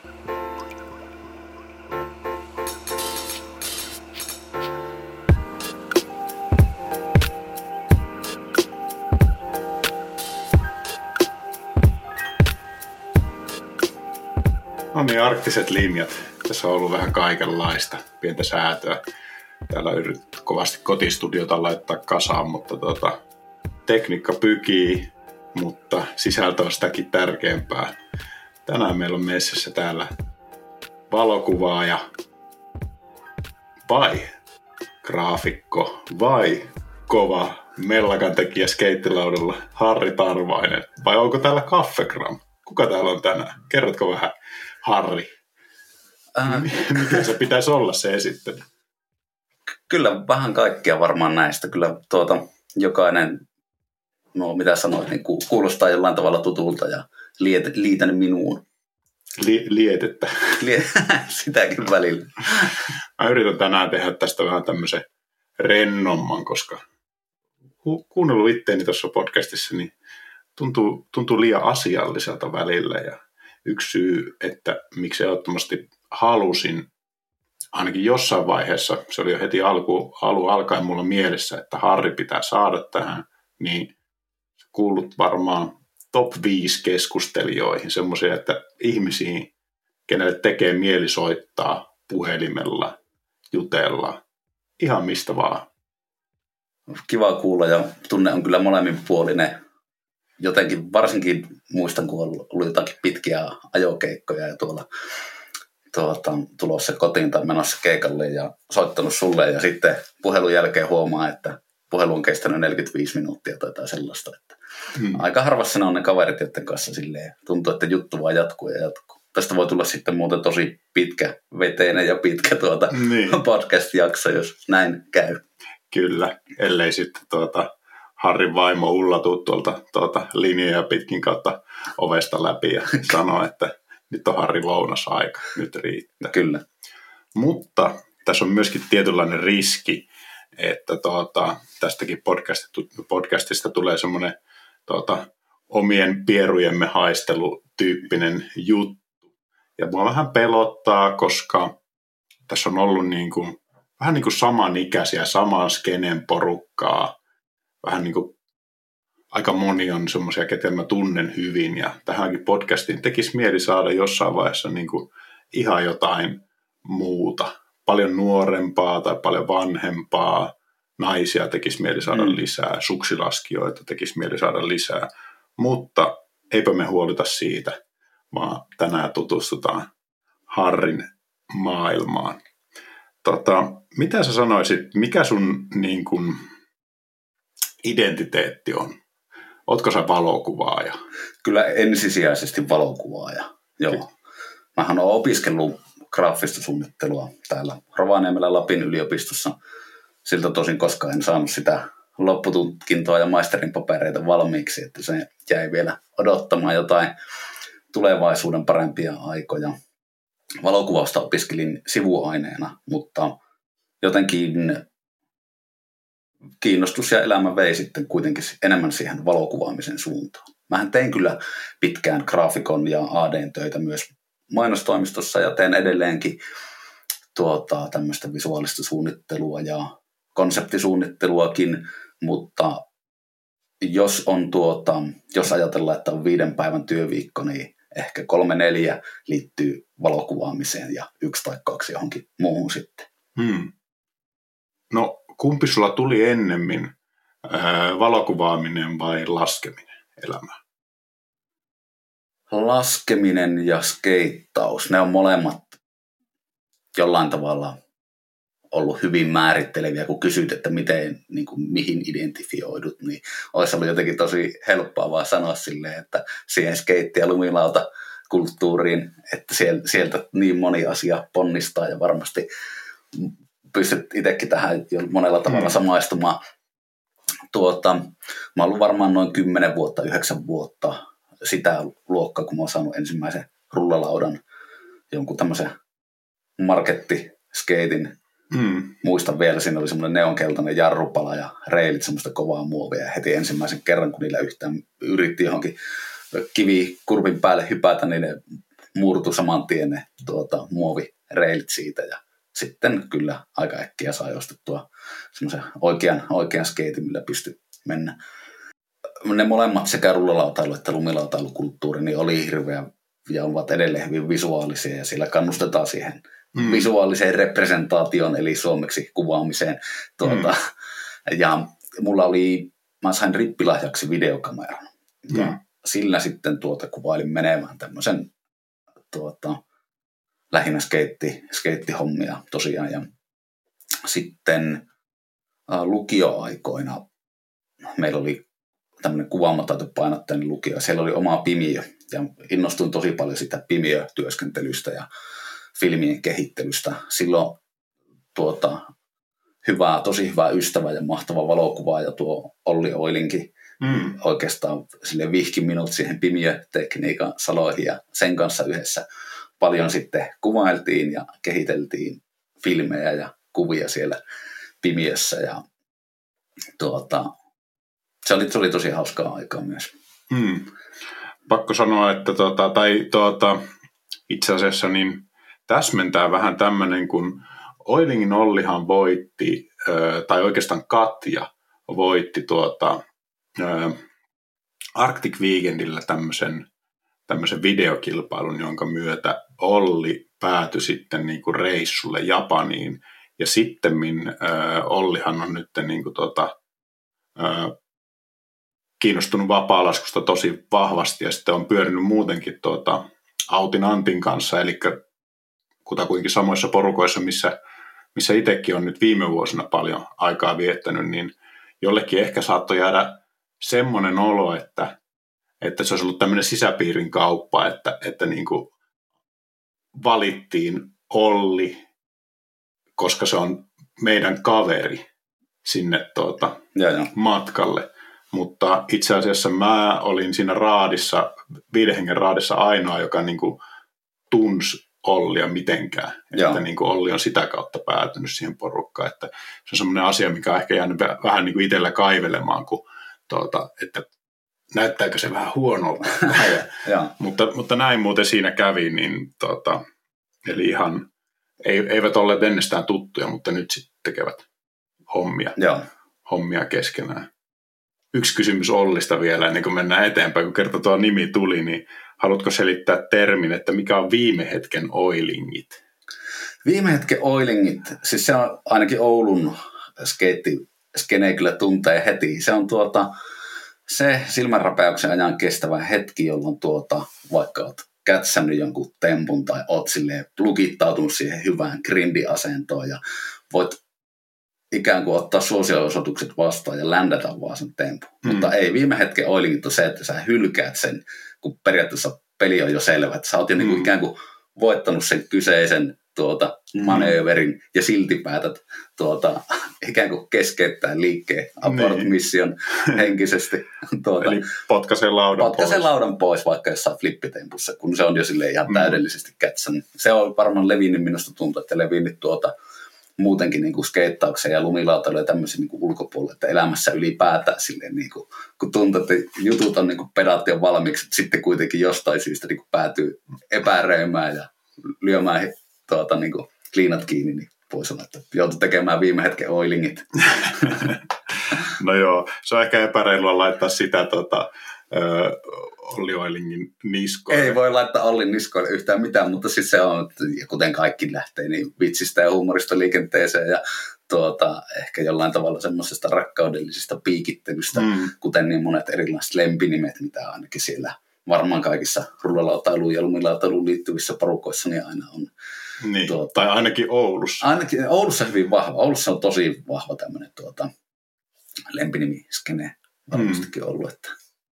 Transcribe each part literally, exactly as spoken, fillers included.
No niin, arktiset linjat. Tässä on ollut vähän kaikenlaista, pientä säätöä. Täällä on yritetty kovasti kotistudiota laittaa kasaan, mutta tota, tekniikka pykii, mutta sisältö on sitäkin tärkeämpää. Tänään meillä on messissä täällä valokuvaaja vai graafikko vai kova mellakan tekijä skeittilaudalla Harri Tarvainen vai onko täällä Kaffegram? Kuka täällä on tänään? Kerrotko vähän, Harri? Äh. Mikä se pitäisi olla se esittely? Kyllä vähän kaikkia varmaan näistä. Kyllä tuota, jokainen, no mitä sanoit, niin kuulostaa jollain tavalla tutulta ja liet, liitän minuun. Li, lietettä. Liet, sitäkin välillä. Mä yritän tänään tehdä tästä vähän tämmöisen rennomman, koska ku, kuunnellut itteeni tuossa podcastissa, niin tuntuu, tuntuu liian asialliselta välillä. Ja yksi syy, että miksi ehdottomasti halusin, ainakin jossain vaiheessa, se oli jo heti alku, alun alkaen mulla mielessä, että Harri pitää saada tähän, niin kuulut varmaan top viisi keskustelijoihin, semmoisia, että ihmisiin, kenelle tekee mieli soittaa puhelimella, jutella, ihan mistä vaan. Kiva kuulla ja tunne on kyllä molemminpuolinen. Jotenkin varsinkin muistan, kun on ollut jotakin pitkiä ajokeikkoja ja tuolla tuota, tulossa kotiin tai menossa keikalle ja soittanut sulle ja sitten puhelun jälkeen huomaa, että puhelu on kestänyt neljäkymmentäviisi minuuttia tai jotain sellaista. Että hmm. Aika harvassa ne on ne kaverit, joiden kanssa silleen tuntuu, että juttu vaan jatkuu ja jatkuu. Tästä voi tulla sitten muuten tosi pitkä veteinen ja pitkä tuota niin. podcast-jakso, jos näin käy. Kyllä, ellei sitten tuota Harrin vaimo Ulla tuu tuolta tuota linjoja pitkin kautta ovesta läpi ja sanoo, että nyt on Harri lounasaika, nyt riittää. Kyllä. Mutta tässä on myöskin tietynlainen riski, että tuota, tästäkin podcastista tulee semmoinen tuota, omien pierujemme haistelutyyppinen juttu. Ja mua vähän pelottaa, koska tässä on ollut niin kuin, vähän niin kuin samanikäisiä, saman skenen porukkaa. Vähän niin kuin aika moni on semmoisia, ketä mä tunnen hyvin. Ja tähänkin podcastiin tekisi mieli saada jossain vaiheessa niin kuin ihan jotain muuta. Paljon nuorempaa tai paljon vanhempaa. Naisia tekisi mieli saada mm. lisää. Suksilaskijoita tekisi mieli saada lisää. Mutta eipä me huolita siitä, vaan tänään tutustutaan Harrin maailmaan. Tota, mitä sä sanoisit, mikä sun niin kun, identiteetti on? Ootko sä valokuvaaja? Kyllä ensisijaisesti valokuvaaja, joo. Okay. Mähän olen opiskellut graafista suunnittelua täällä Rovaniemellä Lapin yliopistossa. Siltä tosin koskaan en saanut sitä loppututkintoa ja maisterin papereita valmiiksi, että se jäi vielä odottamaan jotain tulevaisuuden parempia aikoja. Valokuvausta opiskelin sivuaineena, mutta jotenkin kiinnostus ja elämä vei sitten kuitenkin enemmän siihen valokuvaamisen suuntaan. Mähän tein kyllä pitkään graafikon ja A D:n töitä myös mainostoimistossa ja teen edelleenkin tuota, tämmöistä visuaalista suunnittelua ja konseptisuunnitteluakin, mutta jos, on tuota, jos ajatellaan, että on viiden päivän työviikko, niin ehkä kolme neljä liittyy valokuvaamiseen ja yksi tai kaksi johonkin muuhun sitten. Hmm. No kumpi sulla tuli ennemmin, ää, valokuvaaminen vai laskeminen elämään? Laskeminen ja skeittaus, ne on molemmat jollain tavalla ollut hyvin määritteleviä, kun kysyt, että miten, niin kuin, mihin identifioidut, niin olisi ollut jotenkin tosi helppoa vaan sanoa silleen, että siihen skeitti- ja lumilauta kulttuuriin, että sieltä niin moni asia ponnistaa ja varmasti pystyt itsekin tähän jo monella tavalla samaistumaan. Tuota, mä oon ollut varmaan noin kymmenen vuotta, yhdeksän vuotta sitä luokkaa, kun mä oon saanut ensimmäisen rullalaudan, jonkun tämmöisen markettiskeitin. Mm. Muistan vielä, siinä oli semmoinen neonkeltainen jarrupala ja reilit semmoista kovaa muovia. Ja heti ensimmäisen kerran, kun niillä yhtään yritti johonkin kivikurvin päälle hypätä, niin ne murtu saman tien ne tuota, muovireilit siitä ja sitten kyllä aika äkkiä sai ostettua semmoisen oikean, oikean skeitin, millä pystyi mennä. Ne molemmat sekä rullalautailu että lumilautailukulttuuri niin oli hirveä ja ovat edelleen hyvin visuaalisia ja siellä kannustetaan siihen mm. visuaaliseen representaatioon eli suomeksi kuvaamiseen. Tuota, mm. Ja mulla oli, mä sain rippilahjaksi videokameran ja mm. sillä sitten tuota, kuvailin menemään tämmöisen tuota, lähinnä skeitti, skeittihommia tosiaan ja sitten äh, lukioaikoina meillä oli tämmöinen kuvaamataitopainotteinen lukio. Siellä oli oma pimiö ja innostuin tosi paljon sitä pimiötyöskentelystä ja filmien kehittelystä. Silloin tuota, hyvä, tosi hyvä ystävä ja mahtava valokuvaaja tuo Olli Oilinki mm. oikeastaan sille vihki minut siihen pimiötekniikan saloihin ja sen kanssa yhdessä paljon sitten kuvailtiin ja kehiteltiin filmejä ja kuvia siellä pimiössä ja tuota, Se oli, se oli tosi hauskaa aikaa myös. Hmm. Pakko sanoa, että tuota, tai tuota, itse asiassa niin täsmentää vähän tämmöinen, kun Oilingin Ollihan voitti, tai oikeastaan Katja voitti tuota, Arctic Weekendillä tämmöisen, tämmöisen videokilpailun, jonka myötä Olli päätyi sitten niin kuin reissulle Japaniin. Ja sittemmin Ollihan on nyt niin kuin tuota, kiinnostunut vapaalaskusta tosi vahvasti ja sitten on pyörinyt muutenkin tuota Autin Antin kanssa, eli kutakuinkin samoissa porukoissa, missä, missä itsekin on nyt viime vuosina paljon aikaa viettänyt, niin jollekin ehkä saattoi jäädä semmoinen olo, että, että se olisi ollut tämmöinen sisäpiirin kauppa, että, että niin kuin valittiin Olli, koska se on meidän kaveri sinne tuota ja, ja. matkalle. Mutta itse asiassa mä olin siinä raadissa, viiden hengen raadissa ainoa, joka niin kuin tunsi Ollia mitenkään. Joo. Että niin kuin Olli on sitä kautta päätynyt siihen porukkaan. Että se on semmoinen asia, mikä on ehkä jäänyt vähän niin kuin itsellä kaivelemaan, kun, tuota, että näyttääkö se vähän huonolta. mutta, mutta näin muuten siinä kävi. Niin, tuota, eli ihan eivät olleet ennestään tuttuja, mutta nyt sitten tekevät hommia, Joo. hommia keskenään. Yksi kysymys Ollista vielä, ennen kuin mennään eteenpäin, kun kerta tuo nimi tuli, niin haluatko selittää termin, että mikä on viime hetken oilingit? Viime hetken oilingit, siis se on ainakin Oulun skeitti-skene kyllä tuntee heti. Se on tuota, se silmänräpäyksen ajan kestävä hetki, jolloin tuota, vaikka olet kätsännyt jonkun tempun tai olet silleen lukittautunut siihen hyvään grindiasentoon ja voit ikään kuin ottaa suosio-osoitukset vastaan ja ländätä vaan sen tempun. Mm. Mutta ei, viime hetken oilingit on se, että sä hylkäät sen, kun periaatteessa peli on jo selvä. Että sä oot jo mm. niin kuin ikään kuin voittanut sen kyseisen tuota, manööverin ja silti päätät tuota, ikään kuin keskeyttää liikkeen abort mission niin. henkisesti. Tuota, Eli potkaise laudan potkaise pois. laudan pois vaikka jossain flippitempussa, kun se on jo silleen ihan mm. täydellisesti kätsän. Se on varmaan levinnyt, minusta tuntuu, että levinnyt tuota muutenkin niin kuin skeittauksen ja lumilautailu ja tämmöisen niin kuin ulkopuolella, että elämässä ylipäätään silleen, niin kuin, kun tuntuu, että jutut on niin kuin pedaatti on valmiiksi, että sitten kuitenkin jostain syystä niin kuin päätyy epäröimään ja lyömään tuota, niin kuin liinat kiinni, niin voi sanoa, että joutui tekemään viime hetken oilingit. No joo, se on ehkä epäreilua laittaa sitä tota, ö, Olli Oilingin niskoille. Ei voi laittaa Ollin niskoille yhtään mitään, mutta siis se on, kuten kaikki lähtee, niin vitsistä ja huumorista liikenteeseen ja tuota, ehkä jollain tavalla semmoisesta rakkaudellisesta piikittelystä, mm. kuten niin monet erilaiset lempinimet, mitä ainakin siellä varmaan kaikissa rullalautailuun ja lumilautailuun liittyvissä porukoissa niin aina on. Niin, tuota, tai ainakin Oulussa. Ainakin Oulussa hyvin vahva. Oulussa on tosi vahva tämmöinen tuota, lempinimiskene varmastikin mm. ollut, että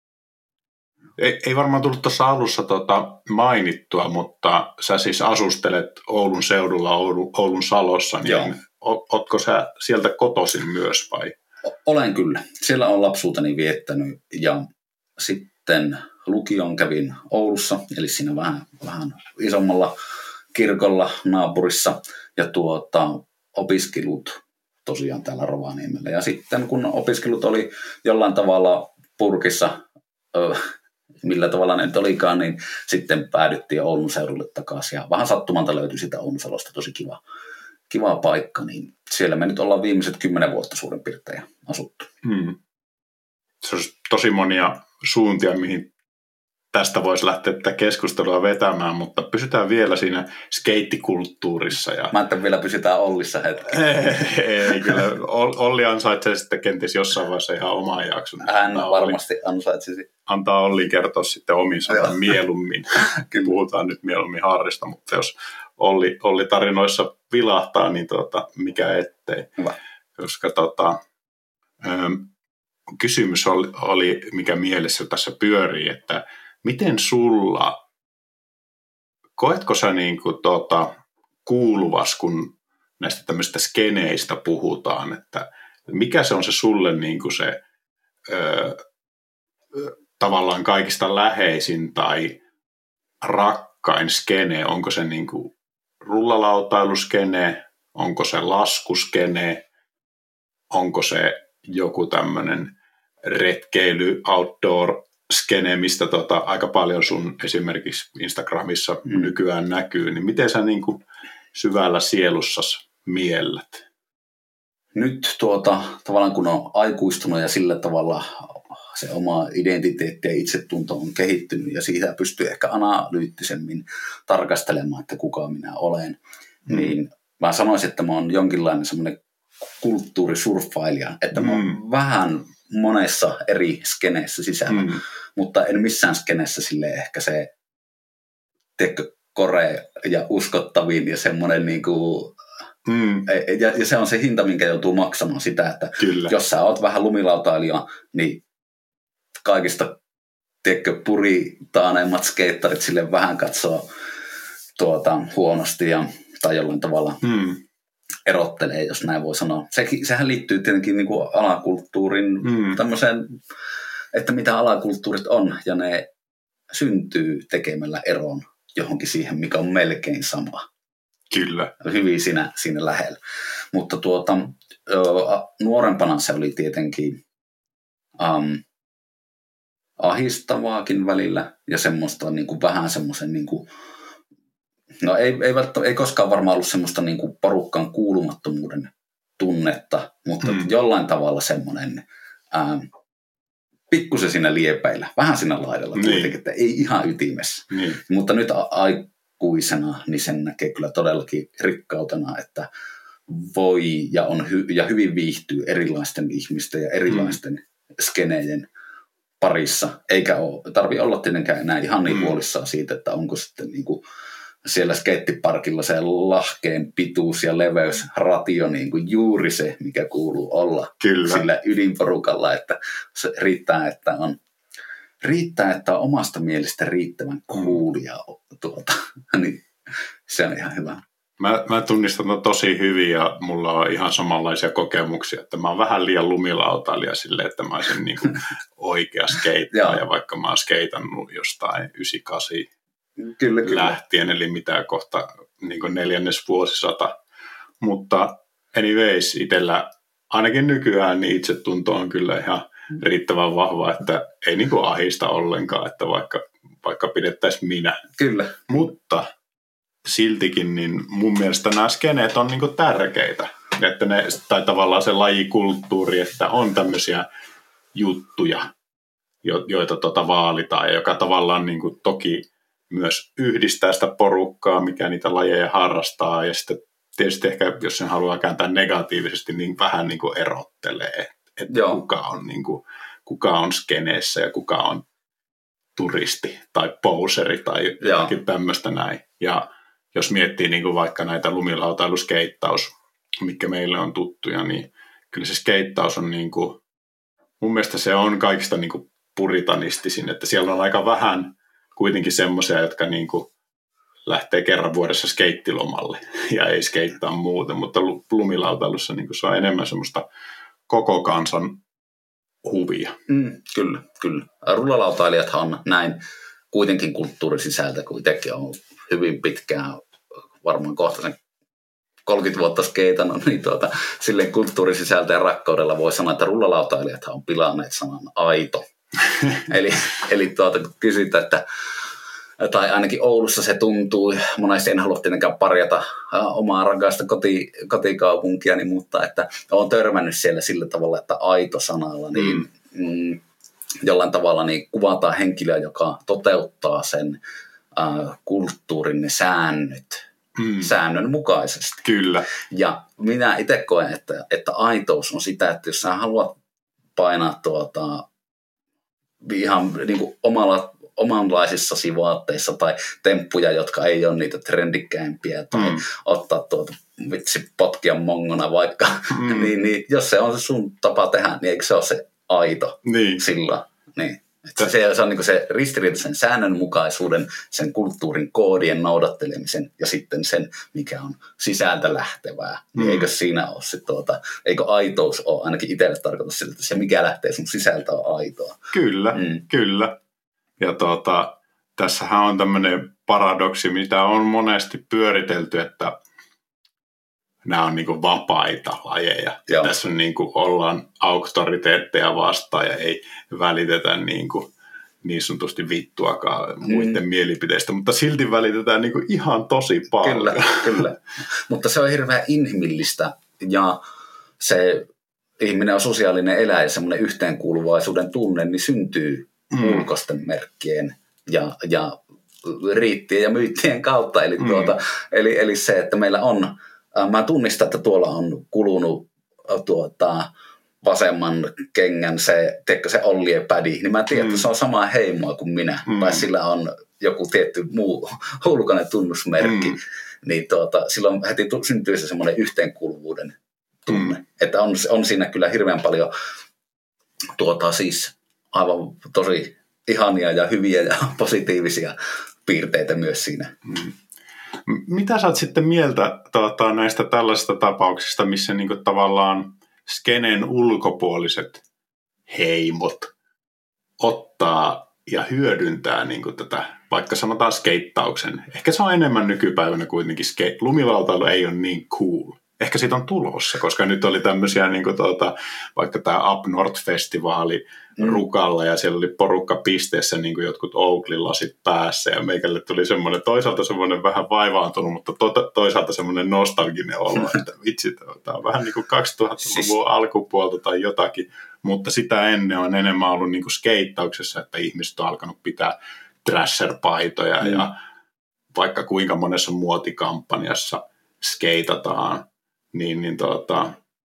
Ei, ei varmaan tullut tuossa alussa tota mainittua, mutta sä siis asustelet Oulun seudulla, Oulun, Oulun Salossa, niin Joo. ootko sä sieltä kotoisin myös vai? Olen kyllä. Siellä on lapsuuteni viettänyt ja sitten lukion kävin Oulussa, eli siinä vähän, vähän isommalla kirkolla naapurissa ja tuota, opiskelut tosiaan täällä Rovaniemellä. Ja sitten kun opiskelut oli jollain tavalla purkissa, ö, millä tavalla ne nyt olikaan, niin sitten päädyttiin Oulun seudulle takaisin. Ja vähän sattumalta löytyi sitä Ounusalosta tosi kiva, kiva paikka, niin siellä me nyt ollaan viimeiset kymmenen vuotta suurin piirtein asuttu. Hmm. Se on tosi monia suuntia, mihin tästä voisi lähteä tätä keskustelua vetämään, mutta pysytään vielä siinä skeittikulttuurissa. Ja... Mä ajattelin, vielä pysytään Ollissa hetki. Ei, ei kyllä. Olli ansaitsee sitten kenties jossain vaiheessa ihan oman jakson. Hän varmasti Olli, ansaitsisi. Antaa Olli kertoa sitten omin sanan mieluummin. Puhutaan nyt mieluummin Harrista, mutta jos Olli, Olli tarinoissa vilahtaa, niin tuota, mikä ettei. Hyvä. Koska tota, kysymys oli, oli, mikä mielessä tässä pyörii, että miten sulla, koetko sä niin kuin tota, kuuluvas, kun näistä tämmöistä skeneistä puhutaan, että mikä se on se sulle niin kuin se ö, tavallaan kaikista läheisin tai rakkain skene, onko se niin kuin rullalautailuskene, onko se laskuskene, onko se joku tämmöinen retkeily, outdoor skene, mistä tota, aika paljon sun esimerkiksi Instagramissa mm. nykyään näkyy, niin miten sä niin kuin syvällä sielussasi miellät? Nyt tuota, tavallaan kun on aikuistunut ja sillä tavalla se oma identiteetti ja itsetunto on kehittynyt ja siitä pystyy ehkä analyyttisemmin tarkastelemaan, että kuka minä olen, mm. niin mä sanoisin, että mä oon jonkinlainen semmoinen kulttuurisurffailija, että mä oon mm. vähän monessa eri skeneessä sisällä, mm. mutta en missään skeneessä sille ehkä se tiedätkö, kore ja uskottavin ja semmoinen niin kuin, mm. ja, ja se on se hinta, minkä joutuu maksamaan sitä, että Kyllä. jos sä oot vähän lumilautailija, niin kaikista tiedätkö, puritaaneimmat skeittarit sille vähän katsoo tuota, huonosti ja, tai jollain tavalla mm. erottelee, jos näin voi sanoa. Se, sehän liittyy tietenkin niin kuin alakulttuurin mm. tämmöiseen, että mitä alakulttuurit on, ja ne syntyy tekemällä eron johonkin siihen, mikä on melkein sama. Kyllä. Hyvin siinä, siinä lähellä. Mutta tuota, nuorempana se oli tietenkin um, ahistavaakin välillä, ja semmoista niin kuin vähän semmoisen niin kuin no ei, ei, ei koskaan varmaan ollut semmoista niin kuin porukkaan kuulumattomuuden tunnetta, mutta mm. jollain tavalla semmoinen ää, pikkusen siinä liepeillä, vähän siinä laidalla niin. kuitenkin, että ei ihan ytimessä. Niin. Mutta nyt a- aikuisena niin sen näkee kyllä todellakin rikkautena, että voi ja, on hy- ja hyvin viihtyy erilaisten ihmisten ja erilaisten mm. skeneiden parissa, eikä ole, tarvitse olla tietenkään enää ihan niin huolissaan siitä, että onko sitten niin kuin siellä skeittiparkilla se lahkeen pituus ja leveys ratio niin kuin juuri se, mikä kuuluu olla Kyllä. sillä ydinporukalla, että se riittää, että on, riittää, että on omasta mielestä riittävän cool ja tuota, niin se on ihan hyvä. Mä, mä tunnistan no tosi hyvin ja mulla on ihan samanlaisia kokemuksia, että mä oon vähän liian lumilautailija silleen, että mä olisin niin kuin oikea skeittaaja, vaikka mä oon skeitannut jostain yhdeksänkymmentäkahdeksan Kyllä, kyllä. lähtien, eli mitä kohta niin kuin neljännes vuosisata. Mutta anyways, itsellä ainakin nykyään niin itsetunto on kyllä ihan riittävän vahva, että ei niin kuin ahista ollenkaan, että vaikka, vaikka pidettäisiin minä. Kyllä. Mutta siltikin niin mun mielestä nämä skeneet on niin kuin tärkeitä. Että ne, tai tavallaan se lajikulttuuri, että on tämmöisiä juttuja, joita tota vaalitaan ja joka tavallaan niin kuin toki myös yhdistää sitä porukkaa, mikä niitä lajeja harrastaa, ja sitten tietysti ehkä, jos sen haluaa kääntää negatiivisesti, niin vähän niin kuin erottelee, että kuka on, niin kuin, kuka on skeneessä ja kuka on turisti tai poseri tai jotakin tämmöistä näin. Ja jos miettii niin kuin vaikka näitä lumilautailuskeittaus, mikä meille on tuttuja, niin kyllä se skeittaus on niin kuin, mun mielestä se on kaikista niin kuin puritanistisin, että siellä on aika vähän kuitenkin semmoisia, jotka niinku lähtee kerran vuodessa skeittilomalle ja ei skeittaa muuten, mutta lumilautailussa niinku se on enemmän semmoista koko kansan huvia. Mm, kyllä, kyllä. Rullalautailijathan on näin kuitenkin kulttuurisisältä, kun itsekin on hyvin pitkään, varmaan kohta sen kolmekymmentä vuotta skeitannut, niin tuota, silleen kulttuurisisältä ja rakkaudella voi sanoa, että rullalautailijathan on pilanneet sanan aito. eli eli tuota, kun kysytään, että tai ainakin Oulussa se tuntuu, monesti en halua tietenkään parjata omaa rakasta koti, kotikaupunkiani, mutta että olen törmännyt siellä sillä tavalla, että aito-sanalla niin mm. Mm, jollain tavalla niin kuvataan henkilöä, joka toteuttaa sen äh, kulttuurin ne säännöt mm. säännönmukaisesti. Kyllä. Ja minä itse koen, että, että aitous on sitä, että jos sä haluat painaa tuota, ihan niin kuin omalla omanlaisissasi vaatteissa tai temppuja, jotka ei ole niitä trendikkäimpiä tai mm. ottaa tuota vitsi potkia mongona vaikka, mm. niin, niin jos se on se sun tapa tehdä, niin eikö se ole se aito niin. sillä? Niin. Että se, se on niin se ristiriita sen säännönmukaisuuden, sen kulttuurin koodien noudattelemisen ja sitten sen, mikä on sisältä lähtevää. Mm. Niin eikö siinä ole se, tuota, eikö aitous ole ainakin itselle tarkoitus sillä, että se mikä lähtee sun sisältä on aitoa. Kyllä, mm. kyllä. Ja tuota, tässähän on tämmöinen paradoksi, mitä on monesti pyöritelty, että nämä on niinku vapaita lajeja. Ja tässä on niinku, ollaan auktoriteetteja vastaan ja ei välitetä niinku, niin sanotusti vittuakaan muiden mm. mielipiteistä, mutta silti välitetään niinku ihan tosi paljon. Kyllä, kyllä. Mutta se on hirveän inhimillistä ja se ihminen on sosiaalinen eläjä ja semmoinen yhteenkuuluvaisuuden tunne, niin syntyy mm. ulkoisten merkkien ja, ja riittien ja myyttien kautta. Eli, mm. tuota, eli, eli se, että meillä on, äh, mä tunnistan, että tuolla on kulunut äh, tuota, vasemman kengän se, teekö se Ollien pädi, niin mä tiedän, mm. että se on samaa heimoa kuin minä. Mm. Tai sillä on joku tietty muu ulkoinen tunnusmerkki. Mm. Niin tuota, silloin heti syntyy se semmoinen yhteenkuuluvuuden tunne. Mm. Että on, on siinä kyllä hirveän paljon tuota, siis aivan tosi ihania ja hyviä ja positiivisia piirteitä myös siinä. Mm. Mitä sä oot sitten mieltä tuota, näistä tällaisista tapauksista, missä niinku tavallaan skenen ulkopuoliset heimot ottaa ja hyödyntää niinku tätä, vaikka sanotaan skeittauksen. Ehkä se on enemmän nykypäivänä kuitenkin, ske- lumilautailu ei ole niin cool. Ehkä siitä on tulossa, koska nyt oli tämmöisiä, niin kuin tuota, vaikka tämä Up North-festivaali mm. Rukalla, ja siellä oli porukka pisteessä, niin kuin jotkut Oakley-lasit päässä, ja meikälle tuli semmoinen, toisaalta semmoinen vähän vaivaantunut, mutta to- toisaalta semmoinen nostalginen olo, että vitsi, tämä on vähän niin kuin kaksituhattaluvun siis alkupuolta tai jotakin, mutta sitä ennen on enemmän ollut niin kuin skeittauksessa, että ihmiset on alkanut pitää thrasher-paitoja, mm. ja vaikka kuinka monessa muotikampanjassa skeitataan, niin, niin tuota,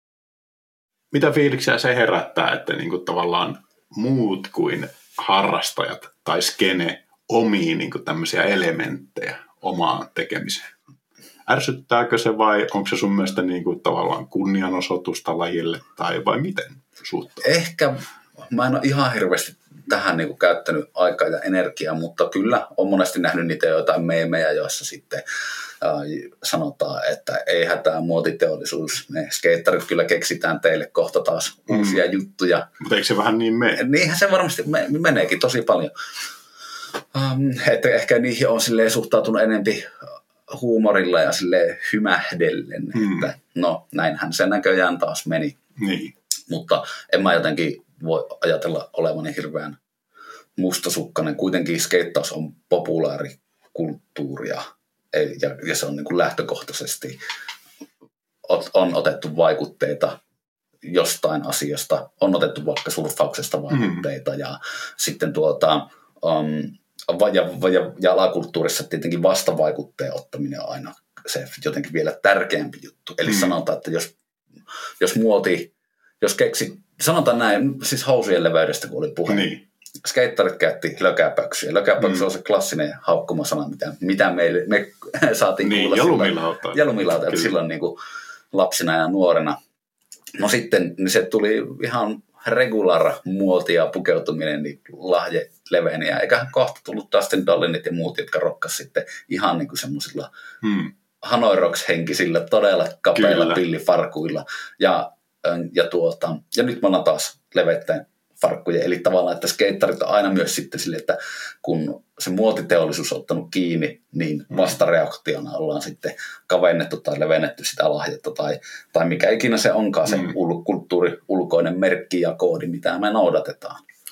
mitä fiiliksiä se herättää, että niin kuin tavallaan muut kuin harrastajat tai skene omii niin kuin tämmöisiä elementtejä omaan tekemiseen? Ärsyttääkö se vai onko se sun mielestä niin kuin tavallaan kunnianosoitusta lajille tai vai miten suhtaan? Ehkä mä en ole ihan hirveästi tähän niin kuin käyttänyt aikaa ja energiaa, mutta kyllä olen monesti nähnyt niitä jotain meemejä, joissa sitten äh, sanotaan, että ei hätää muotiteollisuus, ne skeittarit kyllä keksitään teille kohta taas mm. uusia juttuja. Mutta eikö se vähän niin mene? Niinhän se varmasti me- meneekin tosi paljon. Um, että ehkä niihin on silleen suhtautunut enempi huumorilla ja silleen hymähdellen, mm. että no näinhän se näköjään taas meni. Niin. Mutta en mä jotenkin voi ajatella olevani hirveän mustasukkainen. Kuitenkin skeittaus on populaarikulttuuria ja, ja se on niin kuin lähtökohtaisesti on otettu vaikutteita jostain asiasta. On otettu vaikka surffauksesta vaikutteita mm. ja sitten tuota, um, ja, ja, ja alakulttuurissa tietenkin vastavaikutteen ottaminen on aina se jotenkin vielä tärkeämpi juttu. Eli mm. sanotaan, että jos, jos muoti, jos keksi, sanotaan näin, siis housujen leveydestä kun oli puhe, niin. Skeittarit käytti lökäpöksyjä. Lökäpöksy mm. on se klassinen haukkumasana, mitä, mitä meille, me saatiin niin, kuulla. Ja lumilauta. Ja lumilauta, silloin niin kuin lapsina ja nuorena. No sitten niin se tuli ihan regulara muotia pukeutuminen, niin lahje leveni. Ja eiköhän kohta tullut Dustin Dollinit ja muut, jotka rokkas sitten ihan niin kuin semmoisilla hmm. Hanoi Rocks-henkisillä, todella kapeilla Kyllä. pillifarkuilla. Ja, ja, tuota, ja nyt me ollaan taas levettäen farkkuja. Eli tavallaan, että skeittarit on aina myös sitten sille, että kun se muotiteollisuus on ottanut kiinni, niin vastareaktiona ollaan sitten kavennettu tai levennetty sitä lahjetta tai, tai mikä ikinä se onkaan se mm. kulttuuri, ulkoinen merkki ja koodi, mitä me noudatetaan.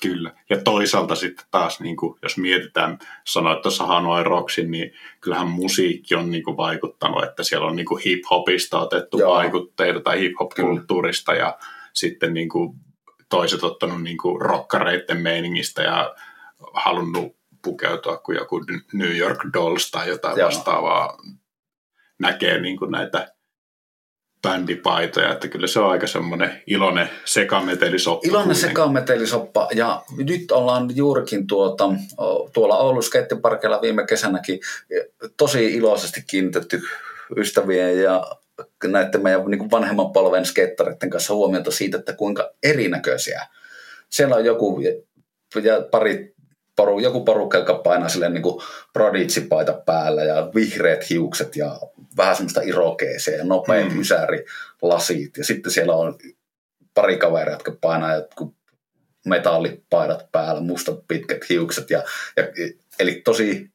Kyllä. Ja toisaalta sitten taas, niin kuin, jos mietitään, sanoit tuossa Hanoi Rocksin, niin kyllähän musiikki on niin kuin, vaikuttanut, että siellä on niin kuin, hip-hopista otettu Joo. vaikutteita tai hip-hop-kulttuurista ja sitten niin kuin, toiset ottanut niin kuin, rockareitten meiningistä ja halunnut pukeutua kuin joku New York Dolls tai jotain Joo. vastaavaa näkee niin kuin, näitä bändipaitoja, että kyllä se on aika semmoinen iloinen sekametelisoppa. Iloinen sekametelisoppa, ja nyt ollaan juurikin tuota, tuolla Oulun skeittiparkilla viime kesänäkin tosi iloisesti kiinnitetty ystävien ja näiden meidän niin kuin vanhemman polven skeittareiden kanssa huomiota siitä, että kuinka erinäköisiä. Siellä on joku ja pari Poru, joku porukka, joka painaa silleen niin kuin Prodigy-paita päällä ja vihreät hiukset ja vähän semmoista irokeesia ja nopeat mm. ysärilasit. Ja sitten siellä on pari kaveria, jotka painaa jotkut metallipaidat päällä, mustat pitkät hiukset. Ja, ja, eli tosi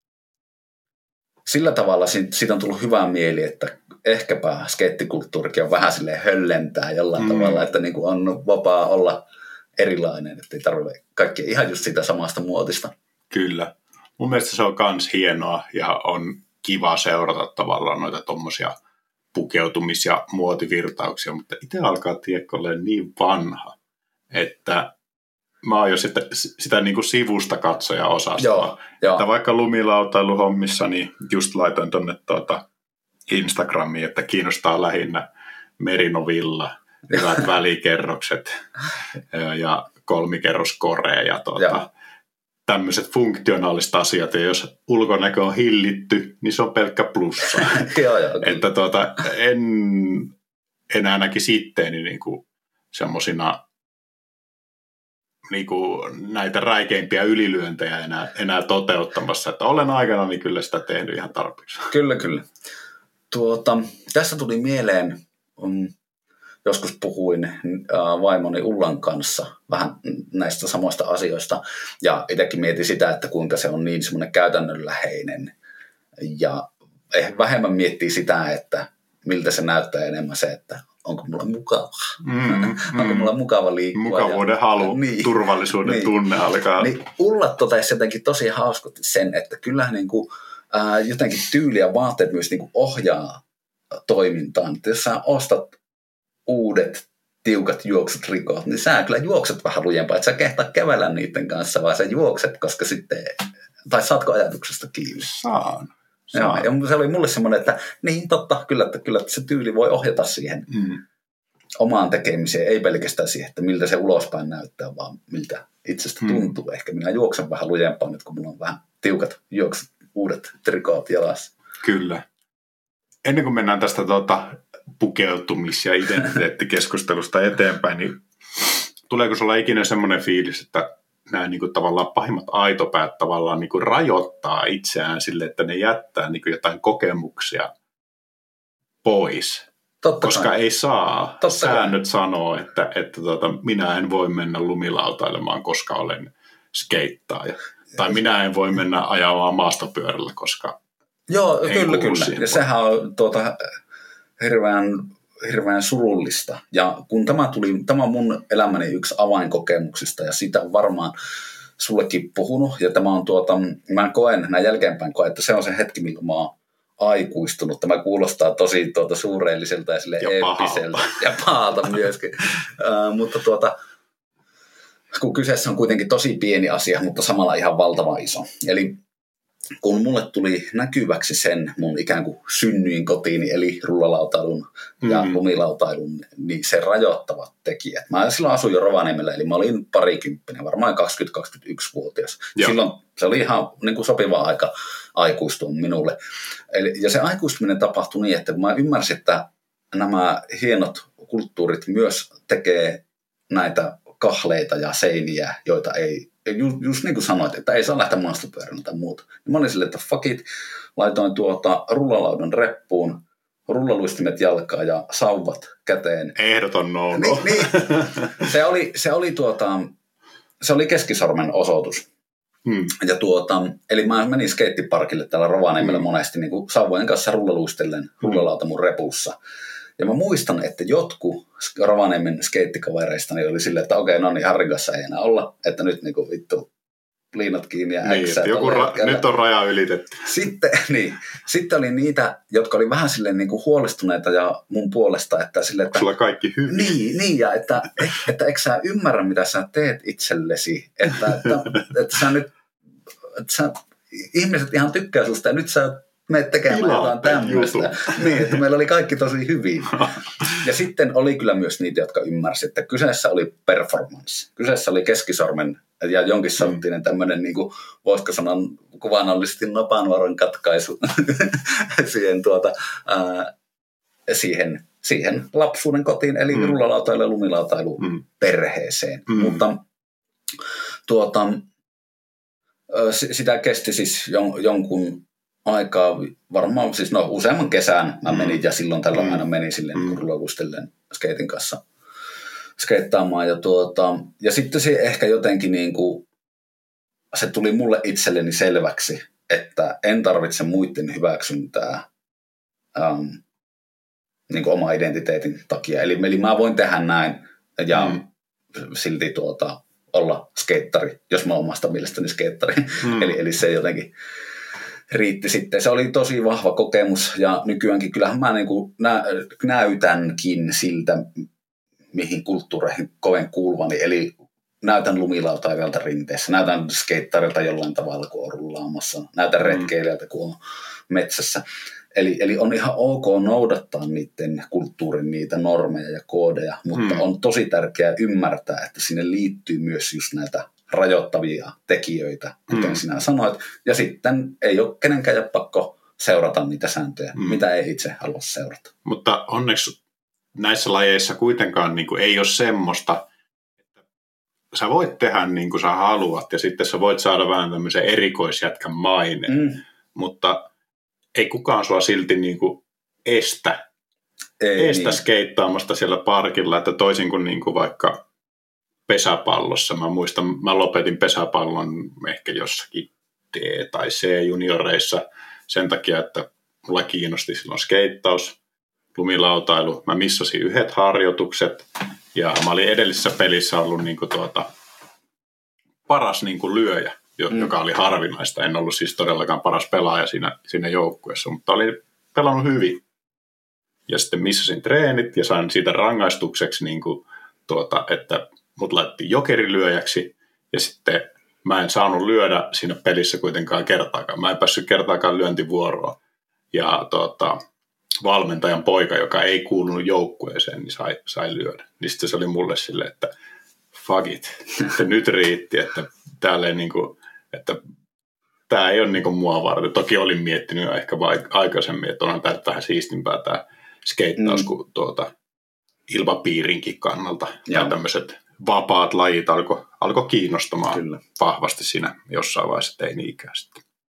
sillä tavalla siitä on tullut hyvä mieli, että ehkäpä skeittikulttuurikin on vähän silleen höllentää jollain mm. tavalla, että niin kuin on vapaa olla erilainen, ettei tarvitse kaikkia ihan just sitä samasta muotista. Kyllä. Mun mielestä se on kans hienoa ja on kiva seurata tavallaan noita tommosia pukeutumis- ja muotivirtauksia, mutta itse alkaa tiedäkö olla niin vanha, että mä oon jo sitä, sitä niin kuin sivusta katsoja osastoa. Että vaikka lumilautailuhommissa, niin just laitoin tonne tuota Instagramiin, että kiinnostaa lähinnä Merinovilla, hyvät välikerrokset ja kolmikerroskorea ja tuota, tämmöiset funktionaaliset asiat. Ja jos ulkonäkö on hillitty, niin se on pelkkä plussa. joo, joo, että tuota, en enää näkisi itteeni niinku semmosina niinku näitä räikeimpiä ylilyöntejä enää, enää toteuttamassa. Että olen aikana niin kyllä sitä tehnyt ihan tarpeeksi. Kyllä, kyllä. Tuota, tässä tuli mieleen... Um, Joskus puhuin äh, vaimoni Ullan kanssa vähän näistä samoista asioista ja itsekin mietin sitä, että kuinka se on niin semmoinen käytännönläheinen ja ehkä vähemmän miettii sitä, että miltä se näyttää enemmän se, että onko mulla mukava, mm, onko mm. mulla mukava liikkua. Mukavuuden halu, niin, turvallisuuden niin, tunne alkaa. Niin Ulla totesi jotenkin tosi hauskasti sen, että kyllä niin kuin, äh, jotenkin tyyli ja vaatteet myös niin kuin ohjaa toimintaan. Että jos sä ostat uudet tiukat juoksut rikot, niin sä kyllä juokset vähän lujempaa, että sä kehtaa kävellä niiden kanssa, vaan sä juokset, koska sitten, tai saatko ajatuksesta kiinni? Saan. Saan. Ja se oli mulle semmoinen, että niin totta, kyllä, että kyllä se tyyli voi ohjata siihen mm. omaan tekemiseen, ei pelkästään siihen, että miltä se ulospäin näyttää, vaan miltä itsestä mm. tuntuu. Ehkä minä juoksen vähän lujempaa nyt, kun mulla on vähän tiukat juoksut, uudet trikoot jalassa. Kyllä. Ennen kuin mennään tästä tuota pukeutumis- ja identiteettikeskustelusta eteenpäin, niin tuleeko sulla ikinä semmoinen fiilis, että nämä niin kuin tavallaan pahimmat aitopäät tavallaan niin kuin rajoittaa itseään sille, että ne jättää niin kuin jotain kokemuksia pois? Totta koska kai. Ei saa. Totta Säännöt kai. Sanoo, että, että tuota, minä en voi mennä lumilautailemaan, koska olen skeittaaja. Tai minä en voi mennä ajamaan maastopyörällä, koska Joo, kyllä, kyllä. Ja sehän on tuota, hirveän, hirveän surullista. Ja kun tämä tuli, tämä on mun elämäni yksi avainkokemuksista, ja siitä on varmaan sullekin puhunut. Ja tämä on tuota, mä koen, näin jälkeenpäin koen, että se on se hetki, milloin mä oon aikuistunut. Tämä kuulostaa tosi tuota, suureelliselta ja sille eeppiseltä. Ja pahalta myöskin. uh, mutta tuota, kun kyseessä on kuitenkin tosi pieni asia, mutta samalla ihan valtava iso. Eli kun mulle tuli näkyväksi sen mun ikään kuin synnyin kotiini, eli rullalautailun ja mm-hmm. lumilautailun, niin se rajoittavat tekijät. Mä silloin asuin jo Rovaniemellä, eli mä olin parikymppinen, varmaan kaksikymmentä-kaksikymmentäyksi-vuotias. Joo. Silloin se oli ihan niin kuin sopiva aika aikuistua minulle. Eli, ja se aikuistuminen tapahtui niin, että mä ymmärsin, että nämä hienot kulttuurit myös tekee näitä kahleita ja seiniä, joita ei, just, just niin kuin sanoit, että ei saa lähteä maastopyörällä tai muuta. Mä olin silleen, että fuck it, laitoin tuota rullalaudan reppuun, rullaluistimet jalkaan ja sauvat käteen. Ehdoton no-no. Niin, niin. Se oli, se oli, tuota, se oli keskisormen osoitus. Hmm. Ja tuota, eli mä menin skeittiparkille täällä Rovaniemellä hmm. monesti niin kuin sauvojen kanssa rullaluistellen, hmm. rullalauta mun repussa. Ja mä muistan, että jotkut Rovaniemen skeittikavereistani oli silleen, että okei, no niin, Harrin kanssa ei enää olla, että nyt niinku vittu liinat kiinni ja niin, äksää. Joku ra- nyt on raja ylitetty. Sitten, niin, sitten oli niitä, jotka oli vähän silleen niinku huolestuneita ja mun puolesta, että silleen, että... Sulla kaikki hyvin. Niin, niin ja että, että, että eikö sä ymmärrä, mitä sä teet itsellesi, että, että, että sä nyt, että sä, ihmiset ihan tykkää susta ja nyt sä menet tekemään Pilaa jotain tämmöistä. Niin, että meillä oli kaikki tosi hyvin. Ja sitten oli kyllä myös niitä, jotka ymmärsivät, että kyseessä oli performance. Kyseessä oli keskisormen ja jonkin sorttinen tämmöinen, niin kuin, voisiko sanoa kuvaannollisesti napanvaron katkaisu siihen, tuota, ää, siihen, siihen lapsuuden kotiin, eli mm. rullalautailu ja lumilautailu mm. perheeseen. Mm. Mutta tuota, sitä kesti siis jon, jonkun aikaa, varmaan siis no useamman kesän mä menin ja silloin tällöin aina menin silleen mm. rullakustellen skeitin kanssa skeittaamaan ja tuota, ja sitten se ehkä jotenkin niinku, se tuli mulle itselleni selväksi, että en tarvitse muiden hyväksyntää um, niinku oma identiteetin takia, eli, eli mä voin tehdä näin ja mm. silti tuota, olla skeittari, jos mä oon omasta mielestäni skeittari, mm. eli, eli se jotenkin riitti sitten. Se oli tosi vahva kokemus ja nykyäänkin kyllähän mä niin kuin nä- näytänkin siltä, mihin kulttuureihin kovin kuuluvani. Eli näytän lumilautailijalta rinteessä, näytän skeittarilta jollain tavalla, kun on rullaamassa, näytän mm. retkeilijältä, kun on metsässä. Eli, eli on ihan ok noudattaa niiden kulttuurin niitä normeja ja koodeja, mutta mm. on tosi tärkeää ymmärtää, että sinne liittyy myös just näitä rajoittavia tekijöitä, kuten mm. sinä sanoit. Ja sitten ei ole kenenkään ja pakko seurata niitä sääntöjä, mm. mitä ei itse halua seurata. Mutta onneksi näissä lajeissa kuitenkaan niin kuin ei ole semmoista, että sä voit tehdä niin kuin sä haluat ja sitten sä voit saada vähän tämmöisen erikoisjätkän maineen, mm. mutta ei kukaan sua silti niin kuin estä, ei, estä niin. skeittaamasta siellä parkilla, että toisin kuin, niin kuin vaikka pesäpallossa. Mä muistan, mä lopetin pesäpallon ehkä jossakin D- tai C-junioreissa sen takia, että mulla kiinnosti silloin skeittaus, lumilautailu. Mä missasin yhdet harjoitukset ja mä olin edellisessä pelissä ollut niin kuin tuota, paras niin kuin lyöjä, joka mm. oli harvinaista. En ollut siis todellakaan paras pelaaja siinä, siinä joukkueessa, mutta olin pelannut hyvin. Ja sitten missasin treenit ja sain siitä rangaistukseksi, niin kuin, tuota, että mut laitettiin jokerilyöjäksi ja sitten mä en saanut lyödä siinä pelissä kuitenkaan kertaakaan. Mä en päässyt kertaakaan lyöntivuoroon. Ja tuota, valmentajan poika, joka ei kuulunut joukkueeseen, niin sai, sai lyödä. Niin sitten se oli mulle silleen, että fuck it, että nyt riitti, että täällä ei niinku, että tämä ei ole niinku mua varten. Toki olin miettinyt jo ehkä aikaisemmin, että onhan tämä vähän siistimpää tämä skeittaus mm. kuin tuota, ilmapiirinkin kannalta. Ja, ja tämmöiset vapaat lajit alkoi alko kiinnostamaan Kyllä. vahvasti siinä jossain vaiheessa teini-ikää sitten.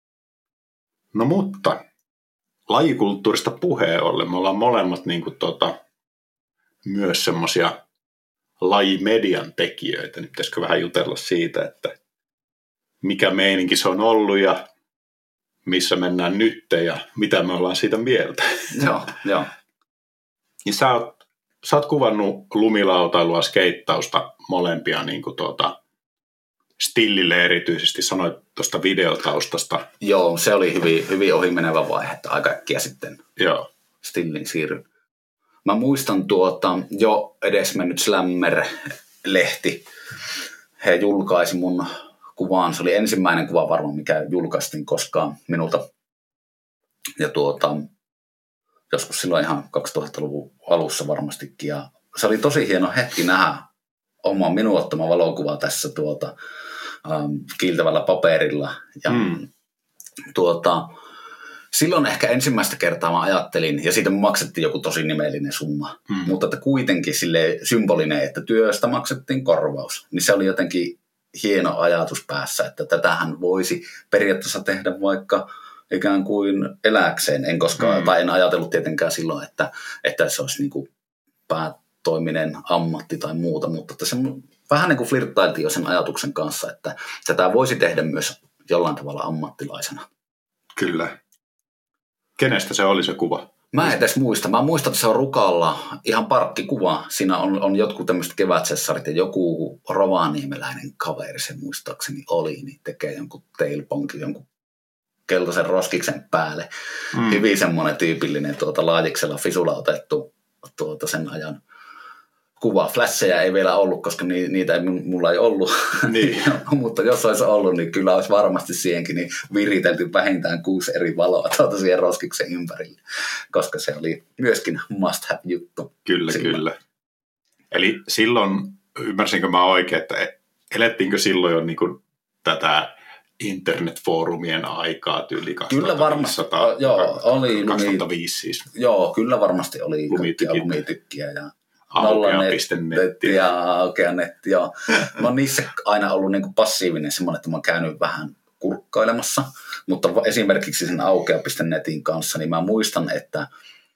No mutta lajikulttuurista puheen ollen, me ollaan molemmat niin kuin, tota, myös semmoisia lajimedian tekijöitä. Nyt pitäisikö vähän jutella siitä, että mikä meininki se on ollut ja missä mennään nyt ja mitä me ollaan siitä mieltä. Joo, joo. Ja sä oot, sä oot kuvannut lumilautailua, skeittausta, molempia niin kuin tuota, Stillille erityisesti, sanoit tuosta videotaustasta. Joo, se oli hyvin, hyvin ohimenevä vaihe, että aika äkkiä sitten Joo. Stillin siirryn. Mä muistan tuota, jo edesmennyt Slammer-lehti. He julkaisi mun kuvaan. Se oli ensimmäinen kuva varmaan, mikä julkaistiin koskaan minulta. Ja tuota, joskus silloin ihan kaksituhattaluvun alussa varmastikin. Ja se oli tosi hieno hetki nähdä oma minun ottama valokuva tässä tuota, ähm, kiiltävällä paperilla. Ja mm. tuota, silloin ehkä ensimmäistä kertaa mä ajattelin, ja siitä maksettiin joku tosi nimellinen summa, mm. mutta että kuitenkin sille symbolinen, että työstä maksettiin korvaus. Niin se oli jotenkin hieno ajatus päässä, että tätähän voisi periaatteessa tehdä vaikka ikään kuin eläkseen. En koskaan, mm. tai en ajatellut tietenkään silloin, että, että se olisi niin kuin päätoiminen ammatti tai muuta, mutta että se vähän niin kuin flirttailtiin jo sen ajatuksen kanssa, että tätä voisi tehdä myös jollain tavalla ammattilaisena. Kyllä. Kenestä se oli se kuva? Mä en edes muista. Mä muistan, että se on Rukalla ihan parkkikuva. Siinä on, on jotkut tämmöiset kevätsessarit ja joku rovaniemeläinen kaveri, se muistaakseni oli, niin tekee jonkun tailponkin, jonkun keltaisen roskiksen päälle. Mm. Hyvin semmoinen tyypillinen tuota, laajiksella fisulla otettu tuota, sen ajan kuva. Flasheja ei vielä ollut, koska ni, niitä ei, mulla ei ollut. Niin. Mutta jos olisi ollut, niin kyllä olisi varmasti siihenkin niin viritelty vähintään kuusi eri valoa tuota siihen roskiksen ympärille, koska se oli myöskin must have juttu. Kyllä, silloin. Kyllä. Eli silloin, ymmärsinkö mä oikein, että elettiinkö silloin jo niin kuin tätä internetfoorumien aikaa tyyli Kyllä varmasti, joo, oli kaksituhattaviisi siis. Joo, kyllä varmasti oli lumitykkiä, lumitykkiä ja Aukea.netti ja Aukea.netti, joo. Mä oon niissä aina ollut niin kuin passiivinen semmoinen, että mä oon käynyt vähän kurkkailemassa, mutta esimerkiksi sen Aukea.netin kanssa, niin mä muistan, että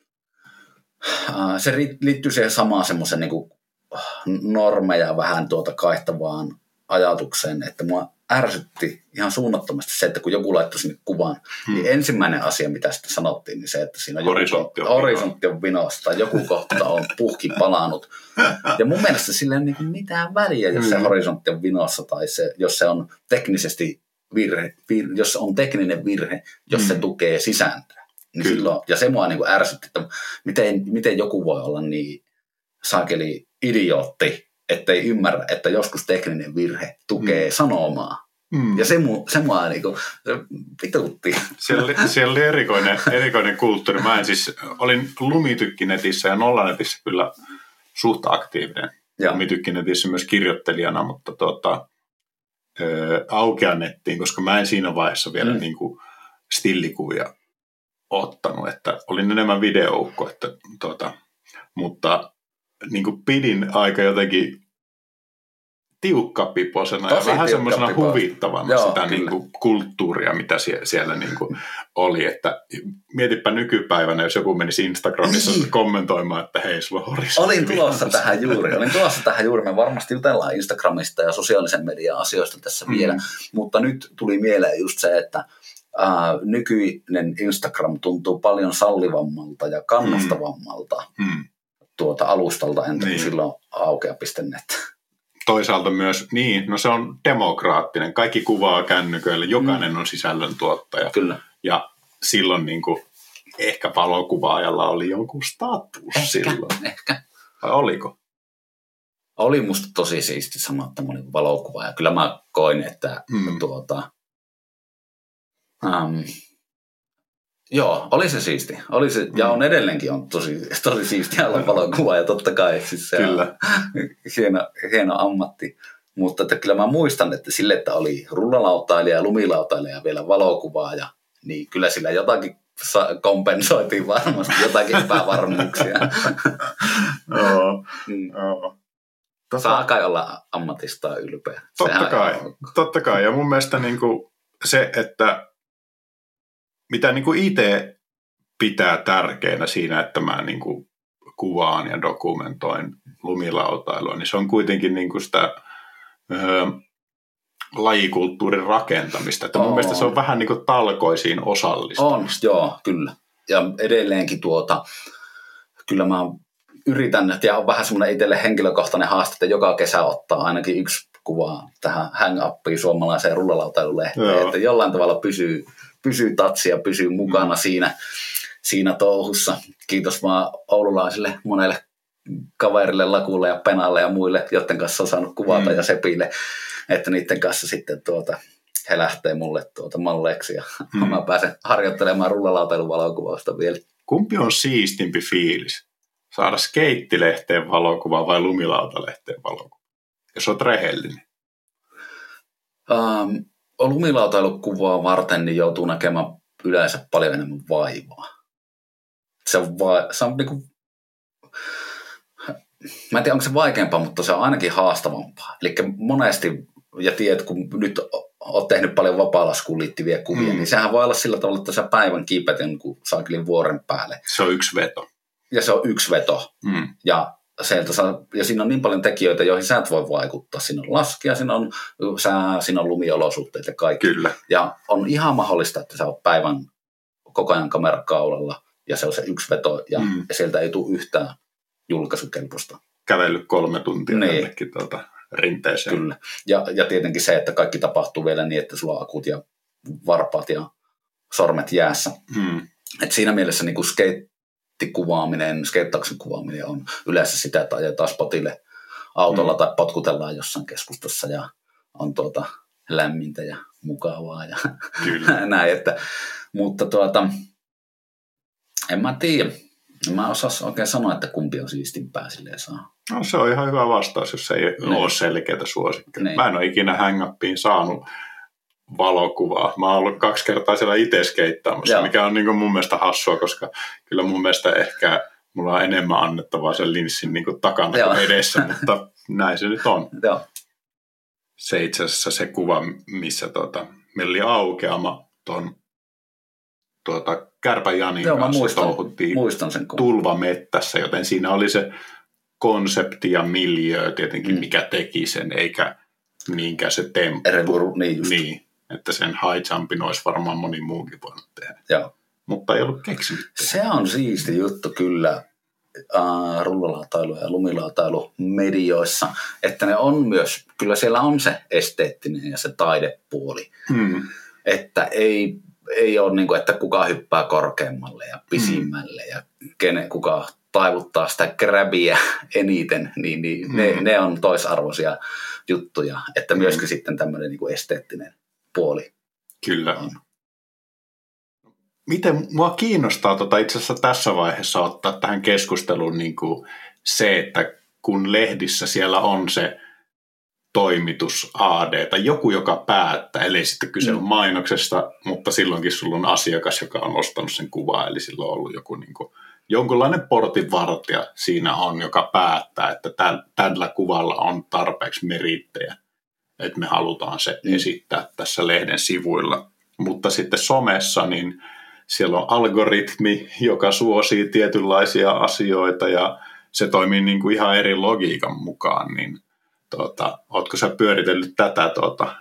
se liittyy siihen samaan semmoisen niin kuin normeja vähän tuota kaihtavaan ajatukseen, että mua ärsytti ihan suunnattomasti se, että kun joku laittoi sinne kuvan, hmm. niin ensimmäinen asia, mitä sitten sanottiin, niin se, että siinä horisontti on, horisontti on vinossa tai joku kohta on puhki palanut. Ja mun mielestä sillä ei ole niin mitään väliä, jos se hmm. horisontti on vinossa tai se, jos se on teknisesti virhe, vir, jos on tekninen virhe, jos hmm. se tukee sisääntöä. Niin silloin, ja se mua niin kuin ärsytti, että miten, miten joku voi olla niin saakeli idiootti, ettei ymmärrä, että joskus tekninen virhe tukee mm. sanomaa. Mm. Ja se, mu, se mua niinku pituutti. Siellä oli, siellä oli erikoinen, erikoinen kulttuuri. Mä en siis, olin Lumitykkinetissä ja Nollanetissä kyllä suht aktiivinen. Ja. Lumitykkinetissä myös kirjoittelijana, mutta tuota, Aukea.nettiin, koska mä en siinä vaiheessa vielä mm. niinku stillikuvia ottanut. Että olin enemmän videoukko, että tuota, mutta niin kuin pidin aika jotenkin tiukkapiposena ja vähän semmoisena huvittavana Joo, sitä niin kuin kulttuuria, mitä siellä, siellä niin kuin oli. Että mietipä nykypäivänä, jos joku menisi Instagramissa niin. kommentoimaan, että hei, sulla on horisontti. Olin tulossa tähän juuri. Olin tulossa tähän juuri. Me varmasti jutellaan Instagramista ja sosiaalisen median asioista tässä mm. vielä. Mutta nyt tuli mieleen just se, että äh, nykyinen Instagram tuntuu paljon sallivammalta ja kannustavammalta. Mm. tuota alustalta entä niin. silloin Aukea.net. Toisaalta myös, niin, no se on demokraattinen. Kaikki kuvaa kännyköillä, jokainen mm. on sisällöntuottaja. Kyllä. Ja silloin niin kuin, ehkä valokuvaajalla oli jonkun status ehkä, silloin. Ehkä, Vai oliko? Oli musta tosi siisti sama, että mä olin valokuvaaja. Kyllä mä koin, että mm. tuota... Um, Joo, oli se siisti. Oli se, ja on edelleenkin on tosi, tosi siistiä olla valokuvaaja, totta kai. Siis se kyllä. On hieno, hieno ammatti. Mutta että kyllä mä muistan, että sille, että oli rullalautailija ja lumilautailija ja vielä valokuvaaja, niin kyllä sillä jotakin kompensoitiin varmasti, jotakin epävarmuuksia. Joo, joo. Tota, saa kai olla ammatistaan ylpeä. Totta Sehän kai, on... totta kai. Ja mun mielestä niin kuin se, että mitä niin kuin itse pitää tärkeänä siinä, että mä niin kuin kuvaan ja dokumentoin lumilautailua, niin se on kuitenkin niin kuin sitä öö, lajikulttuurin rakentamista. Että mun mielestä se on vähän niin kuin talkoisiin osallistumista. On, joo, kyllä. Ja edelleenkin tuota, kyllä mä yritän, ja on vähän semmoinen itselle henkilökohtainen haaste, että joka kesä ottaa ainakin yksi kuva tähän hang-upiin suomalaiseen rullalautailulehteen, että jollain tavalla pysyy pysyy tatsi ja pysyy mukana mm. siinä, siinä touhussa. Kiitos vaan oululaisille monelle kaverille, Lakulle ja Penalle ja muille, joiden kanssa on saanut kuvata mm. ja Sepille, että niiden kanssa sitten tuota, he lähtee mulle tuota malleeksi ja mm. mä pääsen harjoittelemaan rullalautailun valokuvausta vielä. Kumpi on siistimpi fiilis? Saada skeittilehteen valokuva vai lumilautalehteen valokuva? Jos olet rehellinen. Um, Lumilautailukuvaa varten niin joutuu näkemään yleensä paljon enemmän vaivaa. Se on, va- se on niinku, mä en tiedä onko se vaikeampaa, mutta se on ainakin haastavampaa. Eli monesti, ja tiedät, kun nyt oot tehnyt paljon vapaalaskuun liittyviä kuvia, mm. niin sehän voi olla sillä tavalla, että sä päivän kiipät jonkun saakelin vuoren päälle. Se on yksi veto. Ja se on yksi veto. Mm. Ja sieltä saa, ja siinä on niin paljon tekijöitä, joihin sä et voi vaikuttaa. Siinä on laskea, siinä on sää, siinä on lumiolosuhteet ja kaikki. Kyllä. Ja on ihan mahdollista, että sä oot päivän koko ajan kamerakaulalla ja se on se yksi veto, ja, mm. ja sieltä ei tule yhtään julkaisukelpoista. Kävellyt kolme tuntia niin. Jollekin tuota rinteeseen. Kyllä. Ja, ja tietenkin se, että kaikki tapahtuu vielä niin, että sulla on akut ja varpaat ja sormet jäässä. Mm. Et siinä mielessä niin kuin skeittikuvaaminen, skeittauksen kuvaaminen on yleensä sitä, että ajetaan spotille autolla mm. tai potkutellaan jossain keskustassa ja on tuota lämmintä ja mukavaa ja näin. Että, mutta tuota, en mä tiedä. En mä osaa oikein sanoa, että kumpi on siistimpää silleen saa. No se on ihan hyvä vastaus, jos ei ne. ole selkeää suosikkia. Ne. Mä en ole ikinä hang-upiin saanut valokuvaa. Mä oon ollut kaksi kertaa siellä itse skeittaamassa, Joo. mikä on niin kuin mun mielestä hassua, koska kyllä mun mielestä ehkä mulla on enemmän annettavaa sen linssin niin kuin takana Joo. kuin edessä, mutta näin se nyt on. Joo. Se itse asiassa se kuva, missä tuota, meillä oli aukeama tuon tuota, Kärpän Janin Joo, kanssa muistan, touhuttiin muistan sen tulvamettässä, joten siinä oli se konsepti ja miljöö tietenkin, mm. mikä teki sen, eikä niinkään se temppu. Erevuru, niin just. Niin, että sen high jumpin olisi varmaan moni muukin voinut tehdä. Joo. Mutta ei ollut keksinyt. Se on siisti juttu kyllä äh, rullalautailu ja lumilautailu medioissa, että ne on myös, kyllä siellä on se esteettinen ja se taidepuoli, hmm. että ei, ei ole niin kuin, että kuka hyppää korkeammalle ja pisimmälle hmm. ja kene, kuka taivuttaa sitä grabia eniten, niin, niin hmm. ne, ne on toisarvoisia juttuja, että myöskin hmm. sitten tämmöinen niin kuin esteettinen puoli. Kyllä. On. Miten mua kiinnostaa tota itse asiassa tässä vaiheessa ottaa tähän keskusteluun niin kuin se, että kun lehdissä siellä on se toimitus A D tai joku, joka päättää, eli sitten kyse on mainoksesta, mutta silloinkin sulla on asiakas, joka on ostanut sen kuvaa, eli sillä on ollut joku niin kuin, jonkunlainen portinvartija siinä on, joka päättää, että tällä kuvalla on tarpeeksi merittejä, että me halutaan se esittää tässä lehden sivuilla. Mutta sitten somessa, niin siellä on algoritmi, joka suosii tietynlaisia asioita ja se toimii niin kuin ihan eri logiikan mukaan. Niin, tuota, ootko sä pyöritellyt tätä tuota,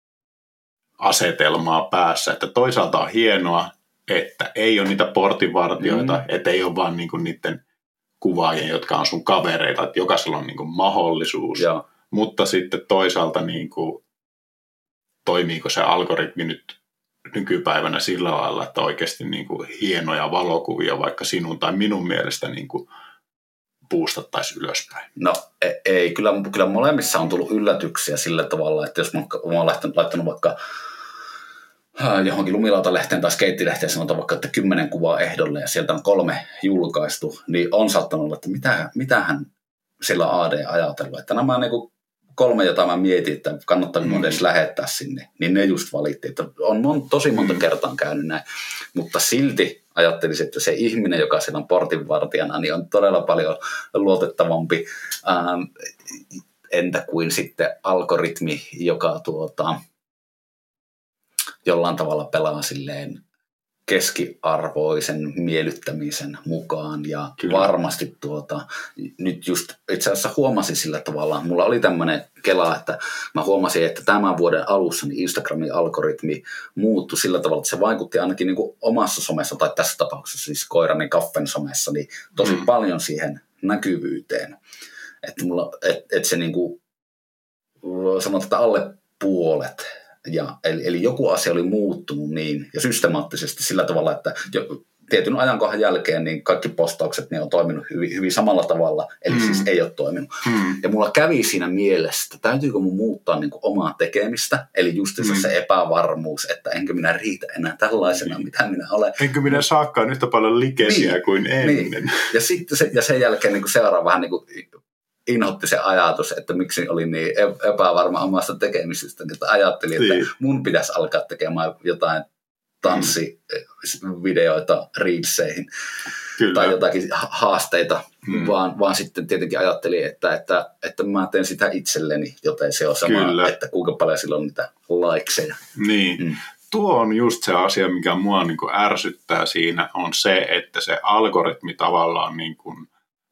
asetelmaa päässä, että toisaalta on hienoa, että ei ole niitä portinvartijoita, mm. että ei ole vaan niin kuin niiden kuvaajien, jotka on sun kavereita, että jokaisella on niin kuin mahdollisuus. Ja. Mutta sitten toisaalta niin kuin, toimiiko se algoritmi nyt nykypäivänä sillä lailla, että oikeasti niin kuin hienoja valokuvia vaikka sinun tai minun mielestä niin kuin boostattaisiin ylöspäin? No ei, kyllä, kyllä molemmissa on tullut yllätyksiä sillä tavalla, että jos mä oon laittanut, laittanut vaikka johonkin lumilautalehteen tai skeittilehteen sanotaan vaikka, että kymmenen kuvaa ehdolle ja sieltä on kolme julkaistu, niin on saattanut olla, että mitä, mitähän sillä A D ajatellut, että nämä niin kuin kolme, jota mä mietin, että kannattaa mm. edes lähettää sinne, niin ne just valittiin. Että on mon, tosi monta mm. kertaa käynyt näin, mutta silti ajattelisin, että se ihminen, joka siellä on portinvartijana, niin on todella paljon luotettavampi, ähm, entä kuin sitten algoritmi, joka tuota, jollain tavalla pelaa silleen keskiarvoisen miellyttämisen mukaan ja Kyllä. varmasti tuota, nyt just itse asiassa huomasin sillä tavalla, mulla oli tämmöinen kela, että mä huomasin, että tämän vuoden alussa niin Instagramin algoritmi muuttui sillä tavalla, että se vaikutti ainakin niin kuin omassa somessa tai tässä tapauksessa siis koirani kaffen somessa niin tosi mm. paljon siihen näkyvyyteen, että mulla, et, et se niin kuin sanotaan, että alle puolet Ja, eli, eli joku asia oli muuttunut niin, ja systemaattisesti sillä tavalla, että jo, tietyn ajankohan jälkeen niin kaikki postaukset niin on toiminut hyvin, hyvin samalla tavalla, eli mm. siis ei ole toiminut. Mm. Ja mulla kävi siinä mielessä, että täytyykö mun muuttaa niin kuin omaa tekemistä, eli just mm. se epävarmuus, että enkö minä riitä enää tällaisena, mm. mitä minä olen. Enkö minä saakaan yhtä paljon likesiä niin, kuin ennen. Niin. Ja sitten se, ja sen jälkeen niin seuraava vähän niin kuin inhotti se ajatus, että miksi oli niin epävarma omasta tekemisestä, että ajattelin, että mun pitäisi alkaa tekemään jotain tanssivideoita reelseihin Kyllä. tai jotakin haasteita, hmm. vaan, vaan sitten tietenkin ajattelin, että, että, että mä teen sitä itselleni, joten se on sama, Kyllä. että kuinka paljon sillä on niitä likeseja. Niin. Hmm. Tuo on just se asia, mikä mua niin kuin ärsyttää siinä, on se, että se algoritmi tavallaan niin kuin,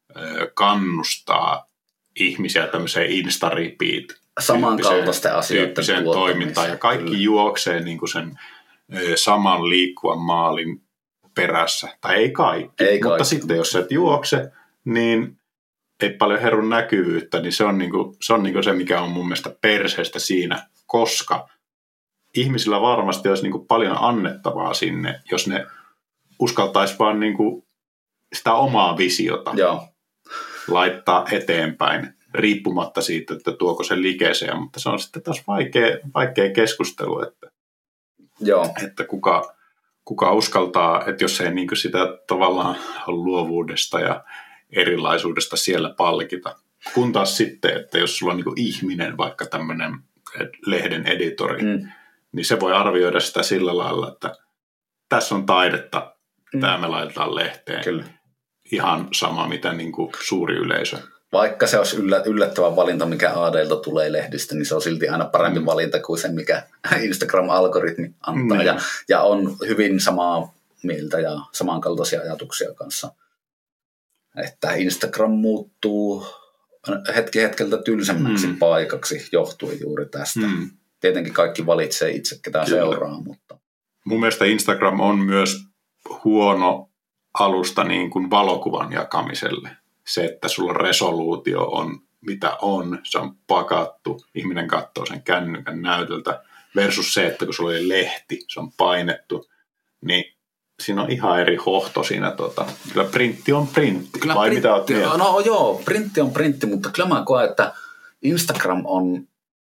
kannustaa ihmisiä tämmöiseen insta-repeat samankaltaisten asioiden toimintaan ja kaikki Kyllä. juoksee niin kuin sen saman liikkuvan maalin perässä. Tai ei kaikki, ei mutta kaikki. sitten jos et juokse, niin ei paljon herun näkyvyyttä, niin se on, niinku, se, on niinku se, mikä on mun mielestä perseestä siinä, koska ihmisillä varmasti olisi niinku paljon annettavaa sinne, jos ne uskaltaisi vaan niinku sitä omaa visiota Joo. laittaa eteenpäin, riippumatta siitä, että tuoko se liikeeseen, mutta se on sitten taas vaikea, vaikea keskustelu, että, Joo. että kuka, kuka uskaltaa, että jos ei niinku sitä tavallaan luovuudesta ja erilaisuudesta siellä palkita. Kun taas sitten, että jos sulla on niinku ihminen, vaikka tämmöinen lehden editori, mm. niin se voi arvioida sitä sillä lailla, että tässä on taidetta, mm. tämä me laitetaan lehteen. Kyllä. Ihan sama, mitä niinku suuri yleisö. Vaikka se olisi yllättävä valinta, mikä A D:lta tulee lehdistä, niin se on silti aina parempi mm. valinta kuin se, mikä Instagram-algoritmi antaa. Mm. Ja, ja on hyvin samaa mieltä ja samankaltaisia ajatuksia kanssa. Että Instagram muuttuu hetki hetkeltä tylsemmäksi mm. paikaksi johtuen juuri tästä. Mm. Tietenkin kaikki valitsee itse, ketään Kyllä. seuraa. Mutta... Mun mielestä Instagram on myös huono alusta niin kuin valokuvan jakamiselle. Se, että sulla resoluutio on mitä on, se on pakattu, ihminen katsoo sen kännykän näytöltä, versus se, että kun sulla oli lehti, se on painettu, niin siinä on ihan eri hohto siinä. Tota. Kyllä printti on printti, kyllä vai printti, mitä oot mieltä? No joo, printti on printti, mutta kyllä mä koen, että Instagram on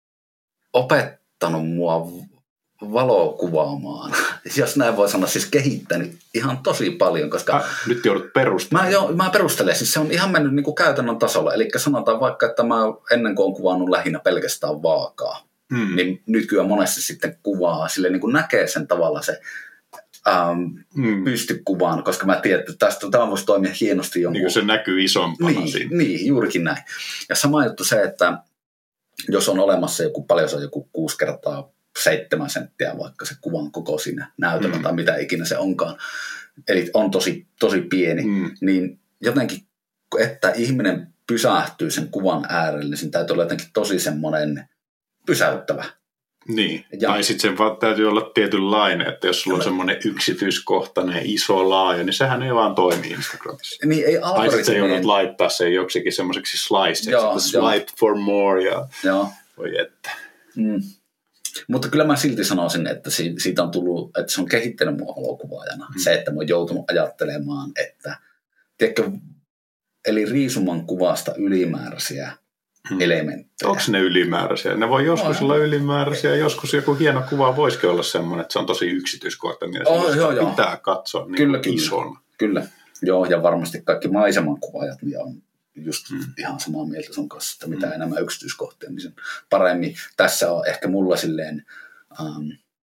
opettanut mua valokuvaamaan, jos näin voi sanoa, siis kehittänyt ihan tosi paljon, koska... Äh, nyt joudut perustelemaan. Mä, jo, mä perustelen, siis se on ihan mennyt niin kuin käytännön tasolla, eli sanotaan vaikka, että mä ennen kuin olen kuvannut lähinnä pelkästään vaakaa, hmm. niin nykyään monesti sitten kuvaa, sille niin kuin näkee sen tavalla se ähm, hmm. pystykuvaan, koska mä tiedän, että tästä tämä voisi toimia hienosti jonkun... Niin kuin se näkyy isompana niin, siinä. Niin, juurikin näin. Ja sama juttu se, että jos on olemassa joku, paljon se on joku kuusi kertaa seitsemän senttiä vaikka se kuvan koko siinä näytöllä mm. tai mitä ikinä se onkaan, eli on tosi, tosi pieni, mm. niin jotenkin, että ihminen pysähtyy sen kuvan äärelle, niin sen täytyy olla jotenkin tosi semmoinen pysäyttävä. Niin, ja, tai sitten sen vaan täytyy olla tietynlainen, että jos sulla on semmoinen yksityiskohtainen, iso, laaja, niin sehän ei vaan toimi Instagramissa. Niin, ei tai sitten sä joudut laittaa sen joksikin semmoiseksi sliceiksi, että swipe for more ja joo. voi että. Mm. Mutta kyllä mä silti sanoisin, että siitä on tullut, että se on kehittänyt mua valokuvaajana. Mm. Se, että mä oon joutunut ajattelemaan, että tiedätkö, eli riisuman kuvasta ylimääräisiä hmm. elementtejä. Onko ne ylimääräisiä? Ne voi joskus no, olla ylimääräisiä, joskus joku hieno kuva voisikin olla semmoinen, että se on tosi yksityiskohtainen ja oh, joo, joo. pitää katsoa niin kyllä, isona. Kyllä, joo, ja varmasti kaikki maisemankuvaajat niin on just hmm. ihan samaa mieltä sun kanssa, että mitä hmm. enemmän yksityiskohtia, niin sen paremmin. Tässä on ehkä mulla silleen, ähm,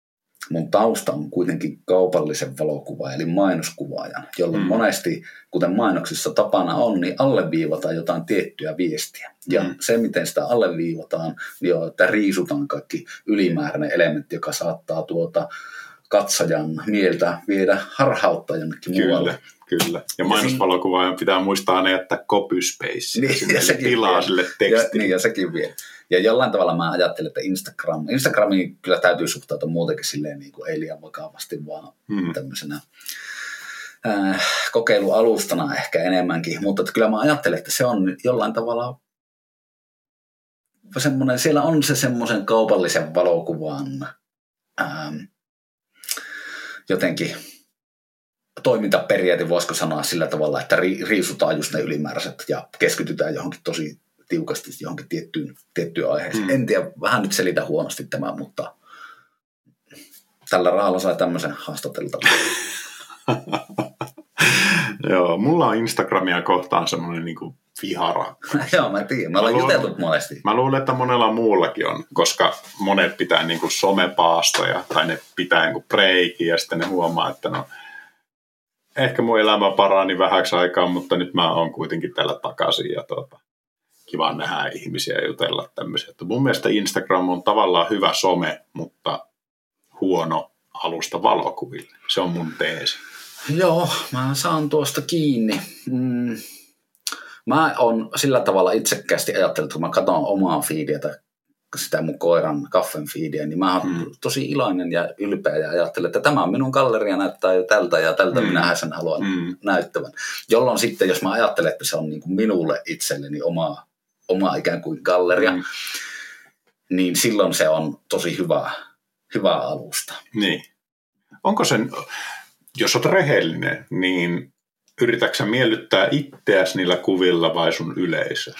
mun tausta on kuitenkin kaupallisen valokuvaajan, eli mainoskuvaajan, jolloin hmm. monesti, kuten mainoksissa tapana on, niin alleviivataan jotain tiettyä viestiä. Ja hmm. se, miten sitä alleviivataan, niin on, että riisutaan kaikki ylimääräinen elementti, joka saattaa tuota katsojan mieltä viedä harhauttaa jonnekin Kyllä. muualle. Kyllä. Ja mainosvalokuvaajan pitää muistaa aina jättää copy space niin, ja tilaa vie. Sille tekstille. Ja, niin, ja sekin vie. Ja jollain tavalla mä ajattelen, että Instagram, Instagramiin kyllä täytyy suhtautua muutenkin silleen niin kuin ei liian vakavasti, vaan hmm. tämmöisenä äh, kokeilualustana ehkä enemmänkin. Mutta että kyllä mä ajattelen, että se on jollain tavalla semmoinen, siellä on se semmoisen kaupallisen valokuvan ähm, jotenkin toimintaperiaate, voisiko sanoa sillä tavalla, että riisutaan just ne ylimääräiset ja keskitytään johonkin tosi tiukasti johonkin tiettyyn, tiettyyn aiheeseen. Mm. En tiedä, vähän nyt selitä huonosti tämä, mutta tällä rahalla sai tämmöisen haastateltavaa. Joo, mulla on Instagramia kohtaan semmoinen niin kuin vihara. Joo, mä tiedän. Mä olen jutellut monesti. Mä luulen, että monella muullakin on, koska monet pitää niin kuin somepaastoja tai ne pitää niin kuin breikiä ja sitten ne huomaa, että no ehkä mun elämä parani vähäksi aikaa, mutta nyt mä oon kuitenkin täällä takaisin ja tuota, kiva nähdä ihmisiä ja jutella tämmöisiä. Että mun mielestä Instagram on tavallaan hyvä some, mutta huono alusta valokuville. Se on mun teesi. Joo, mä saan tuosta kiinni. Mm. Mä oon sillä tavalla itsekkäästi ajatellut, kun mä katson omaa feediä sitä mun koiran kaffen feedia, niin mä oon mm. tosi iloinen ja ylpeä ja ajattelen, että tämä on minun galleria, näyttää jo tältä ja tältä mm. minähän sen haluan mm. näyttävän. Jolloin sitten, jos mä ajattelen, että se on niin kuin minulle itselleni oma, oma ikään kuin galleria, mm. niin silloin se on tosi hyvä, hyvä alusta. Niin. Onko sen, jos olet rehellinen, niin yritätkö sä miellyttää itseäsi niillä kuvilla vai sun yleisö?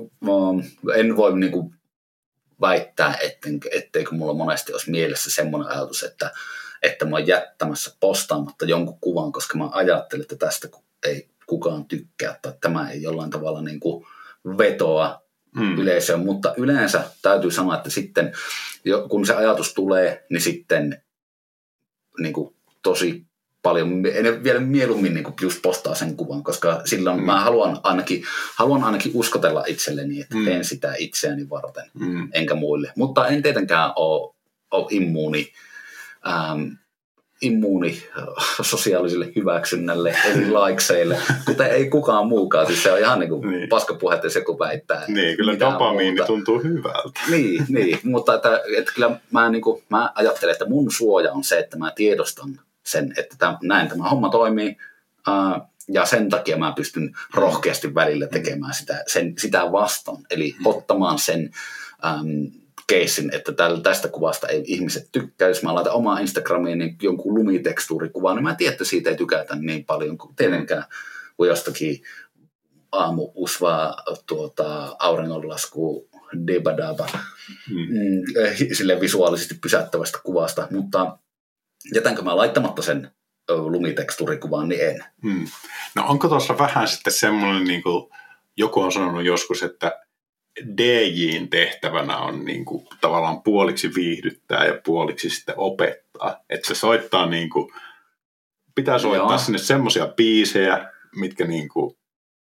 En voi niinku väittää, etten, etteikö mulla monesti olisi mielessä semmoinen ajatus, että, että mä oon jättämässä postaamatta jonkun kuvan, koska mä ajattelen, että tästä ei kukaan tykkää tai tämä ei jollain tavalla niinku vetoa mm. yleisöön. Mutta yleensä täytyy sanoa, että sitten kun se ajatus tulee, niin sitten niinku tosi paljon, en vielä mieluummin niin just postaa sen kuvan, koska silloin mm. mä haluan ainakin, haluan ainakin uskotella itselleni, että mm. teen sitä itseäni varten, mm. enkä muille. Mutta en tietenkään ole, ole immuuni, ähm, immuuni sosiaaliselle hyväksynnälle, eli likeseille, kuten ei kukaan muukaan. Siis se on ihan niin kuin niin. paskapuhetta, jos joku väittää. Niin, kyllä dopamiini muuta. Tuntuu hyvältä. Niin, niin mutta että, että kyllä mä, niin kuin, mä ajattelen, että mun suoja on se, että mä tiedostan sen, että tämän, näin tämä homma toimii, ää, ja sen takia mä pystyn rohkeasti välillä tekemään sitä, sen, sitä vastaan, eli ottamaan sen äm, keissin, että tästä kuvasta ei ihmiset tykkää. Jos mä laitan omaa Instagramiin niin jonkun lumitekstuurikuvaa, niin mä tiedän, että siitä ei tykätä niin paljon kuin tietenkään, kuin jostakin aamu usvaa tuota, auringonlasku debadaba, hmm. mm, sille visuaalisesti pysäyttävästä kuvasta, mutta jätänkö mä laittamatta sen lumitekstuurikuvaan, niin en. Hmm. No onko tuossa vähän sitten semmoinen, niin kuin joku on sanonut joskus, että D J:n tehtävänä on niin kuin, tavallaan puoliksi viihdyttää ja puoliksi sitten opettaa. Että se soittaa niin kuin, pitää soittaa Joo. sinne semmoisia biisejä, mitkä niin kuin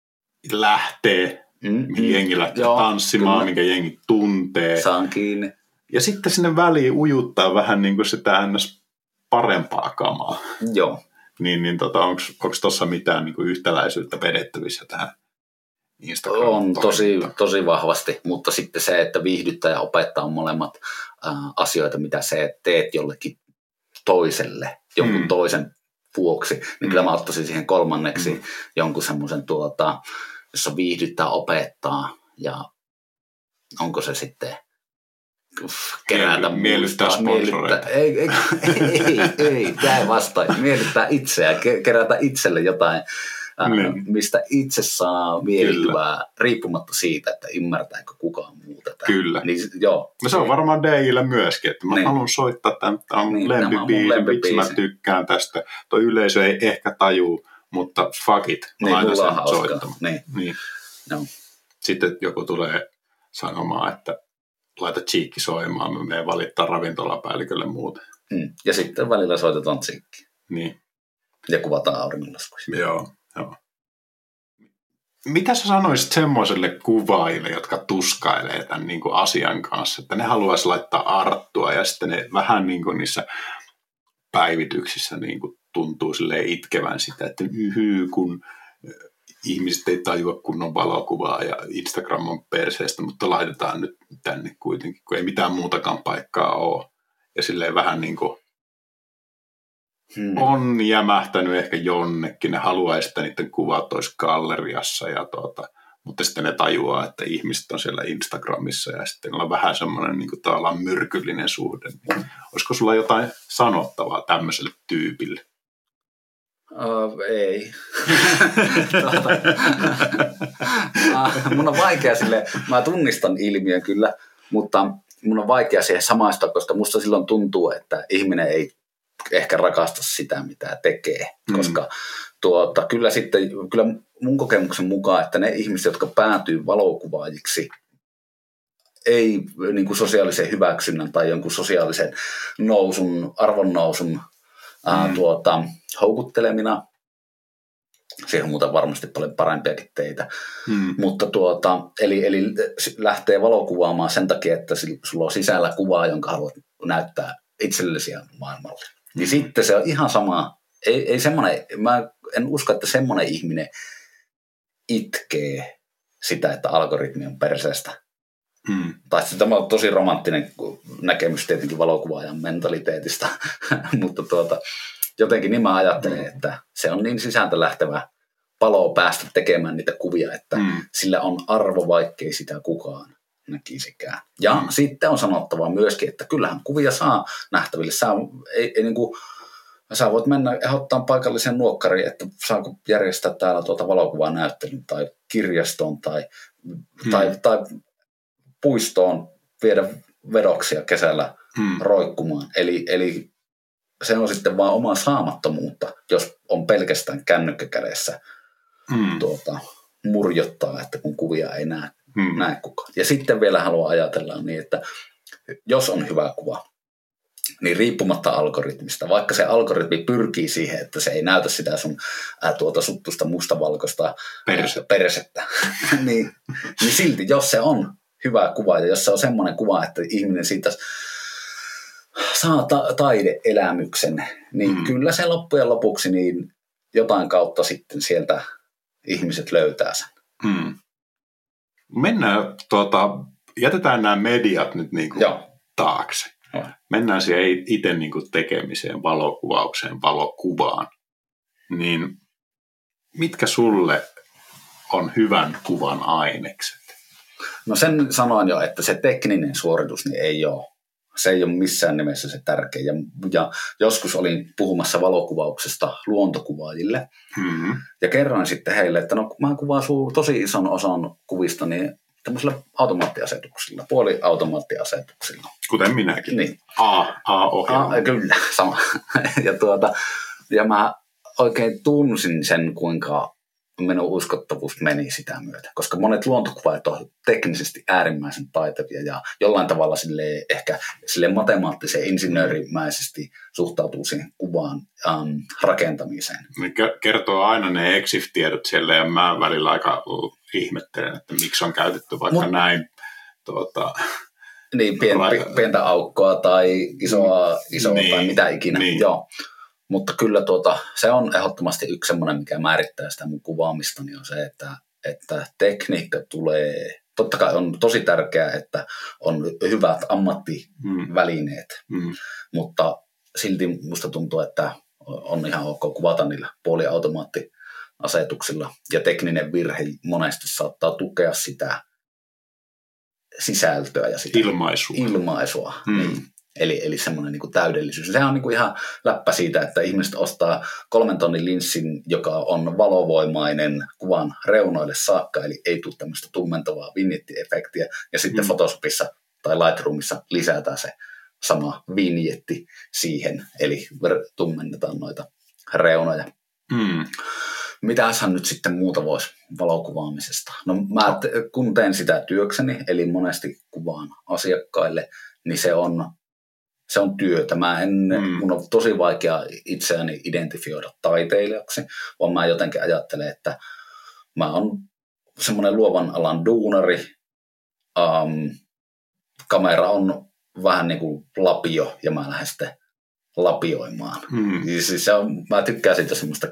lähtee, mm, mihin mm, jengi lähtee Joo, tanssimaan, kyllä. minkä jengi tuntee. Saan kiinni. Ja sitten sinne väliin ujuttaa vähän niin kuin sitä ns. Parempaa kamaa. Joo. Niin, niin tota, onko tuossa mitään niin kuin yhtäläisyyttä vedettävissä tähän Instagramin On tosi, tosi vahvasti, mutta sitten se, että viihdyttää ja opettaa on molemmat äh, asioita, mitä se teet jollekin toiselle, jonkun mm. toisen vuoksi, niin mm. kyllä mä ottaisin siihen kolmanneksi mm. jonkun semmoisen, tuota, jossa viihdyttää, opettaa ja onko se sitten kerätä miellyttää sponsoreita. Ei, ei, ei, ei, ei vastaan. Miellyttää itseä, kerätä itselle jotain, niin. mistä itse saa miellyttävää, Kyllä. riippumatta siitä, että ymmärtääkö kukaan muu tätä. Kyllä. Niin, joo. No se on varmaan D J:llä myöskin, että mä niin. haluan soittaa tämän, tämä on niin, lempibiisi, miksi mä tykkään tästä. Tuo yleisö ei ehkä tajuu, mutta fuck it, mä niin, laitan sen soittamaan. Niin. Niin. No. Sitten joku tulee sanomaan, että laita Cheekki soimaan, me menen valittaa ravintolapäällikölle muuten. Mm. Ja sitten välillä soitetaan Cheekki. Niin. Ja kuvataan auringonlaskuja. Joo, joo. Mitä sä sanoisit semmoiselle kuvaajille, jotka tuskailee tämän niin kuin asian kanssa, että ne haluaisi laittaa arttua ja sitten ne vähän niin kuin niissä päivityksissä niin kuin tuntuu silleen itkevän sitä, että yhyy, kun ihmiset ei tajua kunnon valokuvaa ja Instagram on perseestä, mutta laitetaan nyt tänne kuitenkin, kun ei mitään muutakaan paikkaa ole. Ja silleen vähän niin kuin hmm. on jämähtänyt ehkä jonnekin. Ne haluaisi, että niiden kuvat olisi galleriassa, ja tuota, mutta sitten ne tajuaa, että ihmiset on siellä Instagramissa ja sitten on vähän semmoinen niin kuin tavallaan myrkyllinen suhde. Olisiko sulla jotain sanottavaa tämmöiselle tyypille? Uh, ei. tuota, uh, mun on vaikea sille, mä tunnistan ilmiön kyllä, mutta mun on vaikea siihen samaistua, koska musta silloin tuntuu, että ihminen ei ehkä rakasta sitä, mitä tekee, mm. koska tuota, kyllä sitten, kyllä mun kokemuksen mukaan, että ne ihmiset, jotka päätyy valokuvaajiksi, ei niin kuin sosiaalisen hyväksynnän tai jonkun sosiaalisen nousun, arvonnousun mm. ää, tuota, houkuttelemina. Siihen on muuten varmasti paljon parempiakin teitä. Mm. Mutta tuota, eli, eli lähtee valokuvaamaan sen takia, että sulla on sisällä kuvaa, jonka haluat näyttää itsellesi ja maailmalle. Mm. Niin sitten se on ihan sama. Ei, ei semmoinen, mä en usko, että semmoinen ihminen itkee sitä, että algoritmi on perseestä. Mm. Tai tämä on tosi romanttinen näkemys tietenkin valokuvaajan mentaliteetista, mutta tuota, jotenkin niin mä ajattelen, että se on niin sisältä lähtevä palo päästä tekemään niitä kuvia, että mm. sillä on arvo, vaikkei sitä kukaan näkisikään. Ja mm. sitten on sanottava myöskin, että kyllähän kuvia saa nähtäville. Sä, ei, ei niin kuin, sä voit mennä ehdottaa paikallisen nuokkariin, että saako järjestää täällä tuota valokuvanäyttelyn tai kirjastoon tai, mm. tai, tai puistoon viedä vedoksia kesällä mm. roikkumaan. Eli, eli se on sitten vaan omaa saamattomuutta, jos on pelkästään kännykkä kädessä mm. tuota, murjottaa, että kun kuvia ei näe, mm. näe kukaan. Ja sitten vielä haluan ajatella niin, että jos on hyvä kuva, niin riippumatta algoritmista, vaikka se algoritmi pyrkii siihen, että se ei näytä sitä sun ää, tuota suttusta mustavalkoista Perse. persettä, niin, niin silti jos se on hyvä kuva ja jos se on semmoinen kuva, että ihminen siitä saa ta- taideelämyksen, niin mm. kyllä se loppujen lopuksi niin jotain kautta sitten sieltä ihmiset löytää sen. Mm. Mennään, tuota, jätetään nämä mediat nyt niin kuin taakse. Joo. Mennään siihen itse niin kuin tekemiseen, valokuvaukseen, valokuvaan. Niin mitkä sulle on hyvän kuvan ainekset? No sen sanoin jo, että se tekninen suoritus niin ei ole. Se ei ole missään nimessä se tärkeä. Ja, ja joskus olin puhumassa valokuvauksesta luontokuvaajille. Mm-hmm. Ja kerroin sitten heille, että no mä kuvaan tosi ison osan kuvista niin tämmöisillä automaattiasetuksilla, puoliautomaattiasetuksilla. Kuten minäkin. Niin. A, A-ohjelma. A, kyllä, sama. ja, tuota, ja mä oikein tunsin sen, kuinka minun uskottavuus meni sitä myötä, koska monet luontokuvaajat on teknisesti äärimmäisen taitavia ja jollain tavalla silleen, ehkä silleen matemaattisen insinöörimäisesti suhtautuu siihen kuvan ähm, rakentamiseen. Kertoo aina ne E X I F-tiedot siellä ja mä välillä aika ihmettelen, että miksi on käytetty vaikka Mut, näin tuota, niin, pien, ra- pientä aukkoa tai isoa, isoa niin, tai mitä ikinä. Niin. Joo. Mutta kyllä tuota, se on ehdottomasti yksi semmoinen, mikä määrittää sitä mun kuvaamista, niin on se, että, että tekniikka tulee, totta kai on tosi tärkeää, että on hyvät ammattivälineet, mm. mutta silti musta tuntuu, että on ihan ok kuvata niillä puoliautomaattiasetuksilla, ja tekninen virhe monesti saattaa tukea sitä sisältöä ja sitä ilmaisua. ilmaisua mm. niin. Eli, eli semmoinen niin kuin täydellisyys. Sehän on niin kuin ihan läppä siitä, että ihmiset ostaa kolmen tonnin linssin, joka on valovoimainen kuvan reunoille saakka, eli ei tule tämmöistä tummentavaa vinjettiefektiä, ja sitten mm. Photoshopissa tai Lightroomissa lisätään se sama vinjetti siihen, eli tummennetaan noita reunoja. Mm. Mitäshän nyt sitten muuta voisi valokuvaamisesta? No mä te, kun teen sitä työkseni, eli monesti kuvaan asiakkaille, niin se on Se on työtä. Mä en, mm. mun on tosi vaikea itseäni identifioida taiteilijaksi, vaan mä jotenkin ajattelen, että mä oon semmoinen luovan alan duunari. Um, kamera on vähän niin kuin lapio ja mä lähden sitten lapioimaan. Mm. Siis se on, mä tykkään siitä semmoista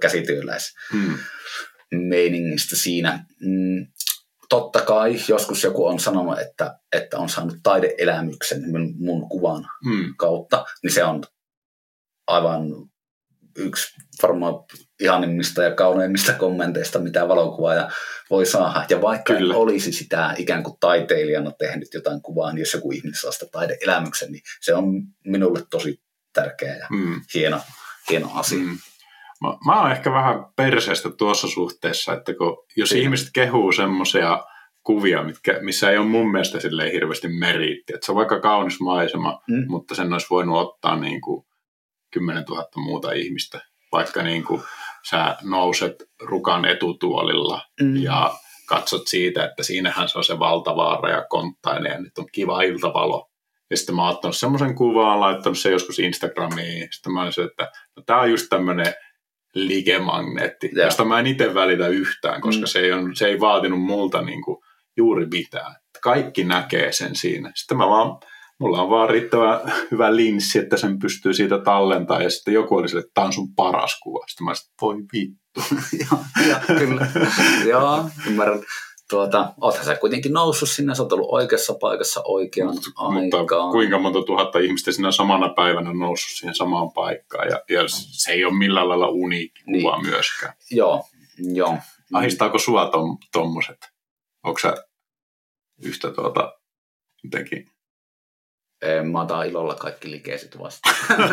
käsityöläismeiningistä mm. siinä. Mm, Totta kai joskus joku on sanonut, että, että on saanut taideelämyksen mun, mun kuvan hmm. kautta, niin se on aivan yksi varmaan ihanimmista ja kauneimmista kommenteista, mitä valokuvaaja voi saada. Ja vaikka Kyllä. olisi sitä ikään kuin taiteilijana tehnyt jotain kuvaa, niin jos joku ihminen saa sitä taideelämyksen, niin se on minulle tosi tärkeä ja hmm. hieno, hieno asia. Hmm. Mä, mä oon ehkä vähän perseestä tuossa suhteessa, että kun, jos Siin. ihmiset kehuu semmoisia kuvia, mitkä, missä ei ole mun mielestä silleen hirveästi meriittiä. Että se on vaikka kaunis maisema, mm. mutta sen olisi voinut ottaa niin kuin kymmenen tuhatta muuta ihmistä. Vaikka niin kuin sä nouset rukan etutuolilla mm. ja katsot siitä, että siinähän se on se valtavaara ja konttainen ja nyt on kiva iltavalo. Ja sitten mä oon ottanut semmoisen kuvan, laittanut se joskus Instagramiin. Sitten mä olin se, että no, tää on just tämmönen ligemagneetti, ja. josta mä en itse välitä yhtään, koska mm. se, ei on, se ei vaatinut multa niin kuin juuri mitään. Kaikki näkee sen siinä. Sitten mä vaan, mulla on vaan riittävän hyvä linssi, että sen pystyy siitä tallentamaan, ja sitten joku oli sille, että tämä on sun paras kuva. Sitten mä olisin, voi vittu. Joo, kyllä. Joo, ymmärrän. tuota, oothan sä kuitenkin noussut sinne, sä oot ollut oikeassa paikassa oikeaan Mut, aikaan. Mutta kuinka monta tuhatta ihmistä sinä samana päivänä on noussut siihen samaan paikkaan, ja, ja se ei ole millään lailla uniikki kuva niin. myöskään. Joo, joo. Ahistaako sua tom, tommoset? Onko sä yhtä tuota jotenkin? Mä otan ilolla kaikki likeiset vastaan.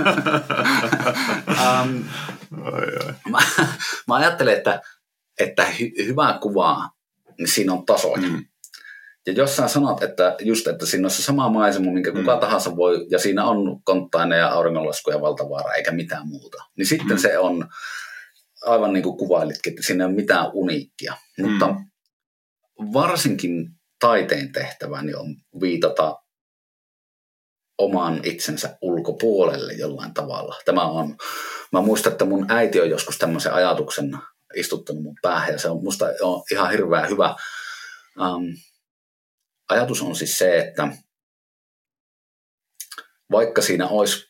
um, ai, ai. Mä, mä ajattelen, että, että hy, hyvää kuvaa, niin siinä on tasoja. Mm. Ja jos sä sanot, että just, että siinä on se sama maisema, minkä mm. kuka tahansa voi, ja siinä on konttainen ja auringonlasku ja valtavaara, eikä mitään muuta, niin sitten mm. se on aivan niin kuin kuvailitkin, että siinä ei ole mitään uniikkia. Mm. Mutta varsinkin taiteen tehtäväni on viitata oman itsensä ulkopuolelle jollain tavalla. Tämä on, mä muistan, että mun äiti on joskus tämmöisen ajatuksen istuttanut mun päähän, ja se on musta on ihan hirveän hyvä. Um, ajatus on siis se, että vaikka siinä olisi,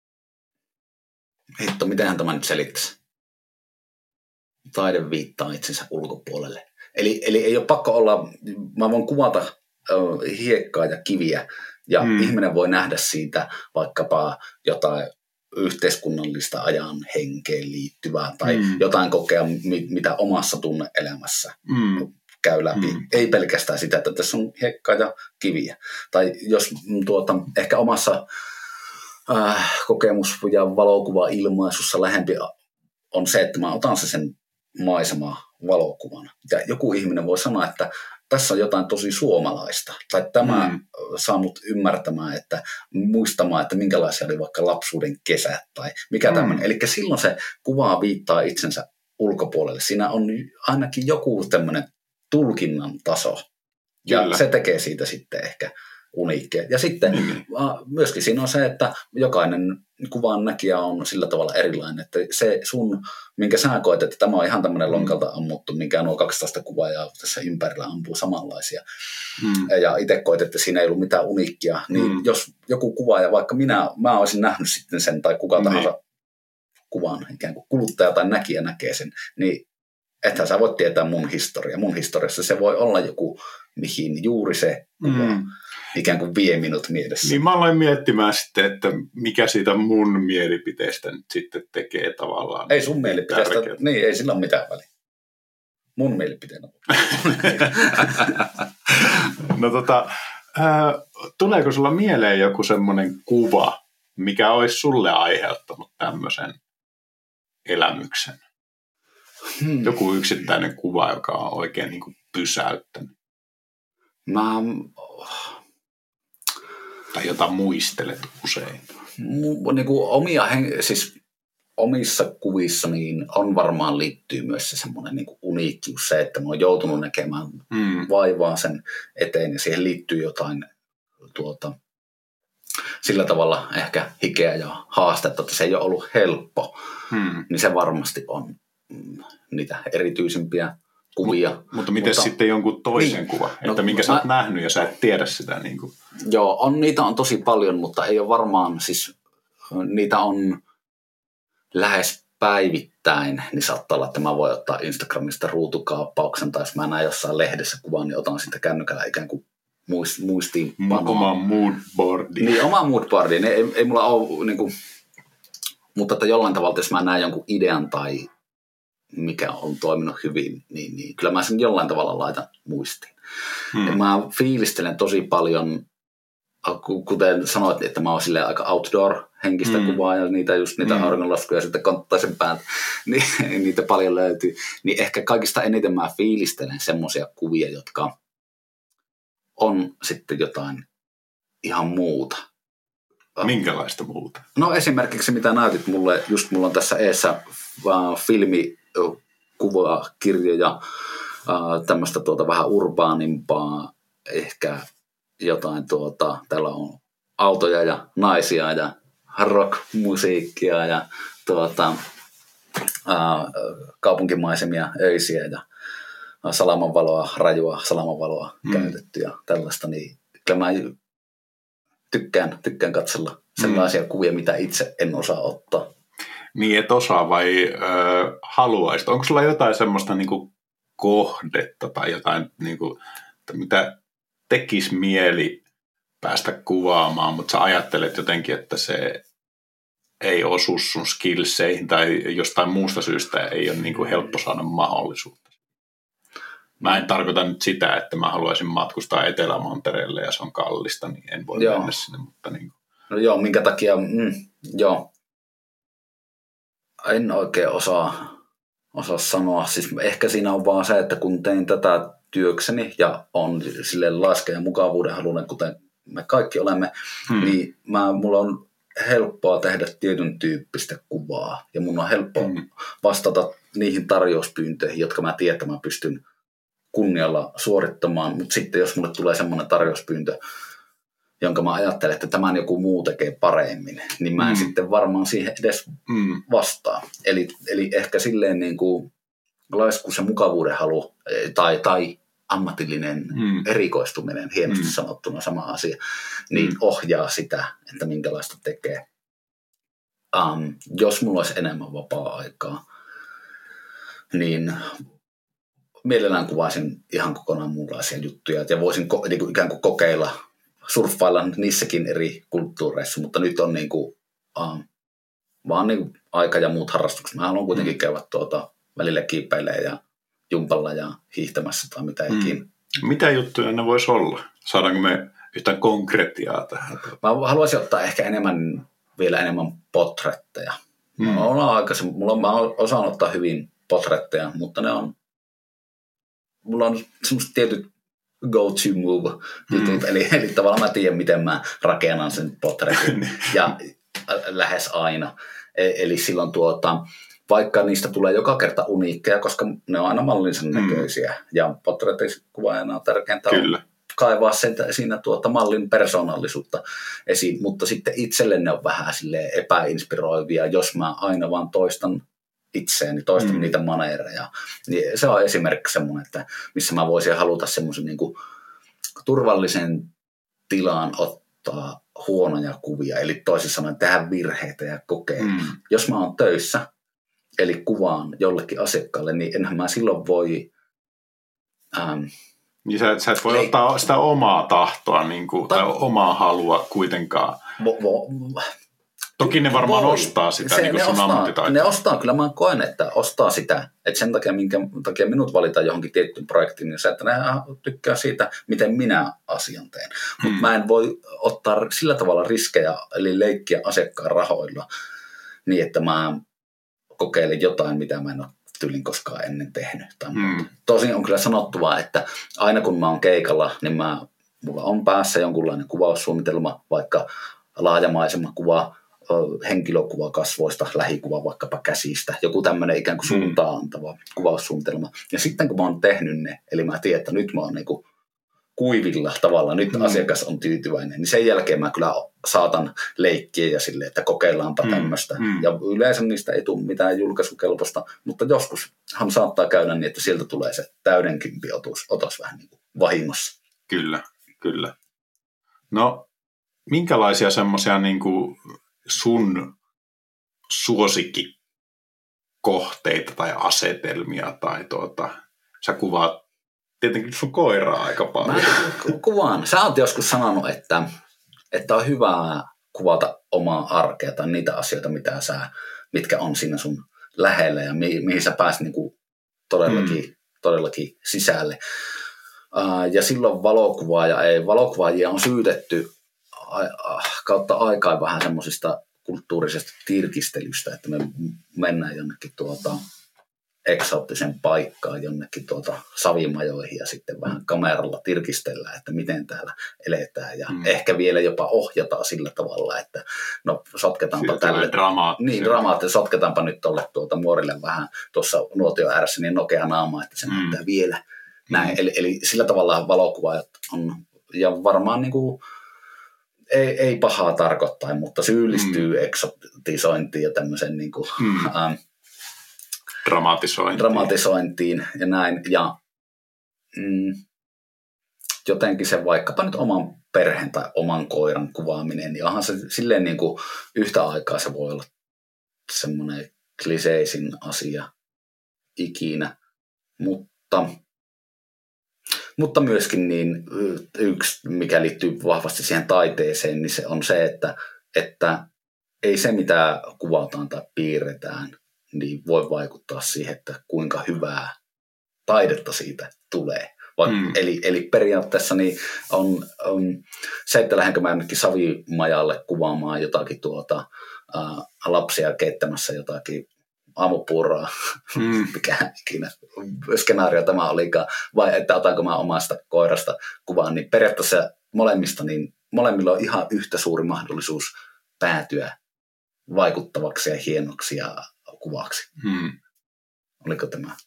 hitto, mitenhän tämä nyt selittäisi? Taide viittaa itsensä ulkopuolelle. Eli, eli ei ole pakko olla, mä voin kuvata uh, hiekkaa ja kiviä, ja hmm. ihminen voi nähdä siitä vaikkapa jotain yhteiskunnallista ajan henkeen liittyvää tai hmm. jotain kokea, mitä omassa tunne-elämässä hmm. käy läpi. Hmm. Ei pelkästään sitä, että tässä on hiekkaa ja kiviä. Tai jos tuota, ehkä omassa äh, kokemus- ja valokuva-ilmaisussa lähempi on se, että mä otan se sen maisema valokuvan. Ja joku ihminen voi sanoa, että tässä on jotain tosi suomalaista. Tai tämä mm. saa mut ymmärtämään, että muistamaan, että minkälaisia oli vaikka lapsuuden kesät tai mikä mm. tämmöinen. Eli silloin se kuvaa viittaa itsensä ulkopuolelle. Siinä on ainakin joku tämmöinen tulkinnan taso. Ja Kyllä. se tekee siitä sitten ehkä uniikkia. Ja sitten mm. myöskin siinä on se, että jokainen kuvan näkijä on sillä tavalla erilainen, että se sun, minkä sä koet, että tämä on ihan tämmöinen lonkalta ammuttu, minkä nuo kaksitoista kuvaa ja tässä ympärillä ampuu samanlaisia. Mm. Ja itse koet, että siinä ei ollut mitään uniikkia, niin mm. jos joku kuvaa ja vaikka minä, mä olisin nähnyt sitten sen tai kuka tahansa mm. kuvan, ikään kuin kuluttaja tai näkijä näkee sen, niin ethän sä voit tietää mun historia. Mun historiassa se voi olla joku, mihin juuri se kuva mm. ikään kuin vie minut mielessä. Niin mä aloin miettimään sitten, että mikä siitä mun mielipiteestä nyt sitten tekee tavallaan. Ei sun mielipiteestä, tärkeää. Niin ei sillä ole mitään väliä. Mun mielipiteenä. No tota, äh, tuleeko sulla mieleen joku semmoinen kuva, mikä olisi sulle aiheuttanut tämmöisen elämyksen? Hmm. Joku yksittäinen kuva, joka on oikein niin kuin pysäyttänyt. Mä... Tai jota muistelet usein. M- niin kuin omia, siis omissa kuvissa niin on varmaan liittyy myös se semmoinen niin kuin uniikkius, se, että mä oon joutunut näkemään hmm. vaivaa sen eteen ja siihen liittyy jotain tuota, sillä tavalla ehkä hikeä ja haastetta, että se ei ole ollut helppo, hmm. niin se varmasti on niitä erityisimpiä kuvia. Mut, mutta miten mutta, sitten jonkun toisen niin, kuva, että no, minkä sä oot mä, nähnyt ja sä et tiedä sitä? Niin kuin. Joo, on, niitä on tosi paljon, mutta ei ole varmaan, siis niitä on lähes päivittäin, niin saattaa olla, että mä voin ottaa Instagramista ruutukaappauksen, tai jos mä näen jossain lehdessä kuvan, niin otan sitä kännykällä ikään kuin muistiinpanoa. Oma moodboardi. Niin, oma moodboardi. Ei, ei mulla ole, niin kuin, mutta että jollain tavalla, jos mä näen jonkun idean tai mikä on toiminut hyvin, niin, niin kyllä mä sen jollain tavalla laitan muistiin. Hmm. Ja mä fiilistelen tosi paljon, kuten sanoit, että mä oon silleen aika outdoor-henkistä hmm. kuvaa, ja niitä just niitä hmm. auringonlaskuja sitten konttaisen päät, niin niitä paljon löytyy. Niin ehkä kaikista eniten mä fiilistelen semmoisia kuvia, jotka on sitten jotain ihan muuta. Minkälaista muuta? No esimerkiksi mitä näytit mulle, just mulla on tässä eessä uh, filmikuvakirjoja, uh, tämmöistä tuota vähän urbaanimpaa, ehkä jotain tuota, täällä on autoja ja naisia ja rock-musiikkia ja tuota, uh, kaupunkimaisemia öisiä ja salamanvaloa, rajua salamanvaloa mm. käytetty ja tällaista, niin kyllä mä tykkään, tykkään katsella sellaisia mm. kuvia, mitä itse en osaa ottaa. Niin, et osaa vai ö, haluaisit? Onko sulla jotain semmoista niin kuin kohdetta tai jotain, niin kuin, että mitä tekisi mieli päästä kuvaamaan, mutta sä ajattelet jotenkin, että se ei osu sun skillseihin tai jostain muusta syystä ei ole niin kuin helppo saada mahdollisuutta. Mä en tarkoita nyt sitä, että mä haluaisin matkustaa Etelä-Mantereelle ja se on kallista, niin en voi joo. mennä sinne. Mutta niin kuin. No joo, minkä takia, mm, joo, en oikein osaa, osaa sanoa. Siis ehkä siinä on vaan se, että kun tein tätä työkseni ja on silleen laske- ja mukavuuden halunen, kuten me kaikki olemme, hmm. niin mä, mulla on helppoa tehdä tietyn tyyppistä kuvaa ja mun on helppo hmm. vastata niihin tarjouspyyntöihin, jotka mä tiedän, että mä pystyn kunnialla suorittamaan, mutta sitten jos mulle tulee semmoinen tarjouspyyntö, jonka mä ajattelen, että tämän joku muu tekee paremmin, niin mä en mm. sitten varmaan siihen edes mm. vastaa. Eli, eli ehkä silleen niin kuin laiskuus ja mukavuuden halu tai, tai ammatillinen mm. erikoistuminen, hienosti mm. sanottuna sama asia, niin mm. ohjaa sitä, että minkälaista tekee. Um, jos mulla olisi enemmän vapaa-aikaa, niin mielellään kuvaisin ihan kokonaan muunlaisia juttuja ja voisin ko- niin kuin ikään kuin kokeilla, surffailla niissäkin eri kulttuureissa, mutta nyt on niin kuin, uh, vaan niin kuin aika ja muut harrastukset. Mä haluan kuitenkin käydä tuota, välillä kiipeilemään ja jumpalla ja hiihtämässä tai mitä mm. ikinä. Mitä juttuja ne vois olla? Saadaanko me yhtään konkretiaa tähän? Mä haluaisin ottaa ehkä enemmän, vielä enemmän potretteja. Mm. Mä, mulla on, mä osaan ottaa hyvin potretteja, mutta ne on mulla on semmoiset tietyt go-to-move jutut, mm. eli, eli tavallaan mä tiedän, miten mä rakennan sen portretin, ja lähes aina. Eli silloin tuota, vaikka niistä tulee joka kerta uniikkeja, koska ne on aina mallinsa näköisiä, mm. ja portretikuvaajana on tärkeintä on kaivaa sen, siinä tuota mallin persoonallisuutta esiin, mutta sitten itselle ne on vähän silleen epäinspiroivia, jos mä aina vaan toistan itseäni, toistan mm. niitä maneereja. Niin se on esimerkiksi semmoinen, että missä mä voisin haluta semmoisen niin kuin turvallisen tilaan ottaa huonoja kuvia, eli toisin sanoen tehdä virheitä ja kokeilla. Mm. Jos mä oon töissä, eli kuvaan jollekin asiakkaalle, niin enhän mä silloin voi Ähm, niin sä, sä et voi leik- ottaa sitä omaa tahtoa niin kuin, tai, tai omaa halua kuitenkaan. Vo, vo, Toki ne varmaan voi. ostaa sitä se, niin kuin sun ammattitaitoa. Ne ostaa, kyllä mä koen, että ostaa sitä. Että sen takia, minkä takia minut valitaan johonkin tiettyyn projektiin, niin se, että ne tykkää siitä, miten minä asian teen. Hmm. Mutta mä en voi ottaa sillä tavalla riskejä, eli leikkiä asiakkaan rahoilla, niin että mä kokeilen jotain, mitä mä en ole tyylin koskaan ennen tehnyt. Hmm. Tosin on kyllä sanottavaa, että aina kun mä oon keikalla, niin mä, mulla on päässä jonkunlainen kuvaussuunnitelma, vaikka laajamaisema kuva, henkilökuva kasvoista, lähikuva vaikkapa käsistä, joku tämmöinen ikään kuin suuntaan antava kuvaussuunnitelma. Ja sitten kun mä oon tehnyt ne, eli mä tiedän, että nyt mä oon niinku kuivilla tavalla, nyt mm. asiakas on tyytyväinen, niin sen jälkeen mä kyllä saatan leikkiä ja silleen, että kokeillaanpa mm. tämmöistä. Mm. Ja yleensä niistä ei tule mitään julkaisukelpoista, mutta joskushan saattaa käydä niin, että sieltä tulee se täydenkympi otos, otos vähän niin kuin vahingossa. Kyllä, kyllä. No, minkälaisia semmoisia niin kuin sun suosikkikohteita tai asetelmia tai tuota, sä kuvaat tietenkin sun koiraa aika paljon. Mä kuvaan. Sä oot joskus sanonut, että, että on hyvä kuvata omaa arkea tai niitä asioita, mitä sä, mitkä on siinä sun lähellä ja mi, mihin sä pääset niinku todellakin, mm. todellakin sisälle. Uh, ja silloin valokuvaaja ei. Valokuvaajia on syytetty kautta aikaa vähän semmoisista kulttuurisesta tirkistelystä, että me mennään jonnekin tuota eksoottisen paikkaan, jonnekin tuota savimajoihin ja sitten vähän kameralla tirkistellään, että miten täällä eletään ja mm. ehkä vielä jopa ohjataan sillä tavalla, että no sotketaanpa Siltä tälle. Niin, dramaattisesti. Sotketaanpa nyt tuolle tuota muorille vähän tuossa nuotion ääressä niin nokea naama, että se mm. näyttää vielä näin. Mm. Eli, eli sillä tavalla valokuvaajat on, ja varmaan niin kuin Ei, ei pahaa tarkoittaa, mutta syyllistyy mm. eksotisointiin ja tämmöisen niin kuin, mm. ähm, dramatisointiin. dramatisointiin ja näin. Ja mm, jotenkin se vaikkapa nyt oman perheen tai oman koiran kuvaaminen, niin onhan se silleen niin kuin yhtä aikaa se voi olla semmoinen kliseisin asia ikinä, mutta mutta, mutta myöskin niin yksi, mikä liittyy vahvasti siihen taiteeseen, niin se on se, että, että ei se, mitä kuvataan tai piirretään, niin voi vaikuttaa siihen, että kuinka hyvää taidetta siitä tulee. Va- mm. eli, eli periaatteessa niin on, on se, että lähdenkö mä jonnekin Savimajalle kuvaamaan jotakin tuota, ä, lapsia keittämässä jotakin aamupuuroa, mm. mikä ikinä skenaario tämä olikaan, vai että otanko mä omasta koirasta kuvaan, niin periaatteessa molemmista, niin molemmilla on ihan yhtä suuri mahdollisuus päätyä vaikuttavaksi ja hienoksi ja kuvaksi. Mm. Oliko tämä?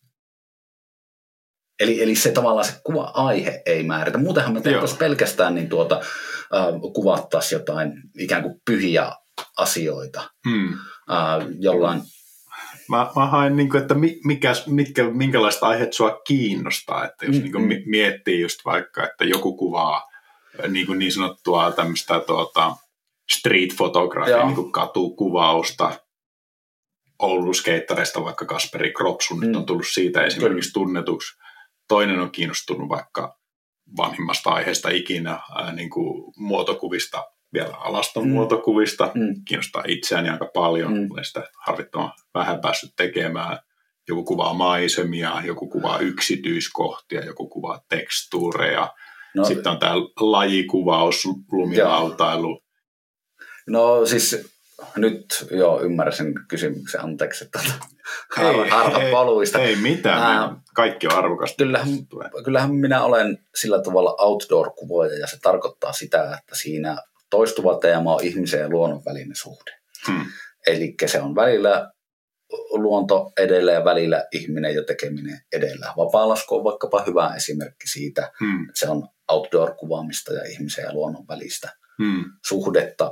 Eli, eli se tavallaan se kuva-aihe ei määritä. Muutenhan me tehtäisiin pelkästään niin tuota, äh, kuvattaisiin jotain ikään kuin pyhiä asioita hmm. äh, jollain. Mä, mä haen, niin kuin, että mikä, mitkä, minkälaiset aiheet sua kiinnostaa. Että jos mm, niin kuin mm. miettii just vaikka, että joku kuvaa niin, kuin niin sanottua tämmöistä tuota, street-fotografiaa, niin kuin katukuvausta, Oulun skeittareista vaikka Kasperi Kropsu mm. nyt on tullut siitä esimerkiksi tunnetuksi. Toinen on kiinnostunut vaikka vanhimmasta aiheesta ikinä, ää, niin kuin muotokuvista, vielä alaston mm. muotokuvista. Mm. Kiinnostaa itseäni aika paljon, mm. olen sitä harvittoman vähän päässyt tekemään. Joku kuvaa maisemia, joku kuvaa yksityiskohtia, joku kuvaa tekstuureja. No, sitten on tämä lajikuvaus, lumilautailu. No siis nyt jo ymmärsin kysymyksen, anteeksi, että harhapoluista. Ei, ei mitään, Ää, kaikki on arvokasta. Kyllähän, kyllähän minä olen sillä tavalla outdoor-kuvaaja ja se tarkoittaa sitä, että siinä toistuva teema on ihmisen ja luonnon välinen suhde. Hmm. Eli se on välillä luonto edellä ja välillä ihminen ja tekeminen edellä. Vapaalasku on vaikkapa hyvä esimerkki siitä, hmm. että se on outdoor-kuvaamista ja ihmisen ja luonnon välistä hmm. suhdetta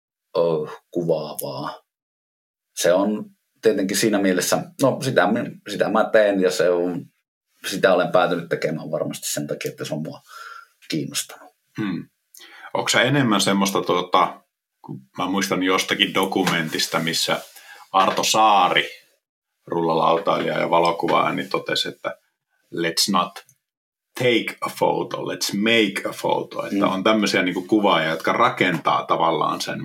kuvaavaa. Se on tietenkin siinä mielessä, no sitä, sitä mä teen ja se on, sitä olen päätynyt tekemään varmasti sen takia, että se on mua kiinnostanut. Hmm. Onko sä enemmän semmoista, tuota, kun mä muistan jostakin dokumentista, missä Arto Saari, rullalautailija ja valokuvaaja, niin totesi, että let's not take a photo, let's make a photo. Että hmm. on tämmöisiä niin kuin kuvaajia, jotka rakentaa tavallaan sen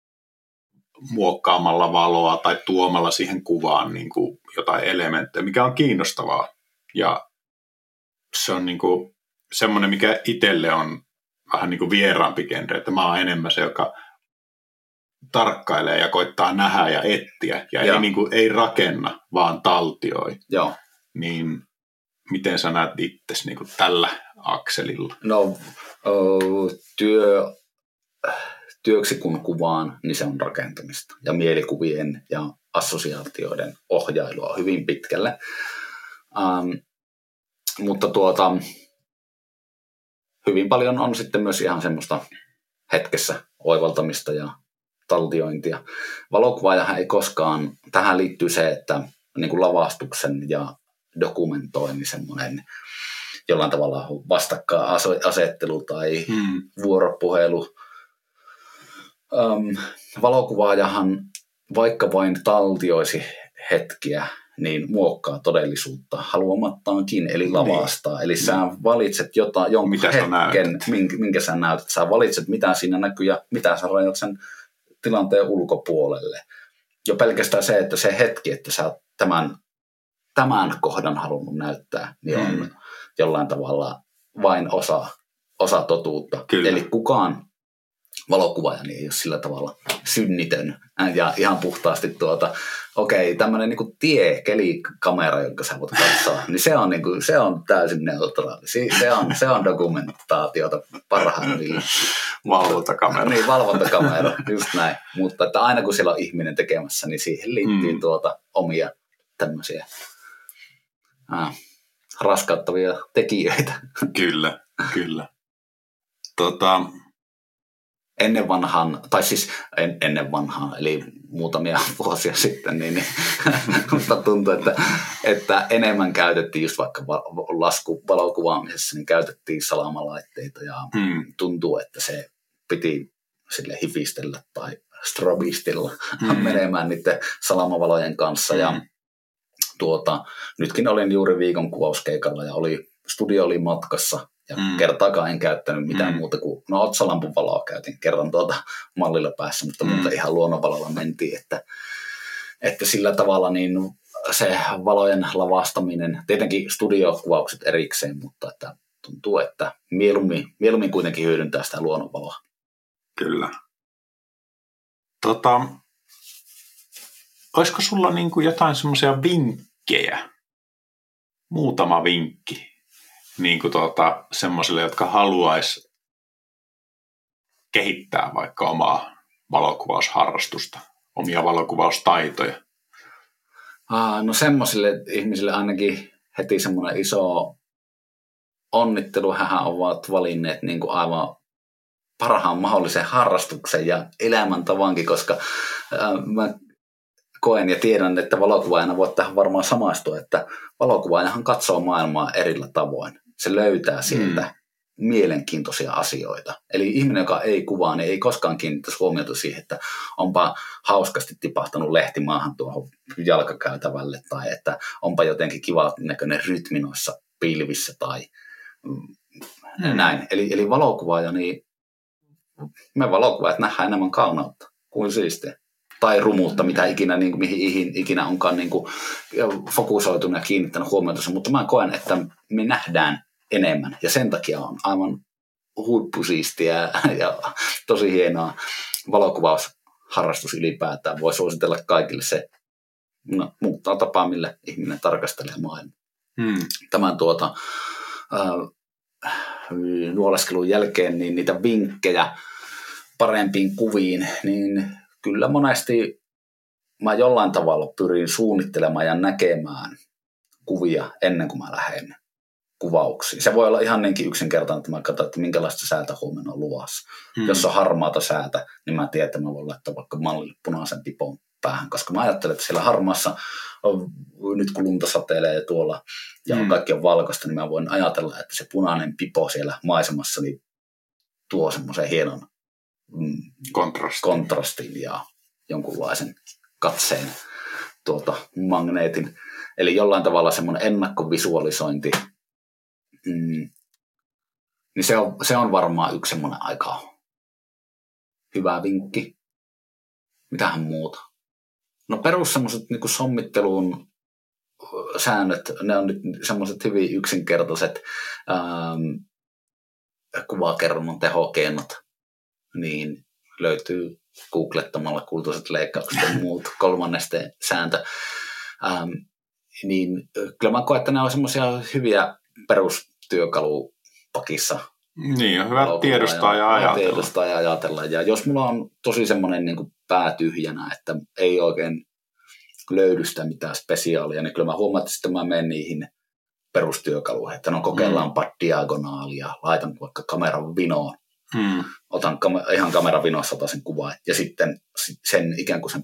muokkaamalla valoa tai tuomalla siihen kuvaan niin kuin jotain elementtejä, mikä on kiinnostavaa. Ja se on niin kuin semmoinen, mikä itselle on vähän niin kuin vieraampi genre, että mä oon enemmän se, joka tarkkailee ja koittaa nähdä ja etsiä ja ei, niin kuin, ei rakenna, vaan taltioi. Joo. Niin miten sä näet itsesi niin kuin tällä akselilla? No työ... Työksi kun kuvaan, niin se on rakentamista ja mielikuvien ja assosiaatioiden ohjailua hyvin pitkälle. Ähm, mutta tuota, hyvin paljon on sitten myös ihan semmoista hetkessä oivaltamista ja taltiointia. Valokuvaajahan ei koskaan, tähän liittyy se, että niin kuin lavastuksen ja dokumentoinnin semmoinen jollain tavalla vastakkainasettelu tai hmm. vuoropuhelu. Um, valokuvaajahan vaikka vain taltioisi hetkiä, niin muokkaa todellisuutta haluamattaankin, eli lavastaa. Niin. Eli sä valitset jotain, jonkun mitä hetken, minkä, minkä sä näytät. Sä valitset, mitä siinä näkyy ja mitä sä rajat sen tilanteen ulkopuolelle. Jo pelkästään se, että se hetki, että sä tämän, tämän kohdan halunnut näyttää, niin on mm. jollain tavalla vain osa, osa totuutta. Kyllä. Eli kukaan valokuvaaja niin ei ole sillä tavalla synnitön ja ihan puhtaasti tuota, okei, tämmöinen niinku tie, kelikamera, jonka sä voit katsoa, niin se on, niinku, se on täysin neutraali. Se on, se on dokumentaatiota parhaimmillaan. Valvontakamera. Niin, valvontakamera, just näin. Mutta että aina kun siellä on ihminen tekemässä, niin siihen liittyy mm. tuota omia tämmöisiä äh, raskauttavia tekijöitä. Kyllä, kyllä. Tota... Ennen vanhaan, tai siis en, ennen vanhaa, eli muutamia vuosia sitten, niin, niin musta tuntuu, että, että enemmän käytettiin just vaikka laskuvalokuvaamisessa, niin käytettiin salamalaitteita ja hmm. tuntuu, että se piti sille hifistellä tai strobistilla hmm. menemään niiden salamavalojen kanssa. Hmm. Ja tuota, nytkin olin juuri viikon kuvauskeikalla ja oli, studio oli matkassa ja mm. kertaakaan en käyttänyt mitään mm. muuta kuin, no otsalampun valoa käytin kerran tuota mallilla päässä, mutta mm. muuta ihan luonnonvalolla mentiin, että, että sillä tavalla niin se valojen lavastaminen, tietenkin studiokuvaukset erikseen, mutta että tuntuu, että mieluummin, mieluummin kuitenkin hyödyntää sitä luonnonvaloa. Kyllä. Tota, olisiko sulla niin kuin jotain semmoisia vinkkejä? Muutama vinkki niin kuin tuota, semmoisille, jotka haluaisi kehittää vaikka omaa valokuvausharrastusta, omia valokuvaustaitoja. Ah, no semmoisille ihmisille ainakin heti semmoinen iso onnittelu. Hehän ovat valinneet niin kuin aivan parhaan mahdollisen harrastuksen ja elämäntavankin, koska äh, mä koen ja tiedän, että valokuvaajana voit tähän varmaan samaistua, että valokuvaajahan katsoo maailmaa erillä tavoin. Se löytää sieltä mm. mielenkiintoisia asioita. Eli ihminen, joka ei kuvaa, niin ei koskaan kiinnittäisi huomiota siihen, että onpa hauskasti tipahtanut lehti maahan tuohon jalkakäytävälle tai että onpa jotenkin kiva näköinen rytmi noissa pilvissä tai mm. näin. Eli, eli valokuvaaja, niin me valokuvaajat nähdään enemmän kauneutta kuin siistiä. Tai rumuutta, mitä ikinä, niin kuin, mihin ikinä onkaan niin kuin, fokusoitunut ja kiinnittänyt huomiota. Mutta mä koen, että me nähdään enemmän. Ja sen takia on aivan huippusiistiä ja tosi hienoa valokuvausharrastus ylipäätään. Voi suositella kaikille se, no, muuttaa tapaa, millä ihminen tarkastelee maailmaa. Hmm. Tämän tuota, äh, nuoleskelun jälkeen niin niitä vinkkejä parempiin kuviin, niin kyllä monesti mä jollain tavalla pyrin suunnittelemaan ja näkemään kuvia ennen kuin mä lähden kuvauksiin. Se voi olla ihan niinkin yksinkertainen, että mä katson, että minkälaista säätä huomenna on luvassa. Hmm. Jos on harmaata säätä, niin mä tiedän, että mä voin laittaa vaikka mallille punaisen pipon päähän, koska mä ajattelen, että siellä harmaassa, nyt kun lunta satelee tuolla ja hmm. kaikki on valkoista, niin mä voin ajatella, että se punainen pipo siellä maisemassa niin tuo semmoisen hienon mm, kontrastin. kontrastin ja jonkunlaisen katseen tuota, magneetin. Eli jollain tavalla semmoinen ennakkovisualisointi, mm, niin se on, se on varmaan yksi semmoinen aika hyvä vinkki. Mitähän muuta? No perus semmoiset niin kuin sommittelun säännöt, ne on nyt semmoiset hyvin yksinkertaiset ähm, kuvakerronnan tehokeinot, niin löytyy googlettamalla kultaiset leikkaukset ja muut kolmannesteen sääntö. Ähm, niin kyllä mä koen, että ne on semmoisia hyviä perustyökalupakissa. Niin, on hyvä tiedostaa ja ajatella. Tiedostaa ja ajatella. Ja jos mulla on tosi semmoinen niin kuin pää tyhjänä, että ei oikein löydy sitä mitään spesiaalia, niin kyllä mä huomaan, että sitten mä menen niihin perustyökaluihin, että no kokeillaanpa mm. diagonaalia, laitan vaikka kameran vinoon, mm. otan kam- ihan kameran vinossa otan sen kuvan, ja sitten sen ikään kuin sen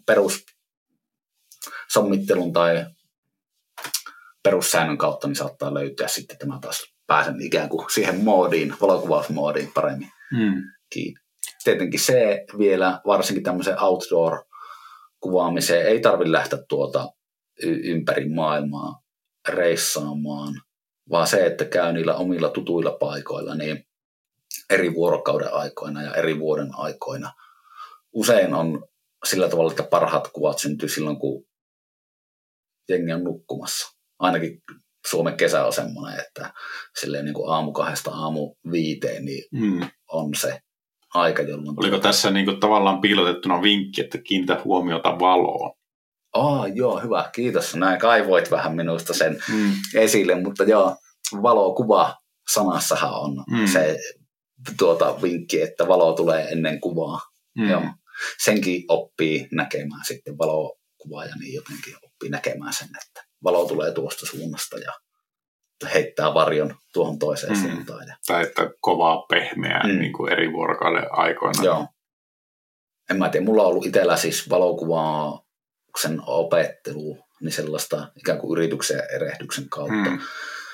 perussommittelun tai perussäännön kautta niin saattaa löytyä sitten, että mä taas pääsen ikään kuin siihen moodiin, valokuvausmoodiin paremmin mm. kiinni. Tietenkin se vielä, varsinkin tämmöiseen outdoor-kuvaamiseen, ei tarvitse lähteä tuota ympäri maailmaa reissaamaan, vaan se, että käy niillä omilla tutuilla paikoilla niin eri vuorokauden aikoina ja eri vuoden aikoina. Usein on sillä tavalla, että parhaat kuvat syntyy silloin, kun jengi on nukkumassa. Ainakin Suomen kesä on semmoinen, että silleen niin kuin aamu kahdesta aamu viiteen niin mm. on se aika, jolloin... Oliko tuota... tässä niin kuin tavallaan piilotettuna vinkki, että kiinnitä huomiota valoon? Oh, joo, hyvä, kiitos. Näin kaivoit vähän minusta sen mm. esille, mutta joo, valokuva sanassahan on mm. se tuota, vinkki, että valo tulee ennen kuvaa. Mm. Joo. Senkin oppii näkemään sitten valokuvaaja, niin jotenkin oppii näkemään sen, että valo tulee tuosta suunnasta ja heittää varjon tuohon toiseen mm. suuntaan. Ja... Tai että kovaa pehmeää mm. niin kuin eri vuorokauden aikoina. Joo. En mä tiedä, mulla on ollut itsellä siis valokuvauksen opettelu, niin sellaista ikään kuin yrityksen ja erehdyksen kautta. Mm.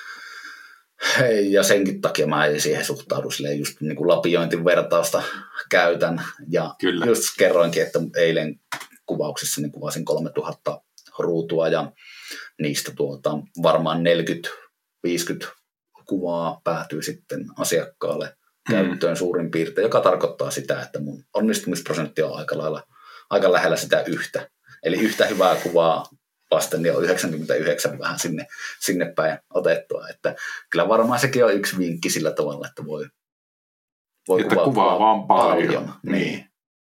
Ja senkin takia mä en siihen suhtaudu silleen just niin kuin lapiointivertausta käytän. Ja Kyllä. just kerroinkin, että eilen kuvauksessa niin kuvasin kolmetuhatta ruutua ja niistä tuota, varmaan neljäkymmentä viisikymmentä kuvaa päätyy sitten asiakkaalle käyttöön suurin piirtein, joka tarkoittaa sitä, että mun onnistumisprosentti on aika, lailla, aika lähellä sitä yhtä. Eli yhtä hyvää kuvaa vasten niin on yhdeksänkymmentäyhdeksän vähän sinne, sinne päin otettua. Että kyllä varmaan sekin on yksi vinkki sillä tavalla, että voi, voi että kuvaa, kuvaa vaan paljon. paljon. Niin. Niin.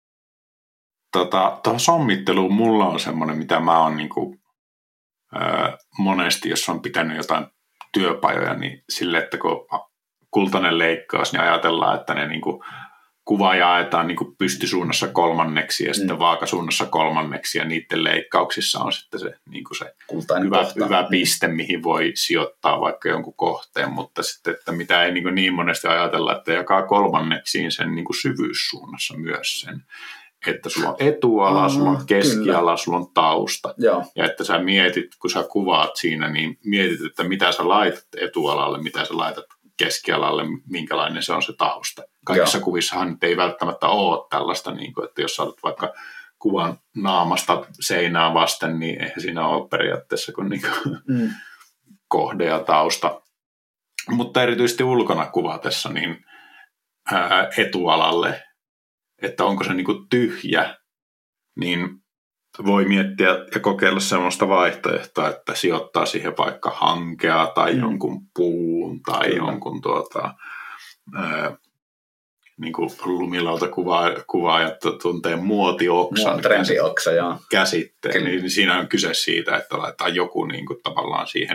Tota, tuohon sommitteluun mulla on semmoinen, mitä mä oon niinku, ö, monesti, jos on pitänyt jotain työpajoja, niin sille, että kun kultainen leikkaus, niin ajatellaan, että ne niinku kuva jaetaan niinku pystysuunnassa kolmanneksi ja mm. sitten vaakasuunnassa kolmanneksi, ja niiden leikkauksissa on sitten se, niinku se hyvä, hyvä piste, mihin voi sijoittaa vaikka jonkun kohteen, mutta sitten, että mitä ei niinku niin monesti ajatella, että jakaa kolmanneksiin sen niinku syvyyssuunnassa myös sen, että sulla on etuala, sulla on keskiala, kyllä. Sulla on tausta. Joo. Ja että sä mietit, kun sä kuvaat siinä, niin mietit, että mitä sä laitat etualalle, mitä sä laitat keskialalle, minkälainen se on se tausta. Kaikissa Joo. kuvissahan nyt ei välttämättä ole tällaista, niin kuin, että jos sä olet vaikka kuvan naamasta seinää vasten, niin eihän siinä ole periaatteessa kuin, niin kuin mm. kohde ja tausta. Mutta erityisesti ulkona kuvatessa niin ää, etualalle, että onko se niin kuin tyhjä, niin voi miettiä ja kokeilla sellaista vaihtoehtoa, että sijoittaa siihen vaikka hankea tai mm. jonkun puun tai Kyllä. jonkun tuota, ää, niin kuin lumilautakuvaajat tuntee muotioksan trendioksa, joo. käsitteen, niin siinä on kyse siitä, että laitetaan joku niin kuin tavallaan siihen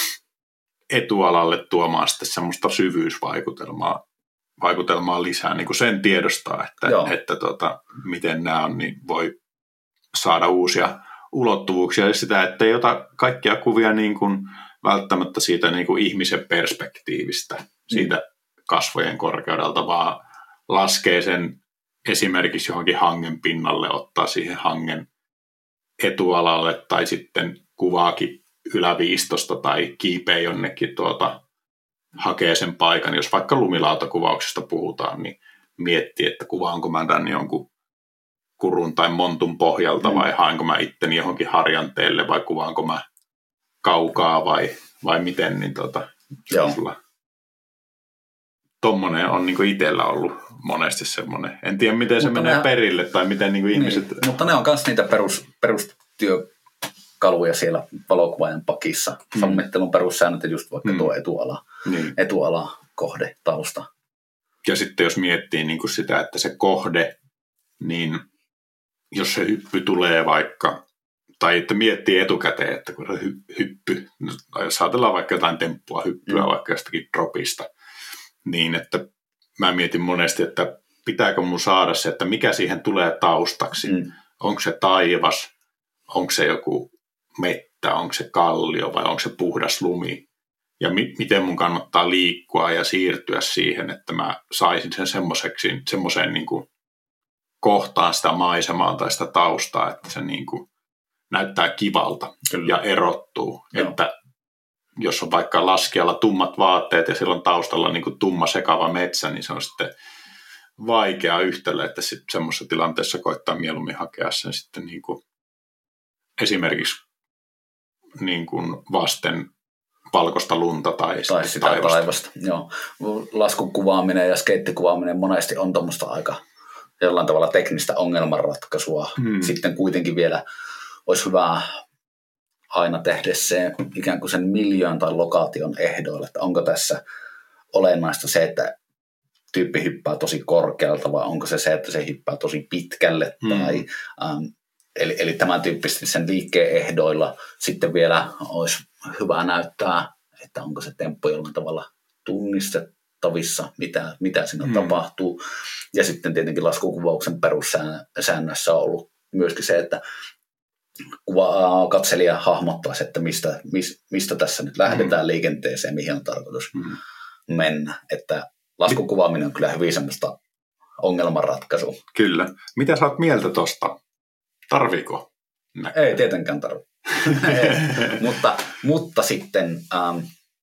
etualalle tuomaan sitten semmoista syvyysvaikutelmaa vaikutelmaa lisää, niin kuin sen tiedostaa, että, että tota, miten nämä on, niin voi saada uusia ulottuvuuksia ja sitä, että ei ota kaikkia kuvia niin kuin välttämättä siitä niin kuin ihmisen perspektiivistä, siitä mm. kasvojen korkeudelta, vaan laskee sen esimerkiksi johonkin hangen pinnalle, ottaa siihen hangen etualalle tai sitten kuvaakin yläviistosta tai kiipeä jonnekin tuota, hakee sen paikan. Jos vaikka lumilautakuvauksesta puhutaan, niin miettii, että kuvaanko mä tämän jonkun kurun tai montun pohjalta, mm. vai haenko mä itteni johonkin harjanteelle, vai kuvaanko mä kaukaa, vai, vai miten, niin tota, tommonen on niin itsellä ollut monesti semmoinen. En tiedä, miten se mutta menee ne, perille, tai miten niin ihmiset... Niin, mutta ne on myös niitä perus, perustyökaluja siellä valokuvaajan pakissa. Mm. Sommittelun perussäännöt, just vaikka mm. tuo etuala, niin. etuala, kohde, tausta. Ja sitten jos miettii niin kuin sitä, että se kohde, niin jos se hyppy tulee vaikka, tai että miettii etukäteen, että kun se hyppy, jos ajatellaan vaikka jotain temppua hyppyä, mm. vaikka jostakin dropista, niin että mä mietin monesti, että pitääkö mun saada se, että mikä siihen tulee taustaksi. Mm. Onko se taivas, onko se joku mettä, onko se kallio vai onko se puhdas lumi. Ja mi- miten mun kannattaa liikkua ja siirtyä siihen, että mä saisin sen semmoiseksi, semmoiseen niin kuin kohtaan sitä maisemaa tai sitä taustaa, että se niin kuin näyttää kivalta Kyllä. ja erottuu. Joo. Että jos on vaikka laskijalla tummat vaatteet ja silloin taustalla niin kuin tumma sekava metsä, niin se on sitten vaikea yhtälö, että sitten semmoisessa tilanteessa koittaa mieluummin hakea sen sitten niin kuin esimerkiksi niin kuin vasten valkoista lunta tai, tai sitä taivasta. taivasta. Joo. Laskun kuvaaminen ja skeittikuvaaminen monesti on tuommoista aika jollain tavalla teknistä ongelmanratkaisua. Hmm. Sitten kuitenkin vielä olisi hyvä aina tehdä se ikään kuin sen miljöön tai lokaation ehdoille, että onko tässä olennaista se, että tyyppi hyppää tosi korkealta vai onko se se, että se hyppää tosi pitkälle. Hmm. Tai, ähm, eli, eli tämän tyyppisesti sen liikkeen ehdoilla sitten vielä olisi hyvä näyttää, että onko se temppu jollain tavalla tunnistettavissa, mitä, mitä siinä hmm. tapahtuu. Ja sitten tietenkin laskukuvauksen perussäännössä on ollut myöskin se, että kuva, katselija hahmottaisi, että mistä, mis, mistä tässä nyt lähdetään hmm. liikenteeseen, mihin on tarkoitus hmm. mennä. Että laskukuvaaminen on kyllä hyvin semmoista ongelmanratkaisua. Kyllä. Mitä sä oot mieltä tosta? Tarviiko? Näkyy? Ei tietenkään tarvitse. mutta, mutta sitten ähm,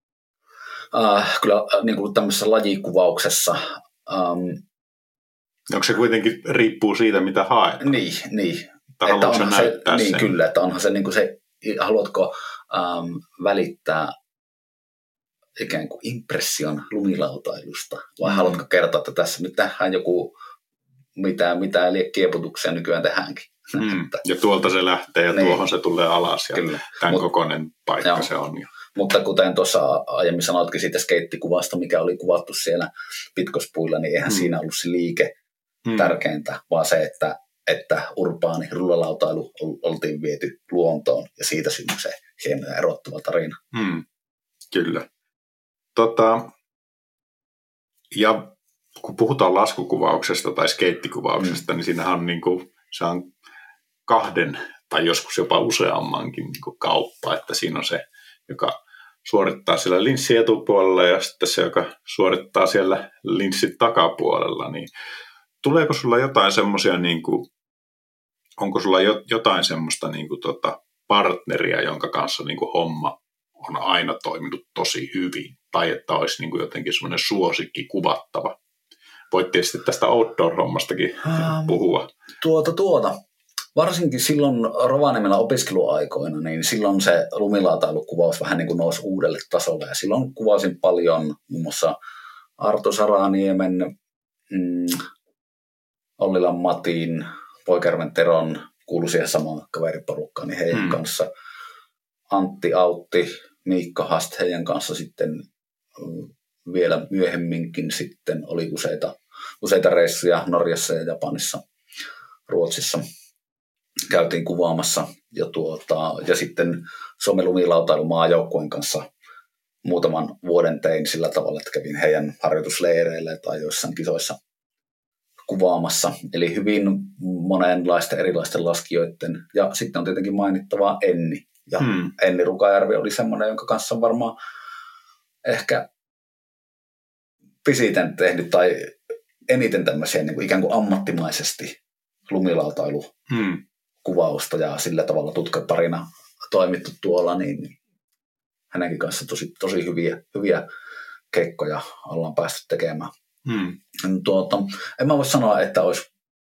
äh, kyllä niin kuin tämmöisessä lajikuvauksessa ähm, onko se kuitenkin riippuu siitä, mitä haetaan? Niin, niin. Että onhan se, niin kyllä, että onhan se, niin kuin se haluatko ähm, välittää ikään kuin impression lumilautailusta? Vai mm. haluatko kertoa, että tässä nyt tehdään joku, mitä, mitä kieputuksia nykyään tehdäänkin? Mm. Ja tuolta se lähtee ja niin. Tuohon se tulee alas ja Kyllä. tämän Mut, kokoinen paikka joo. se on. Mutta kuten tuossa aiemmin sanoitkin siitä skeittikuvasta, mikä oli kuvattu siellä Pitkospuilla, niin eihän mm. siinä ollut se liike mm. tärkeintä, vaan se, että, että urbaani rullalautailu oltiin viety luontoon ja siitä syntyi se hieno ja erottava tarina. Mm. Kyllä. Tota, ja kun puhutaan laskukuvauksesta tai skeittikuvauksesta, mm. niin siinähän on, niin kuin, se on kahden tai joskus jopa useammankin niin kuin kauppa, että siinä on se, joka suorittaa siellä linssin etupuolella ja sitten se, joka suorittaa siellä linssin takapuolella, niin tuleeko sulla jotain semmoisia, niin kuin, onko sulla jotain semmoista niin kuin, tota, partneria, jonka kanssa niin kuin, homma on aina toiminut tosi hyvin, tai että olisi niin kuin, jotenkin semmoinen suosikki kuvattava? Voit tietysti tästä outdoor-hommastakin um, puhua. Tuota, tuota. Varsinkin silloin Rovaniemellä opiskeluaikoina, niin silloin se lumilautailukuvaus vähän niin kuin nousi uudelle tasolle. Ja silloin kuvasin paljon muun muassa Arto Saraniemen, mm, Ollilan Matin, Poikerven Teron, kuului siihen samaan kaveriporukkaan, niin heidän hmm. kanssa. Antti Autti, Miikka Hast, heidän kanssa sitten vielä myöhemminkin sitten oli useita, useita reissuja Norjassa ja Japanissa, Ruotsissa. Käytiin kuvaamassa ja, tuota, ja sitten Suomen lumilautailu maajoukkueen kanssa muutaman vuoden tein sillä tavalla, että kävin heidän harjoitusleireille tai joissain kisoissa kuvaamassa. Eli hyvin monenlaisten erilaisten laskijoiden. Ja sitten on tietenkin mainittavaa Enni. Ja hmm. Enni Rukajärvi oli semmoinen, jonka kanssa on varmaan ehkä pisiten tehnyt tai eniten tämmöisiä niin kuin ikään kuin ammattimaisesti lumilautailu hmm. kuvausta ja sillä tavalla tutkaparina toimittu tuolla, niin hänenkin kanssa tosi, tosi hyviä, hyviä keikkoja ollaan päästy tekemään. Hmm. Tuota, en mä voi sanoa, että olisi,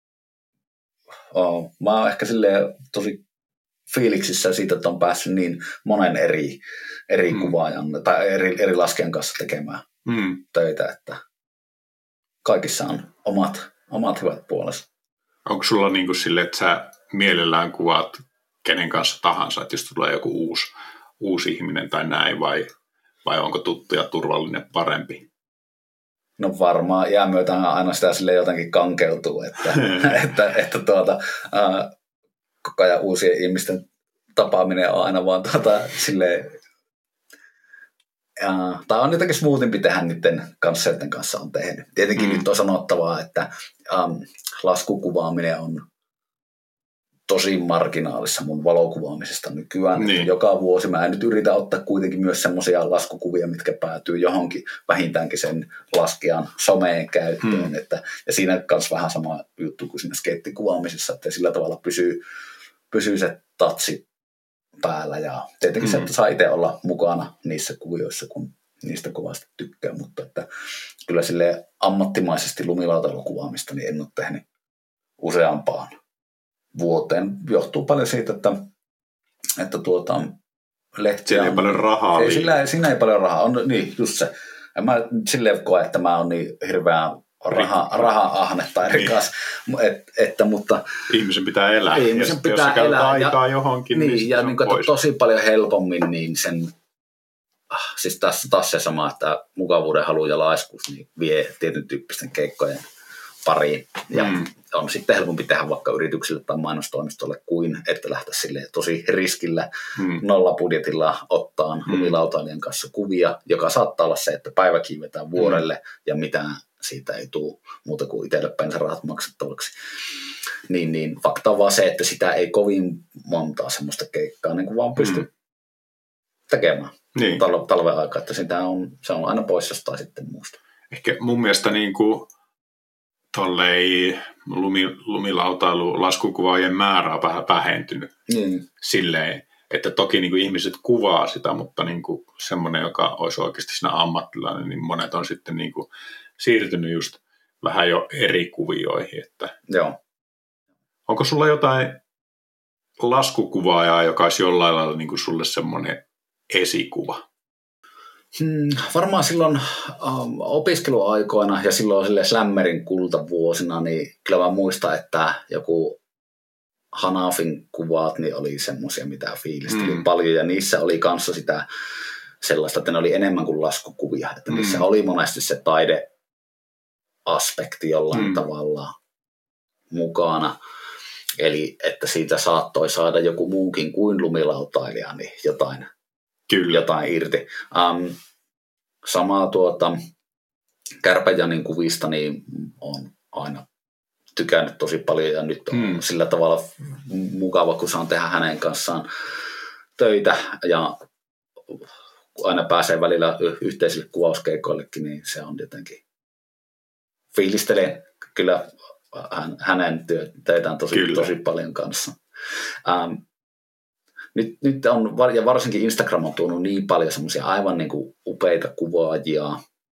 oh, mä oon ehkä silleen tosi fiiliksissä siitä, että on päässyt niin monen eri, eri hmm. kuvaajan tai eri, eri laskijan kanssa tekemään hmm. töitä, että kaikissa on omat, omat hyvät puolensa. Onko sulla niin kuin sille, että sä mielellään kuvaat kenen kanssa tahansa, että jos tulee joku uusi, uusi ihminen tai näin, vai, vai onko tuttu ja turvallinen parempi? No varmaan jää myötä aina sitä sille jotenkin kankeutuu, että, että, että tuota, ää, koko ajan uusien ihmisten tapaaminen on aina vaan tuota, silleen, ää, tai on jotenkin smoothimpi tehdä niiden kanssa, joiden kanssa on tehnyt. Tietenkin mm. nyt on sanottavaa, että äm, laskukuvaaminen on tosi marginaalissa mun valokuvaamisesta nykyään. Niin. Joka vuosi mä en nyt yritä ottaa kuitenkin myös semmoisia laskukuvia, mitkä päätyy johonkin vähintäänkin sen laskijan someen käyttöön. Hmm. Että, ja siinä on myös vähän sama juttu kuin siinä skeittikuvaamisessa, että sillä tavalla pysyy, pysyy se tatsi päällä. Ja tietenkin hmm. se, että saa itse olla mukana niissä kuvioissa, kun niistä kovasti tykkää. Mutta että kyllä silleen ammattimaisesti lumilautailukuvaamista niin en ole tehnyt useampaan vuoteen. Johtuu paljon siitä, että, että tuota, lehtiä... Siinä ei paljon rahaa. Ei, sillä, siinä ei paljon rahaa. On, niin, just se. En mä silleen koe, että mä oon niin hirveän raha, raha-ahne tai rikas. Niin. Et, että, mutta, ihmisen pitää elää. Ihmisen ja pitää jos elää. aikaa ja, johonkin, niin, niin ja niin, että tosi paljon helpommin niin sen... Ah, siis tässä taas se sama, että mukavuuden halu ja laiskuus niin vie tietyn tyyppisten keikkojen pariin. Ja mm. on sitten helpompi tehdä vaikka yrityksille tai mainostoimistolle kuin että lähteä sille tosi riskillä mm. nollabudjetilla ottaa mm. lumilautailijan kanssa kuvia, joka saattaa olla se, että päivä kiivetään vuorelle mm. ja mitään siitä ei tule muuta kuin itselle bensarahat maksettavaksi. Niin, niin fakta on vaan se, että sitä ei kovin montaa semmoista keikkaa niin kuin vaan pysty mm. tekemään niin. Tal- talven aikaa, että sitä on, se on aina pois jostain sitten muusta. Ehkä mun mielestä niin kuin tollei lumi, lumilautailu laskukuvaajien määrä on vähän vähentynyt mm. silleen, että toki niin kuin ihmiset kuvaa sitä, mutta niin kuin semmoinen, joka olisi oikeasti siinä ammattilainen, niin monet on sitten niin kuin siirtynyt just vähän jo eri kuvioihin. Että joo. Onko sulla jotain laskukuvaajaa, joka olisi jollain lailla niin kuin sulle semmoinen esikuva? Hmm, varmaan silloin um, opiskeluaikoina ja silloin sille Slammerin kultavuosina, niin kyllä mä muistan, että joku Hanafin kuvat niin oli semmoisia, mitä fiilistelin mm. paljon. Ja niissä oli kanssa sitä sellaista, että ne oli enemmän kuin laskukuvia. Että mm. niissä oli monesti se taideaspekti jollain mm. tavalla mukana. Eli että siitä saattoi saada joku muukin kuin lumilautailija niin jotain, Kyllä. jotain irti. Um, samaa tuota Kärpäjänin kuvista niin on aina tykännyt tosi paljon ja nyt on hmm. sillä tavalla mukava, kun saan tehdä hänen kanssaan töitä ja aina pääsee välillä yhteisille kuvauskeikoillekin, niin se on jotenkin fiilistelen kyllä hänen töitään tosi, tosi paljon kanssa. Ähm, nyt, nyt on, ja varsinkin Instagram on tuonut niin paljon semmoisia aivan niin kuin upeita kuvaajia,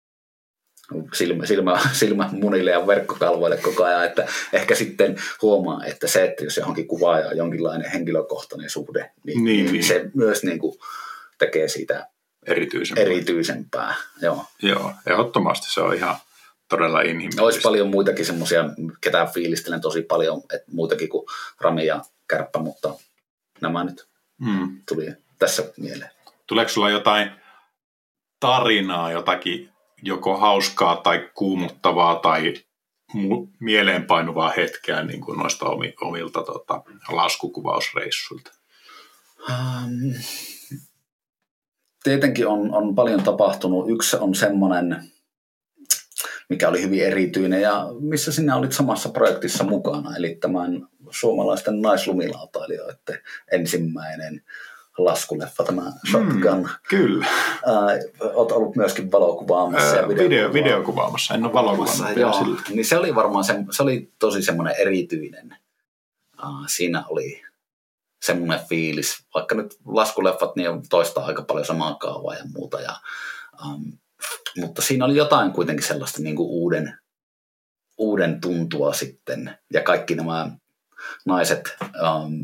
Silmä, silmä, silmä munille ja verkkokalvoille koko ajan, että ehkä sitten huomaa, että se, että jos johonkin kuvaajaan on jonkinlainen henkilökohtainen suhde, niin, niin, niin. se myös niin kuin tekee siitä erityisempää. erityisempää. Joo. Joo, ehdottomasti se on ihan todella inhimillistä. Olisi paljon muitakin semmoisia, ketä fiilistelen tosi paljon, että muitakin kuin Rami ja Kärppä, mutta nämä nyt hmm. tuli tässä mieleen. Tuleeko sulla jotain tarinaa, jotakin joko hauskaa tai kuumuttavaa tai mu- mieleenpainuvaa hetkeä niin kuin noista omilta tota, laskukuvausreissuilta? Um, tietenkin on, on paljon tapahtunut. Yksi on semmoinen, mikä oli hyvin erityinen ja missä sinä olit samassa projektissa mukana, eli tämän suomalaisten naislumilautailijoiden ensimmäinen laskuleffa, tämä Shotgun. Mm, kyllä. Äh, olet ollut myöskin valokuvaamassa ja video, video, videokuvaamassa. En ole valokuvaamassa. Joo, niin se oli varmaan se, se oli tosi semmoinen erityinen. Äh, siinä oli semmoinen fiilis, vaikka nyt laskuleffat niin on toista aika paljon samaa kaavaa ja muuta. Ja, ähm, mutta siinä oli jotain kuitenkin sellaista niin kuin uuden, uuden tuntua sitten. Ja kaikki nämä naiset ähm,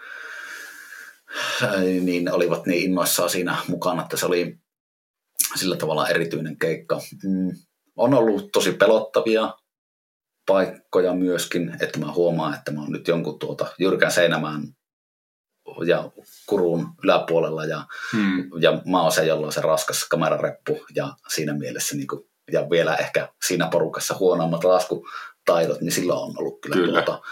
niin olivat niin innoissaan siinä mukana, että se oli sillä tavalla erityinen keikka. Mm. On ollut tosi pelottavia paikkoja myöskin, että mä huomaan, että mä oon nyt jonkun tuota Jyrkän Seinämään ja Kurun yläpuolella ja, hmm. ja mä oon se, jolla on se raskas kamerareppu ja siinä mielessä niin kuin, ja vielä ehkä siinä porukassa huonoimmat laskutaidot, niin silloin on ollut kyllä, kyllä. tuota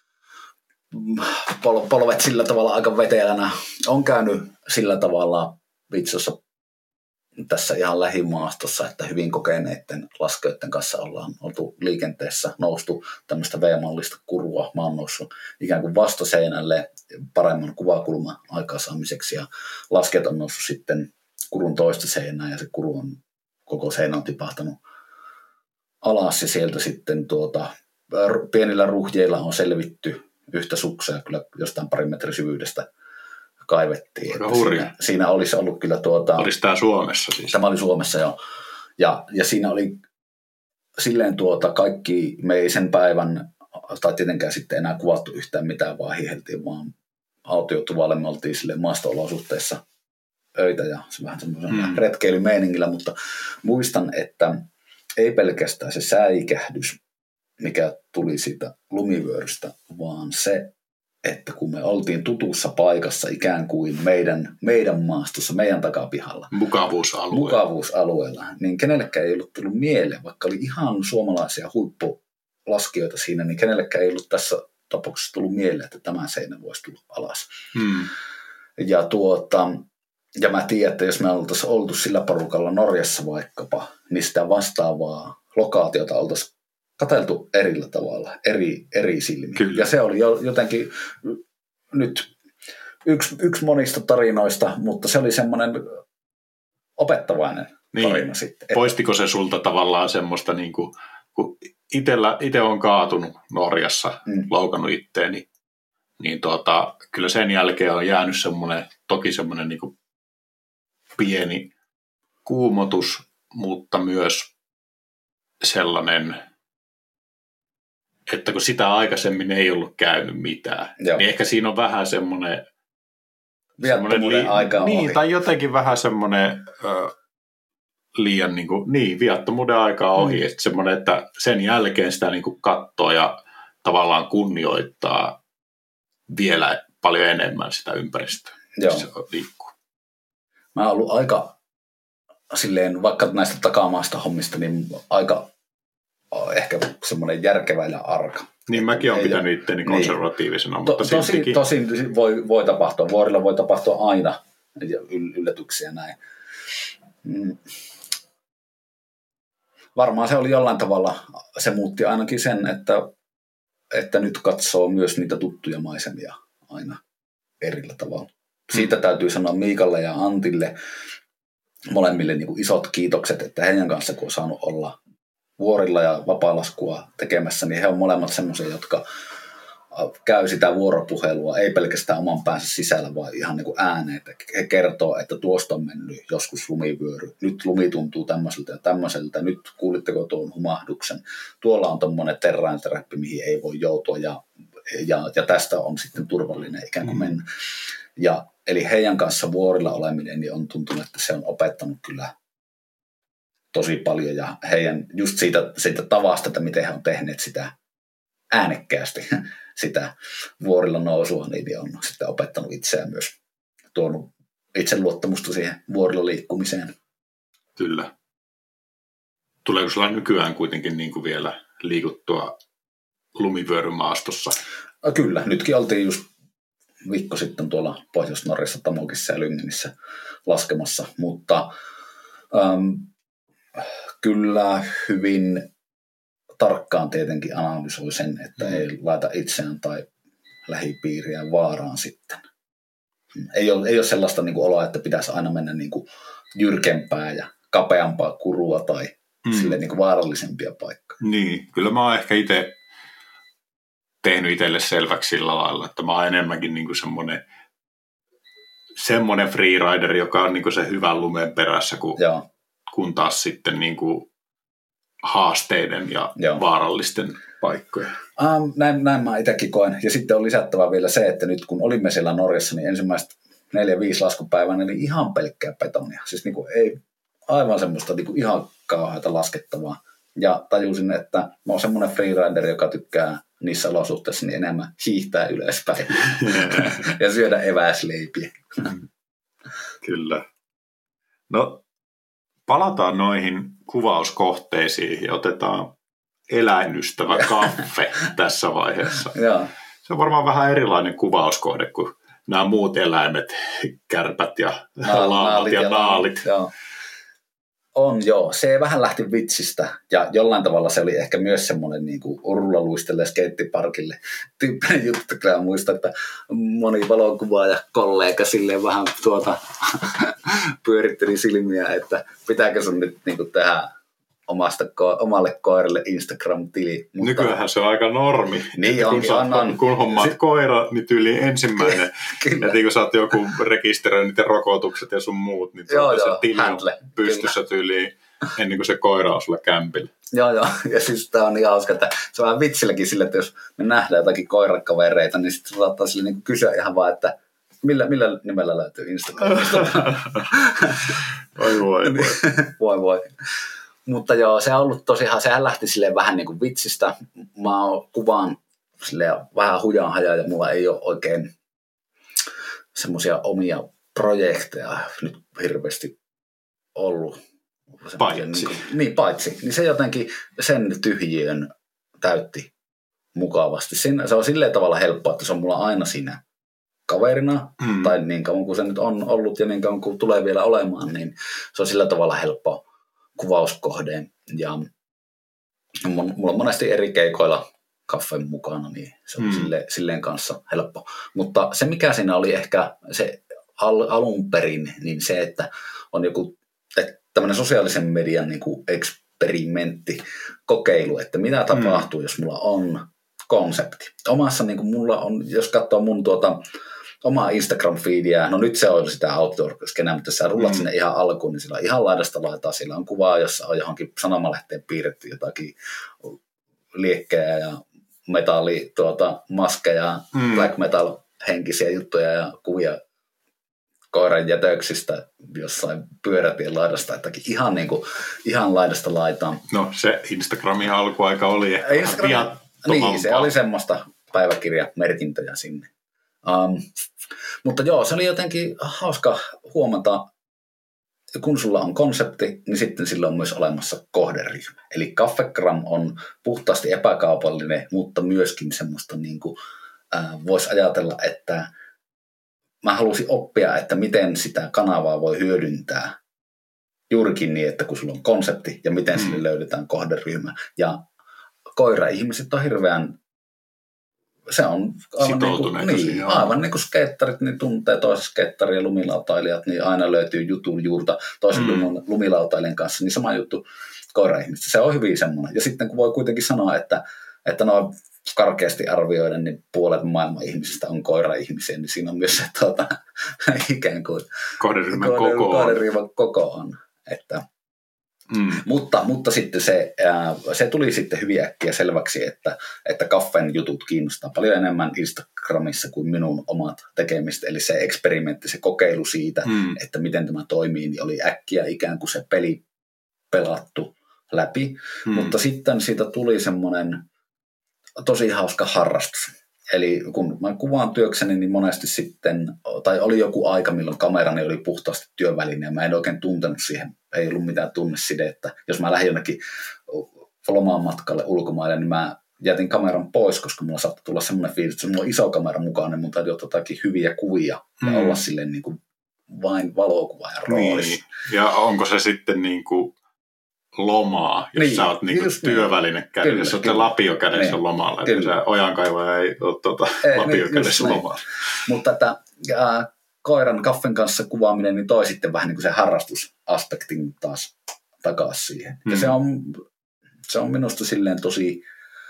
Pol- polvet sillä tavalla aika vetelänä. On käynyt sillä tavalla vitsossa tässä ihan lähimaastossa, että hyvin kokeneiden laskijoiden kanssa ollaan oltu liikenteessä, noustu tämmöistä V-mallista kurua. Mä oon noussut ikään kuin vastaseinälle paremman kuvakulman aikaansaamiseksi ja laskijat on noussut sitten kurun toista seinää ja se kuru on, koko seinä on tipahtanut alas ja sieltä sitten tuota, pienillä ruhjeilla on selvitty yhtä suksia kyllä jostain parin metrin syvyydestä kaivettiin. Siinä, siinä olisi ollut kyllä tuota... Olisi tämä Suomessa siis? Tämä oli Suomessa jo. Ja, ja siinä oli silleen tuota kaikki, me ei sen päivän, tai tietenkään sitten enää kuvattu yhtään mitään, vaan hiiheltiin vaan autiotuvalle. Me oltiin silleen maasto-olosuhteissa öitä ja se vähän semmoisen mm. retkeilymeiningillä, mutta muistan, että ei pelkästään se säikähdys, mikä tuli siitä lumivyörystä, vaan se, että kun me oltiin tutussa paikassa ikään kuin meidän, meidän maastossa, meidän takapihalla. Mukavuusalueella. Mukavuusalueella. Niin kenellekään ei ollut tullut mieleen, vaikka oli ihan suomalaisia huippulaskijoita siinä, niin kenellekään ei ollut tässä tapauksessa tullut mieleen, että tämä seinä voisi tulla alas. Hmm. Ja, tuota, ja mä tiedän, että jos me oltaisiin oltu sillä porukalla Norjassa vaikkapa, niin sitä vastaavaa lokaatiota oltaisiin katseltu erillä tavalla, eri, eri silmin. Kyllä. Ja se oli jotenkin nyt yksi, yksi monista tarinoista, mutta se oli semmoinen opettavainen niin. tarina sitten. Poistiko se sulta tavallaan semmoista, niin kuin, kun itellä, itse on kaatunut Norjassa, mm. loukannut itteeni, niin tuota, kyllä sen jälkeen on jäänyt semmoinen, toki semmoinen niin kuin pieni kuumotus, mutta myös sellainen, että kun sitä aikaisemmin ei ollut käynyt mitään, Joo. niin ehkä siinä on vähän semmoinen Viattomuuden aika on Niin, ohi. tai jotenkin vähän semmoinen ö, liian niin, kuin, niin viattomuuden aika on ohi. Mm. Että semmoinen, että sen jälkeen sitä niin kuin katsoo ja tavallaan kunnioittaa vielä paljon enemmän sitä ympäristöä, missä se liikkuu. Mä oon ollut aika silleen, vaikka näistä takamaasta hommista, niin aika ehkä semmoinen järkevä ja arka. Niin mäkin olen pitänyt itseäni konservatiivisena, niin. mutta to, siltikin. Tosin, tosin voi, voi tapahtua, vuorilla voi tapahtua aina yllätyksiä näin. Mm. Varmaan se oli jollain tavalla, se muutti ainakin sen, että, että nyt katsoo myös niitä tuttuja maisemia aina erillä tavalla. Siitä mm. täytyy sanoa Miikalle ja Antille molemmille niin kuin isot kiitokset, että heidän kanssa kun on saanut olla vuorilla ja vapaalaskua tekemässä, niin he on molemmat semmoisia, jotka käy sitä vuoropuhelua, ei pelkästään oman päänsä sisällä, vaan ihan niin kuin ääneen. He kertoo, että tuosta on mennyt joskus lumivyöry, nyt lumi tuntuu tämmöiseltä ja tämmöiseltä, nyt kuulitteko tuon humahduksen, tuolla on tommoinen terrainteräppi, mihin ei voi joutua, ja, ja, ja tästä on sitten turvallinen ikään kuin mennä. Ja, eli heidän kanssa vuorilla oleminen niin on tuntunut, että se on opettanut kyllä tosi paljon, ja heidän just siitä, siitä tavasta, että miten he on tehneet sitä äänekkäästi, sitä vuorilla nousua, niin on sitten opettanut itseään myös, tuonut itseluottamusta siihen vuorilla liikkumiseen. Kyllä. Tuleeko sulla nykyään kuitenkin niin kuin vielä liikuttua lumivyörymaastossa? Kyllä, nytkin oltiin just viikko sitten tuolla Pohjois-Norjassa, Tamokissa ja Lyngenissä laskemassa, mutta ähm, kyllä hyvin tarkkaan tietenkin analysoi sen, että mm. ei laita itseään tai lähipiiriä vaaraan sitten. Ei ole, ei ole sellaista niin kuin oloa, että pitäisi aina mennä niin kuin jyrkempää ja kapeampaa kurua tai mm. sille niin kuin vaarallisempia paikkoja. Niin, kyllä mä oon ehkä itse tehnyt itselle selväksi sillä lailla, että mä oon enemmänkin niin kuin semmoinen, semmoinen freerider, joka on niin kuin se hyvän lumen perässä, kun, kun taas sitten niin kuin haasteiden ja Joo. vaarallisten paikkoja. Um, näin, näin mä itsekin koen. Ja sitten on lisättävä vielä se, että nyt kun olimme siellä Norjassa, niin ensimmäiset neljä viisi laskupäivää oli ihan pelkkää betonia. Siis niin kuin ei aivan semmoista niin kuin ihan kauheata laskettavaa. Ja tajusin, että mä oon semmoinen freerider, joka tykkää niissä olosuhteissa niin enemmän hiihtää ylöspäin ja syödä eväsleipiä. Kyllä. No, palataan noihin kuvauskohteisiin ja otetaan eläinystävä kaffe tässä vaiheessa. Joo. Se on varmaan vähän erilainen kuvauskohde kuin nämä muut eläimet, kärpät ja Naal, laamat ja, ja naalit. Joo. On joo, se vähän lähti vitsistä ja jollain tavalla se oli ehkä myös semmoinen niin kuin urulaluistelle skeittiparkille tyyppinen juttu. Kyllä muistan, että moni valokuvaaja kollega silleen vähän tuota pyöritteli silmiä, että pitääkö sun nyt niin kuin tehdä omasta, omalle koiralle Instagram-tili. Mutta nykyään se on aika normi. Niin on, kun, on, on. kun hommaat koira, niin tyyli ensimmäinen. Että kun sä oot joku rekisteröinyt ja rokotukset ja sun muut, niin joo, joo, se tili on pystyssä tyyliin ennen kuin se koira on sulla kämpillä. Joo, joo. Ja siis tää on niin hauska, että se on vähän vitsilläkin sille, että jos me nähdään jotakin koirakavereita, niin sitten saattaa sille niin kysyä ihan vaan, että millä, millä nimellä löytyy Instagramista. Oi voi voi. voi voi. Mutta joo, se on ollut tosiaan, sehän lähti silleen vähän niin kuin vitsistä. Mä kuvaan silleen vähän hujaa hajaa ja mulla ei ole oikein semmoisia omia projekteja nyt hirveästi ollut. Paitsi. Niin, kuin, niin, paitsi. Niin se jotenkin sen tyhjiön täytti mukavasti. Se on silleen tavalla helppoa, että se on mulla aina siinä kaverina, mm. tai niin kauan kuin se nyt on ollut ja niin kauan kuin tulee vielä olemaan, niin se on sillä tavalla helppo kuvauskohde. Ja mulla on monesti eri keikoilla kaffen mukana, niin se on mm. sille, silleen kanssa helppo. Mutta se, mikä siinä oli ehkä se al, alun perin, niin se, että on joku että tämmöinen sosiaalisen median niin kuin eksperimentti, kokeilu, että mitä tapahtuu, mm. jos mulla on konsepti. Omassa, niin kuin mulla on, jos katsoo mun tuota omaa Instagram-feediä, no nyt se on sitä outdoor-skenää, mutta jos sä rullat mm. sinne ihan alkuun, niin sillä on ihan laidasta laitaa, sillä on kuvaa, jossa on johonkin sanomalehteen piirretty jotakin liekkejä ja metalli, tuota, maskeja, mm. black metal henkisiä juttuja ja kuvia koiran jätöksistä jossain pyörätien laidasta, että ihan, niin kuin, ihan laidasta laitaan. No se Instagramin alkuaika oli ehkä Instagram, niin, se oli semmoista päiväkirjamerkintöjä sinne. Um, mutta joo, se oli jotenkin hauska huomata, kun sulla on konsepti, niin sitten sillä on myös olemassa kohderyhmä. Eli Caffegram on puhtaasti epäkaupallinen, mutta myöskin semmoista, niin kuin, äh, voisi ajatella, että mä halusin oppia, että miten sitä kanavaa voi hyödyntää juurikin niin, että kun sulla on konsepti ja miten mm. sille löydetään kohderyhmä. Ja koira-ihmiset on hirveän, se on aivan niin kuin, niin, aivan niin kuin skeittarit, niin tuntee toisen skeittarin ja lumilautailijat, niin aina löytyy jutun juurta toisen mm. lumilautailijan kanssa, niin sama juttu koira-ihmistä. Se on hyvin semmoinen. Ja sitten kun voi kuitenkin sanoa, että, että noin karkeasti arvioiden, niin puolet maailman ihmisistä on koira-ihmisiä, niin siinä on myös se tuota, ikään kuin kohderyhmän koko, kohderyhmän koko on. Että, mm. mutta, mutta sitten se, ää, se tuli sitten hyvin äkkiä selväksi, että, että Kaffen jutut kiinnostaa paljon enemmän Instagramissa kuin minun omat tekemistä. Eli se eksperimentti, se kokeilu siitä, mm. että miten tämä toimii, niin oli äkkiä ikään kuin se peli pelattu läpi. Mm. Mutta sitten siitä tuli semmoinen tosi hauska harrastus. Eli kun mä kuvaan työkseni, niin monesti sitten, tai oli joku aika, milloin kamerani oli puhtaasti työväline, ja mä en oikein tuntenut siihen, ei ollut mitään tunnesidettä. Jos mä lähdin jonnekin lomaan matkalle ulkomaille, niin mä jätin kameran pois, koska mulla saattoi tulla semmoinen fiilis, että mulla on iso kamera mukaan, niin mun täytyy ottaa jotakin hyviä kuvia ja mm. olla silleen niin kuin vain valokuvaajan roolissa. Niin. Ja onko se sitten niin kuin lomaa, jos niin, sä oot niinku työväline kädessä, jos oot lapio kädessä niin, lomalla, että se ojankaivaja ei ole tuota lapio niin, kädessä lomalla. Mutta että äh, koiran Kaffen kanssa kuvaaminen niin toi sitten vähän niin kuin se harrastusaspektin taas takaisin siihen. Hmm. Ja se on, se on minusta silleen tosi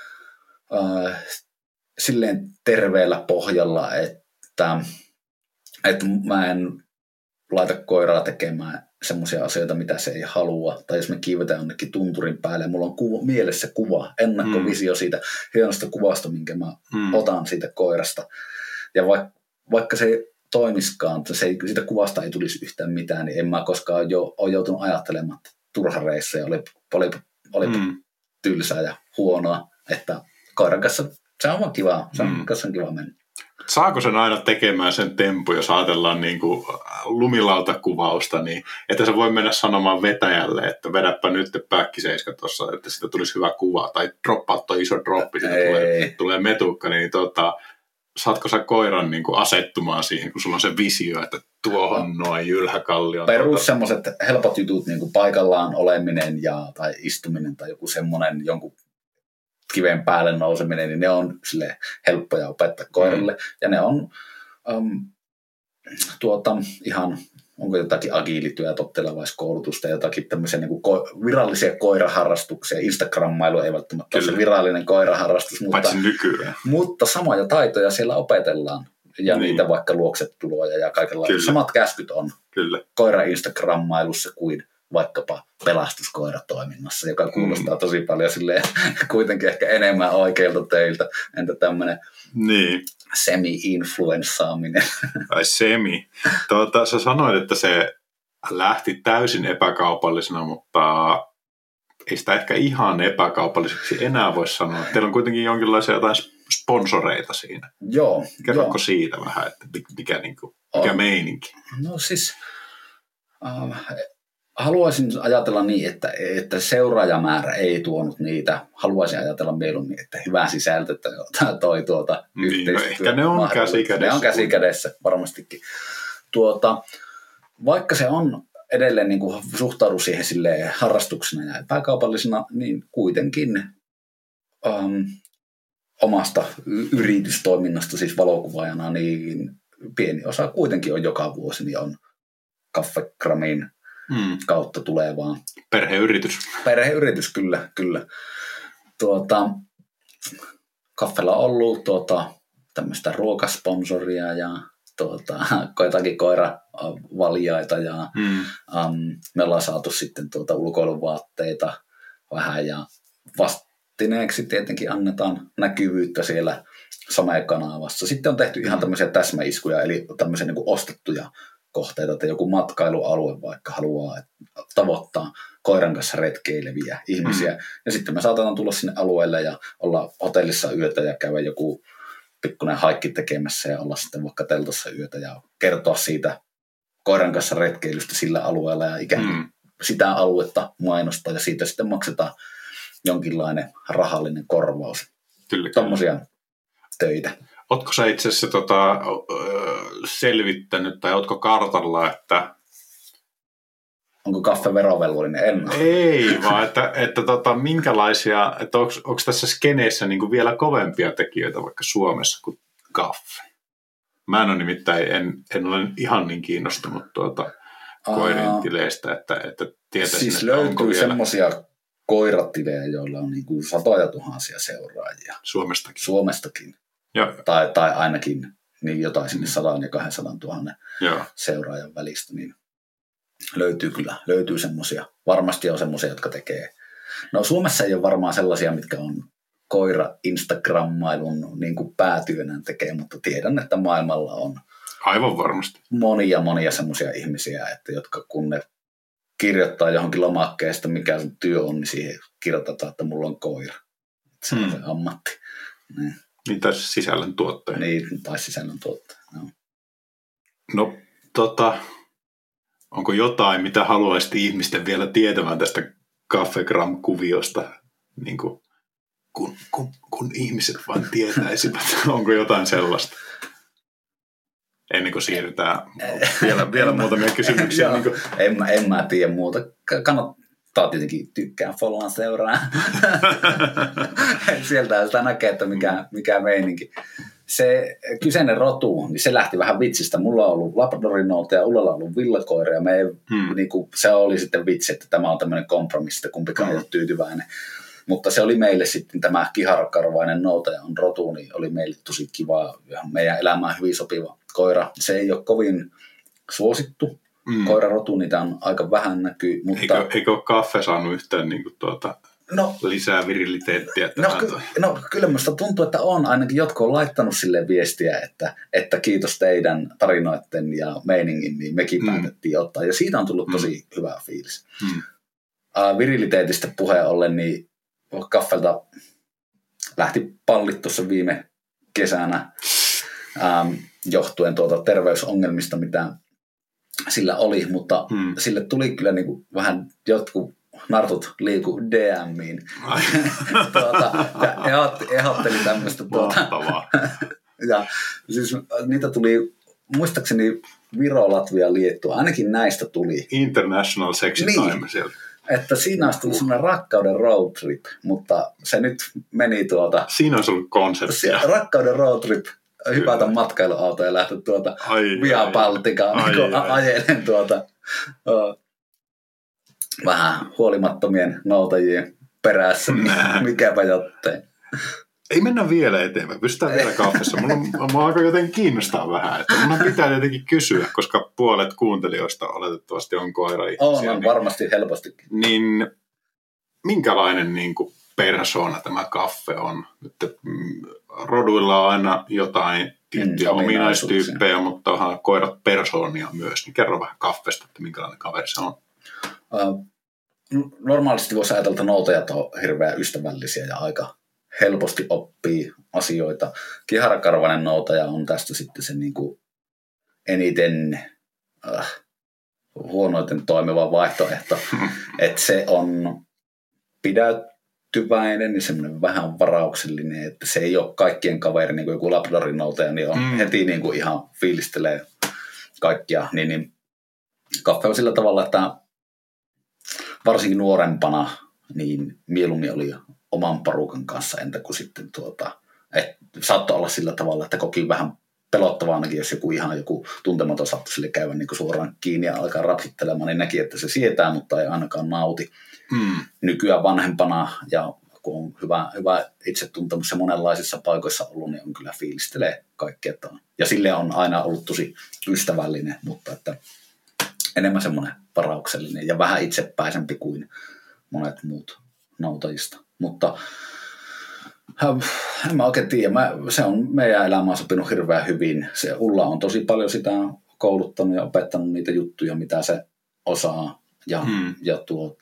äh, silleen terveellä pohjalla, että, että mä en laita koiraa tekemään semmoisia asioita, mitä se ei halua. Tai jos me kiivetään jonnekin tunturin päälle, ja mulla on kuva, mielessä kuva, ennakkovisio mm. siitä hienosta kuvasta, minkä mä mm. otan siitä koirasta. Ja vaikka, vaikka se ei toimiskaan, se ei, siitä kuvasta ei tulisi yhtään mitään, niin en mä koskaan jo, ole joutunut ajattelemaan, että turha reissuja oli, oli, oli mm. tylsää ja huonoa. Että koiran kanssa se on vaan kivaa, se on, mm. kanssa on kiva mennä. Saako sen aina tekemään sen tempu, jos ajatellaan niin kuin lumilautakuvausta, niin että se voi mennä sanomaan vetäjälle, että vedäpä nyt päkkiseiska tuossa, että siitä tulisi hyvä kuva, tai droppaa tuo iso droppi, siitä tulee, tulee metukka, niin tota, saatko sä koiran niin kuin asettumaan siihen, kun sulla on se visio, että tuohon noin jylhäkallion. Perus tuota. Semmoiset helpot jutut, niin kuin paikallaan oleminen ja, tai istuminen tai joku semmoinen jonkun kiven päälle nouseminen, niin ne on silleen helppoja opettaa koiralle. Mm. Ja ne on um, tuota, ihan, onko jotakin agiilityötä, tottelevaiskoulutusta, jotakin tämmöisiä niin kuin ko- virallisia koiraharrastuksia. Instagrammailu ei välttämättä ole se virallinen koiraharrastus, mutta, mutta samoja taitoja siellä opetellaan. Ja niin. Niitä vaikka luoksetuloja ja kaikenlaista. Samat käskyt on Kyllä. koira-instagrammailussa kuin vaikkapa pelastuskoiratoiminnassa, joka kuulostaa mm. tosi paljon silleen, kuitenkin ehkä enemmän oikeilta teiltä. Entä tämmöinen niin. semi-influenssaaminen? Ai semi. Tuota, sä sanoit, että se lähti täysin epäkaupallisena, mutta ei sitä ehkä ihan epäkaupalliseksi enää voi sanoa. Teillä on kuitenkin jonkinlaisia jotain sponsoreita siinä. Joo. Kerrotko jo. siitä vähän, että mikä, niin kuin, mikä meininki? No siis Uh, haluaisin ajatella niin, että, että seuraajamäärä ei tuonut niitä. Haluaisin ajatella mieluummin, että hyvä sisältö toi tuota niin, yhteistyö. Ehkä ne on käsikädessä. Ne on käsikädessä varmastikin. Tuota, vaikka se on edelleen niin kuin suhtaudu siihen silleen harrastuksena ja epäkaupallisena, niin kuitenkin um, omasta yritystoiminnasta, siis valokuvaajana, niin pieni osa kuitenkin on joka vuosi, niin on Caffegramin Hmm. kautta tulevaa. Perheyritys. Perheyritys, kyllä. kyllä. Tuota, Kaffella on ollut tuota, tämmöistä ruokasponsoria ja tuota, jotakin koiravaljaita ja hmm. um, me ollaan saatu sitten tuota ulkoiluvaatteita vähän ja vastineeksi tietenkin annetaan näkyvyyttä siellä somekanavassa. Sitten on tehty ihan tämmöisiä täsmäiskuja, eli tämmöisiä niin kuin ostettuja kohteita, että joku matkailualue vaikka haluaa tavoittaa koiran kanssa retkeileviä ihmisiä. Mm. Ja sitten me saatetaan tulla sinne alueelle ja olla hotellissa yötä ja käydä joku pikkuinen haikki tekemässä ja olla sitten vaikka teltossa yötä ja kertoa siitä koiran kanssa retkeilystä sillä alueella ja ikään kuin mm. sitä aluetta mainostaa ja siitä sitten maksetaan jonkinlainen rahallinen korvaus. Kyllä. Tommosia töitä. Ootko sä itse asiassa tota, selvittänyt tai ootko kartalla, että onko kaffe verovelvollinen? En. Ei, vaan että, että tota, minkälaisia, että onko tässä skeneessä niin kuin vielä kovempia tekijöitä vaikka Suomessa kuin kaffe? Mä en ole nimittäin, en, en ole ihan niin kiinnostunut tuota koirien tileistä, että, että tietäisin, siis että löytyy onko vielä semmoisia koiratilejä, joilla on niin kuin satoja tuhansia seuraajia. Suomestakin. Suomestakin. Joo. Tai, tai ainakin niin jotain sinne sadan ja kahdensadan tuhannen Joo. seuraajan välistä, niin löytyy kyllä, löytyy semmoisia. Varmasti on semmoisia, jotka tekee. No Suomessa ei ole varmaan sellaisia, mitkä on koira Instagrammailun niin kuin päätyönään tekee, mutta tiedän, että maailmalla on aivan varmasti monia monia semmoisia ihmisiä, että jotka kun ne kirjoittaa johonkin lomakkeesta, mikä sun työ on, niin siihen kirjoitetaan, että mulla on koira. Se on hmm. se ammatti. Niin. Niin, tai sisällön tuottaja. Niin, tai sisällön tuottaja. No, no tota, onko jotain, mitä haluaisit ihmisten vielä tietämään tästä Caffegram-kuviosta, niin kuin, kun, kun, kun ihmiset vain tietäisivät? Onko jotain sellaista? Ennen kuin siirrytään vielä, vielä muutamia kysymyksiä. niin kuin. En, mä, en mä tiedä muuta. Kannattaa tietenkin tykkää, follaan seuraa. Sieltä sitä näkee, että mikä, mikä meininki. Se kyseinen rotu, niin se lähti vähän vitsistä. Mulla on ollut Labradorinoota ja Ullalla on ollut villakoira. Ja me ei, hmm. niin kuin, se oli sitten vitsi, että tämä on tämmöinen kompromissi, että kumpikaan hmm. ei ole tyytyväinen. Mutta se oli meille sitten tämä kiharokarvainen noutaja on rotu, niin oli meille tosi kiva ja meidän elämään hyvin sopiva koira. Se ei ole kovin suosittu mm. koirarotu, niitä on aika vähän näkyy. Mutta eikö, eikö ole kaffe saanut yhtään niin kuin tuota, no, lisää viriliteettiä? No, ky- no kyllä minusta tuntuu, että on. Ainakin jotkut on laittanut sille viestiä, että, että kiitos teidän tarinoiden ja meiningin, niin mekin mm. päätettiin ottaa. Ja siitä on tullut tosi mm. hyvä fiilis. Mm. Uh, viriliteetistä puheen ollen, niin Kaffelta lähti pallit tuossa viime kesänä ähm, johtuen tuota terveysongelmista, mitä sillä oli, mutta hmm. sille tuli kyllä niinku vähän jotkut nartut liiku D M:iin. tuota, ja ehdotteli tämmöistä. Tuota, ja siis niitä tuli, muistaakseni Viro, Latvia, Liettua, ainakin näistä tuli. International Sexy Time niin. Sieltä. Että siinä olisi tullut sellainen rakkauden road trip, mutta se nyt meni tuota. Siinä on ollut konseptia. Rakkauden road trip, hypätä matkailuautoon ja lähteä tuota ai, Via Balticaan niin ajelen tuota uh, vähän huolimattomien noutajien perässä, mikäpä jottei. Ei mennä vielä eteenpäin, pystytään vielä kaffessa. Mulla on aika jotenkin kiinnostaa vähän, että mun pitää jotenkin kysyä, koska puolet kuuntelijoista oletettavasti on koira-ihmisiä. On, on varmasti helpostikin. Niin minkälainen niin kuin persoona tämä kaffe on? Että, mm, roduilla on aina jotain tiettyjä mm, ominaistyyppejä, mutta onhan koirat persoonia myös. Niin kerro vähän kaffesta, että minkälainen kaveri se on. Uh, normaalisti voisi ajatella, että noutajat on hirveän ystävällisiä ja aika helposti oppii asioita. Kiharakarvainen noutaja on tästä sitten se niin kuin eniten äh, huonoiten toimiva vaihtoehto. Että se on pidättyväinen ja semmoinen vähän varauksellinen, että se ei ole kaikkien kaveri, niin kuin joku Labradorin noutaja, niin on mm. heti niin kuin ihan fiilistelee kaikkia. Niin, niin kaffe on sillä tavalla, että varsinkin nuorempana niin mieluummin oli oman parukan kanssa, entä kuin sitten tuota, että saattoi olla sillä tavalla, että koki vähän pelottavaa ainakin, jos joku ihan joku tuntematon saattoi sille käydä niin kuin suoraan kiinni ja alkaa rapsittelemaan, niin näki, että se sietää, mutta ei ainakaan nauti. Hmm. Nykyään vanhempana ja kun on hyvä, hyvä itsetuntemus ja monenlaisissa paikoissa ollut, niin on kyllä fiilistelee kaikkea. Ja sille on aina ollut tosi ystävällinen, mutta että enemmän semmoinen varauksellinen ja vähän itsepäisempi kuin monet muut noutajista. Mutta en mä oikein tiedä. Mä, se on meidän elämään sopinut hirveän hyvin. Se Ulla on tosi paljon sitä kouluttanut ja opettanut niitä juttuja, mitä se osaa. Ja, hmm. ja tuota,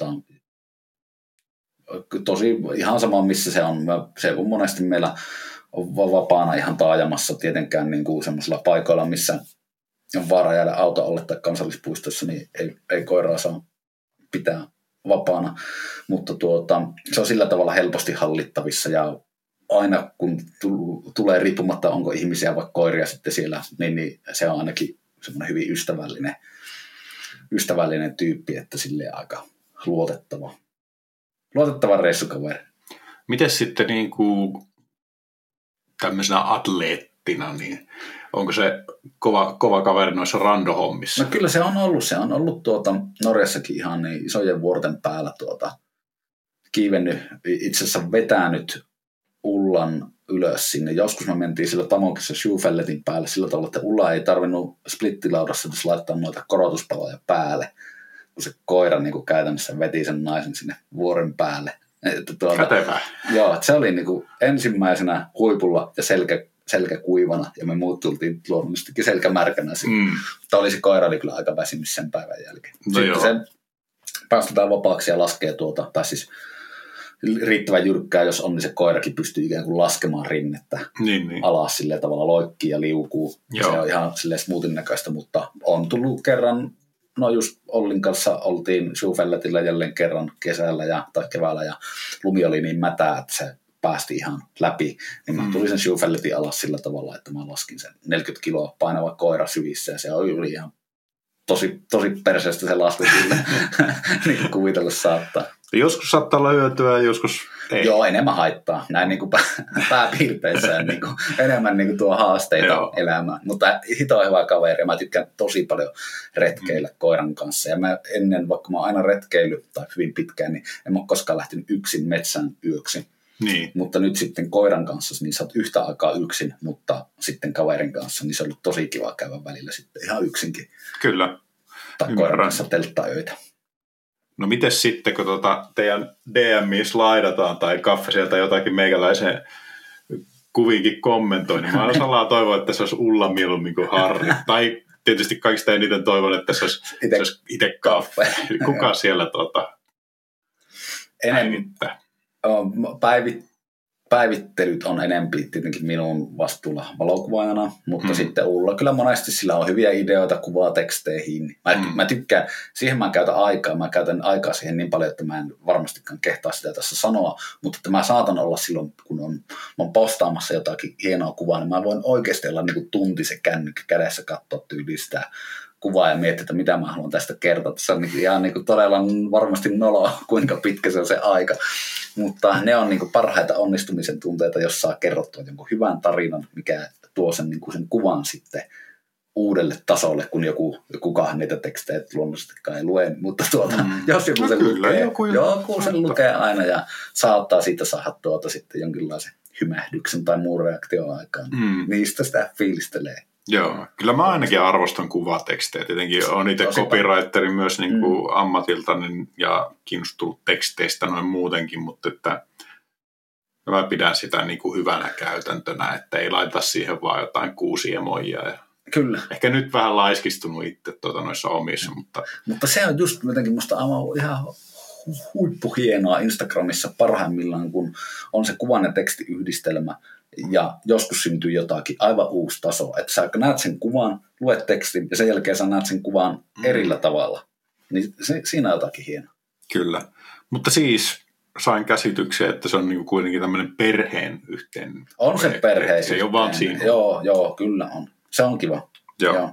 tosi ihan sama, missä se on. Se on monesti meillä on vapaana ihan taajamassa tietenkään niin kuin semmoisilla paikoilla, missä on vaara jäädä auto alle tai kansallispuistossa, niin ei, ei koiraa saa pitää vapaana. Mutta tuota, se on sillä tavalla helposti hallittavissa ja aina kun tulee riippumatta, onko ihmisiä vai koiria sitten siellä, niin, niin se on ainakin semmoinen hyvin ystävällinen, ystävällinen tyyppi, että silleen aika luotettava. Luotettava reissukaveri. Miten sitten niin kuin tämmöisenä atleettina, niin onko se kova, kova kaveri noissa randohommissa? No kyllä se on ollut. Se on ollut tuota, Norjassakin ihan niin isojen vuorten päällä tuota, kiivennyt, itse asiassa vetänyt Ullan ylös sinne. Joskus me mentiin sillä Tamokissa Schufelletin päälle sillä tavalla, että Ulla ei tarvinnut splittilaudassa laittaa noita korotuspaloja päälle, kun se koira niin kuin käytännössä veti sen naisen sinne vuoren päälle. Että tuota, Kätevää. Joo, että se oli niin kuin ensimmäisenä huipulla ja selkä, selkä kuivana, ja me muut tultiin luonnollisestikin selkämärkänä sinne. Mm. Mutta oli se koira oli kyllä aika väsymys sen päivän jälkeen. No sitten joo. Se päästetään vapaaksi ja laskee tuota, tai siis riittävän jyrkkää, jos on, niin se koirakin pystyy ikään kuin laskemaan rinnettä niin, niin. alas sillä tavalla, loikkii ja liukuu. Joo. Se on ihan silleen smoothin näköistä, mutta on tullut kerran, no just Ollin kanssa oltiin Schufelletillä jälleen kerran kesällä ja, tai keväällä ja lumi oli niin mätää, että se päästi ihan läpi. Niin mä tulin sen Schufelletin alas sillä tavalla, että mä laskin sen neljäkymmentä kiloa painava koira syvissä ja se oli ihan tosi, tosi perseestä se lasku kyllä, niin kuvitella saattaa. Joskus saattaa olla hyötyä, joskus ei. Joo, enemmän haittaa. Näin niin kuin pääpiirteissä niin kuin, enemmän niin kuin tuo haasteita Joo. elämään. Mutta hito on hyvä kaveri. Mä tykkään tosi paljon retkeillä mm. koiran kanssa. Ja mä ennen, vaikka mä oon aina retkeillyt tai hyvin pitkään, niin en mä ole koskaan lähtenyt yksin metsään yöksi. Niin. Mutta nyt sitten koiran kanssa, niin sä oot yhtä aikaa yksin, mutta sitten kaverin kanssa, niin se on ollut tosi kiva käydä välillä sitten ihan yksinkin. Kyllä. Tai koiran kanssa telttaöitä. No mites sitten, kun tuota teidän D M slaidataan tai Kaffe sieltä jotakin meikäläiseen kuviinkin kommentoi, niin mä aina salaa toivon, että se olisi Ulla mieluummin kuin Harri. Tai tietysti kaikista eniten toivon, että se olisi itse Kaffe. Kuka siellä tuota päivittää? Päivit, päivittelyt on enempi tietenkin minun vastuulla valokuvaajana, mutta mm. sitten Ulla kyllä monesti sillä on hyviä ideoita kuvateksteihin. Mä, mm. mä tykkään, siihen mä käytän aikaa, mä käytän aikaa siihen niin paljon, että mä en varmastikaan kehtaa sitä tässä sanoa, mutta että mä saatan olla silloin, kun on, mä on postaamassa jotakin hienoa kuvaa, niin mä voin oikeasti olla niin kuin tunti se kännykkä kädessä katsoa tyyliin sitä kuvaa ja miettiä, että mitä mä haluan tästä kertoa. Se on ihan niin kuin todella varmasti noloa, kuinka pitkä se on se aika. Mutta ne on niin kuin parhaita onnistumisen tunteita, jos saa kerrottua jonkun hyvän tarinan, mikä tuo sen, niin kuin sen kuvan sitten uudelle tasolle, kun joku, kukaan niitä tekstejä luonnollisestikaan ei lue. Mutta tuota, mm. jos joku no sen kyllä, lukee, joku, joku sen lukee aina ja saattaa siitä saada tuota sitten jonkinlaisen hymähdyksen tai muun reaktion aikaan. Mm. Niistä sitä fiilistelee. Joo, kyllä mä ainakin arvostan kuvatekstejä. Tietenkin olen itse copywriteri myös niin kuin mm. ammatilta niin, ja kiinnostunut teksteistä noin muutenkin, mutta että mä pidän sitä niin kuin hyvänä käytäntönä, että ei laita siihen vaan jotain kuusiemoja. Ja kyllä. Ehkä nyt vähän laiskistunut itse tuota noissa omissa. Mutta, mutta se on just jotenkin musta aivan ihan huippuhienoa Instagramissa parhaimmillaan, kun on se kuvan ja tekstiyhdistelmä. Ja joskus syntyy jotakin aivan uusi taso, että sä näet sen kuvan, luet tekstin ja sen jälkeen sä näet sen kuvan mm. erillä tavalla. Niin se, siinä on jotakin hienoa. Kyllä, mutta siis sain käsityksiä, että se on niinku kuitenkin tämmöinen perheen yhteen. On se perheen Se ei ole vaan siinä. Joo, joo, kyllä on. Se on kiva. Joo. joo.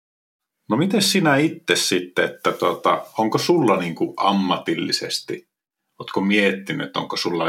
No miten sinä itse sitten, että tuota, onko sulla niinku ammatillisesti, ootko miettinyt, että onko sulla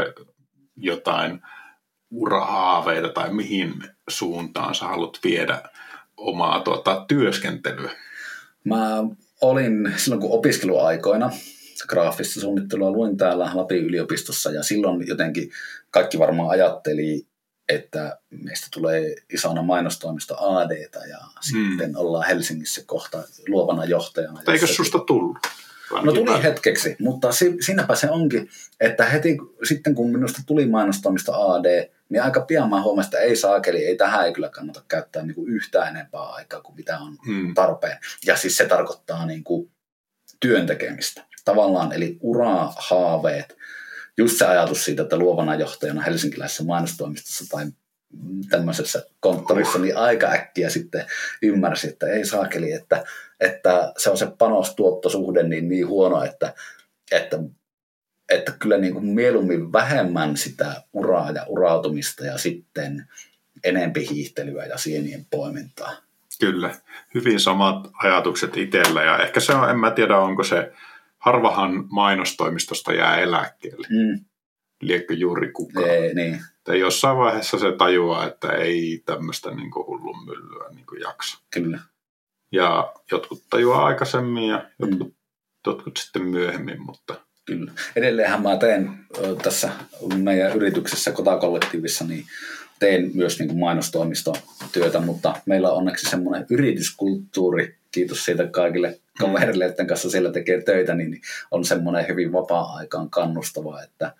jotain urahaaveita tai mihin suuntaan sä haluat viedä omaa tuota, työskentelyä? Mä olin silloin kun opiskeluaikoina graafista suunnittelua luin täällä Lapin yliopistossa ja silloin jotenkin kaikki varmaan ajatteli, että meistä tulee isona mainostoimista A D:tä ja hmm. sitten ollaan Helsingissä kohta luovana johtajana. Eikö susta tullut? No tuli hetkeksi, mutta si- siinäpä se onkin, että heti sitten kun minusta tuli mainostoimista A D, niin aika pian mä huomasin, että ei saakeli, ei tähän ei kyllä kannata käyttää niin kuin yhtään enempää aikaa kuin mitä on mm. tarpeen. Ja siis se tarkoittaa niin kuin työn tekemistä. Tavallaan, eli uraa, haaveet, just se ajatus siitä, että luovana johtajana helsinkiläisessä mainostoimistossa tai tämmöisessä konttorissa, niin aika äkkiä sitten ymmärsi, että ei saakeli, että, että se on se panostuottosuhde niin, niin huono, että, että, että kyllä niin kuin mieluummin vähemmän sitä uraa ja urautumista ja sitten enempi hiihtelyä ja sienien poimintaa. Kyllä, hyvin samat ajatukset itsellä ja ehkä se on, en mä tiedä onko se, harvahan mainostoimistosta jää eläkkeelle. Mm. Liekö juuri kukaan. Ei, niin. Tai jossain vaiheessa se tajuaa, että ei tämmöistä niin kuin hullun myllyä niin kuin jaksa. Kyllä. Ja jotkut tajuaa aikaisemmin ja jotkut, mm. jotkut sitten myöhemmin, mutta... Kyllä. Edelleenhän mä teen tässä meidän yrityksessä, Kota-kollektiivissa, niin teen myös niin kuin mainostoimistotyötä, mutta meillä on onneksi semmoinen yrityskulttuuri, kiitos siitä kaikille kavereille, joiden kanssa siellä tekee töitä, niin on semmoinen hyvin vapaa-aikaan kannustava, että,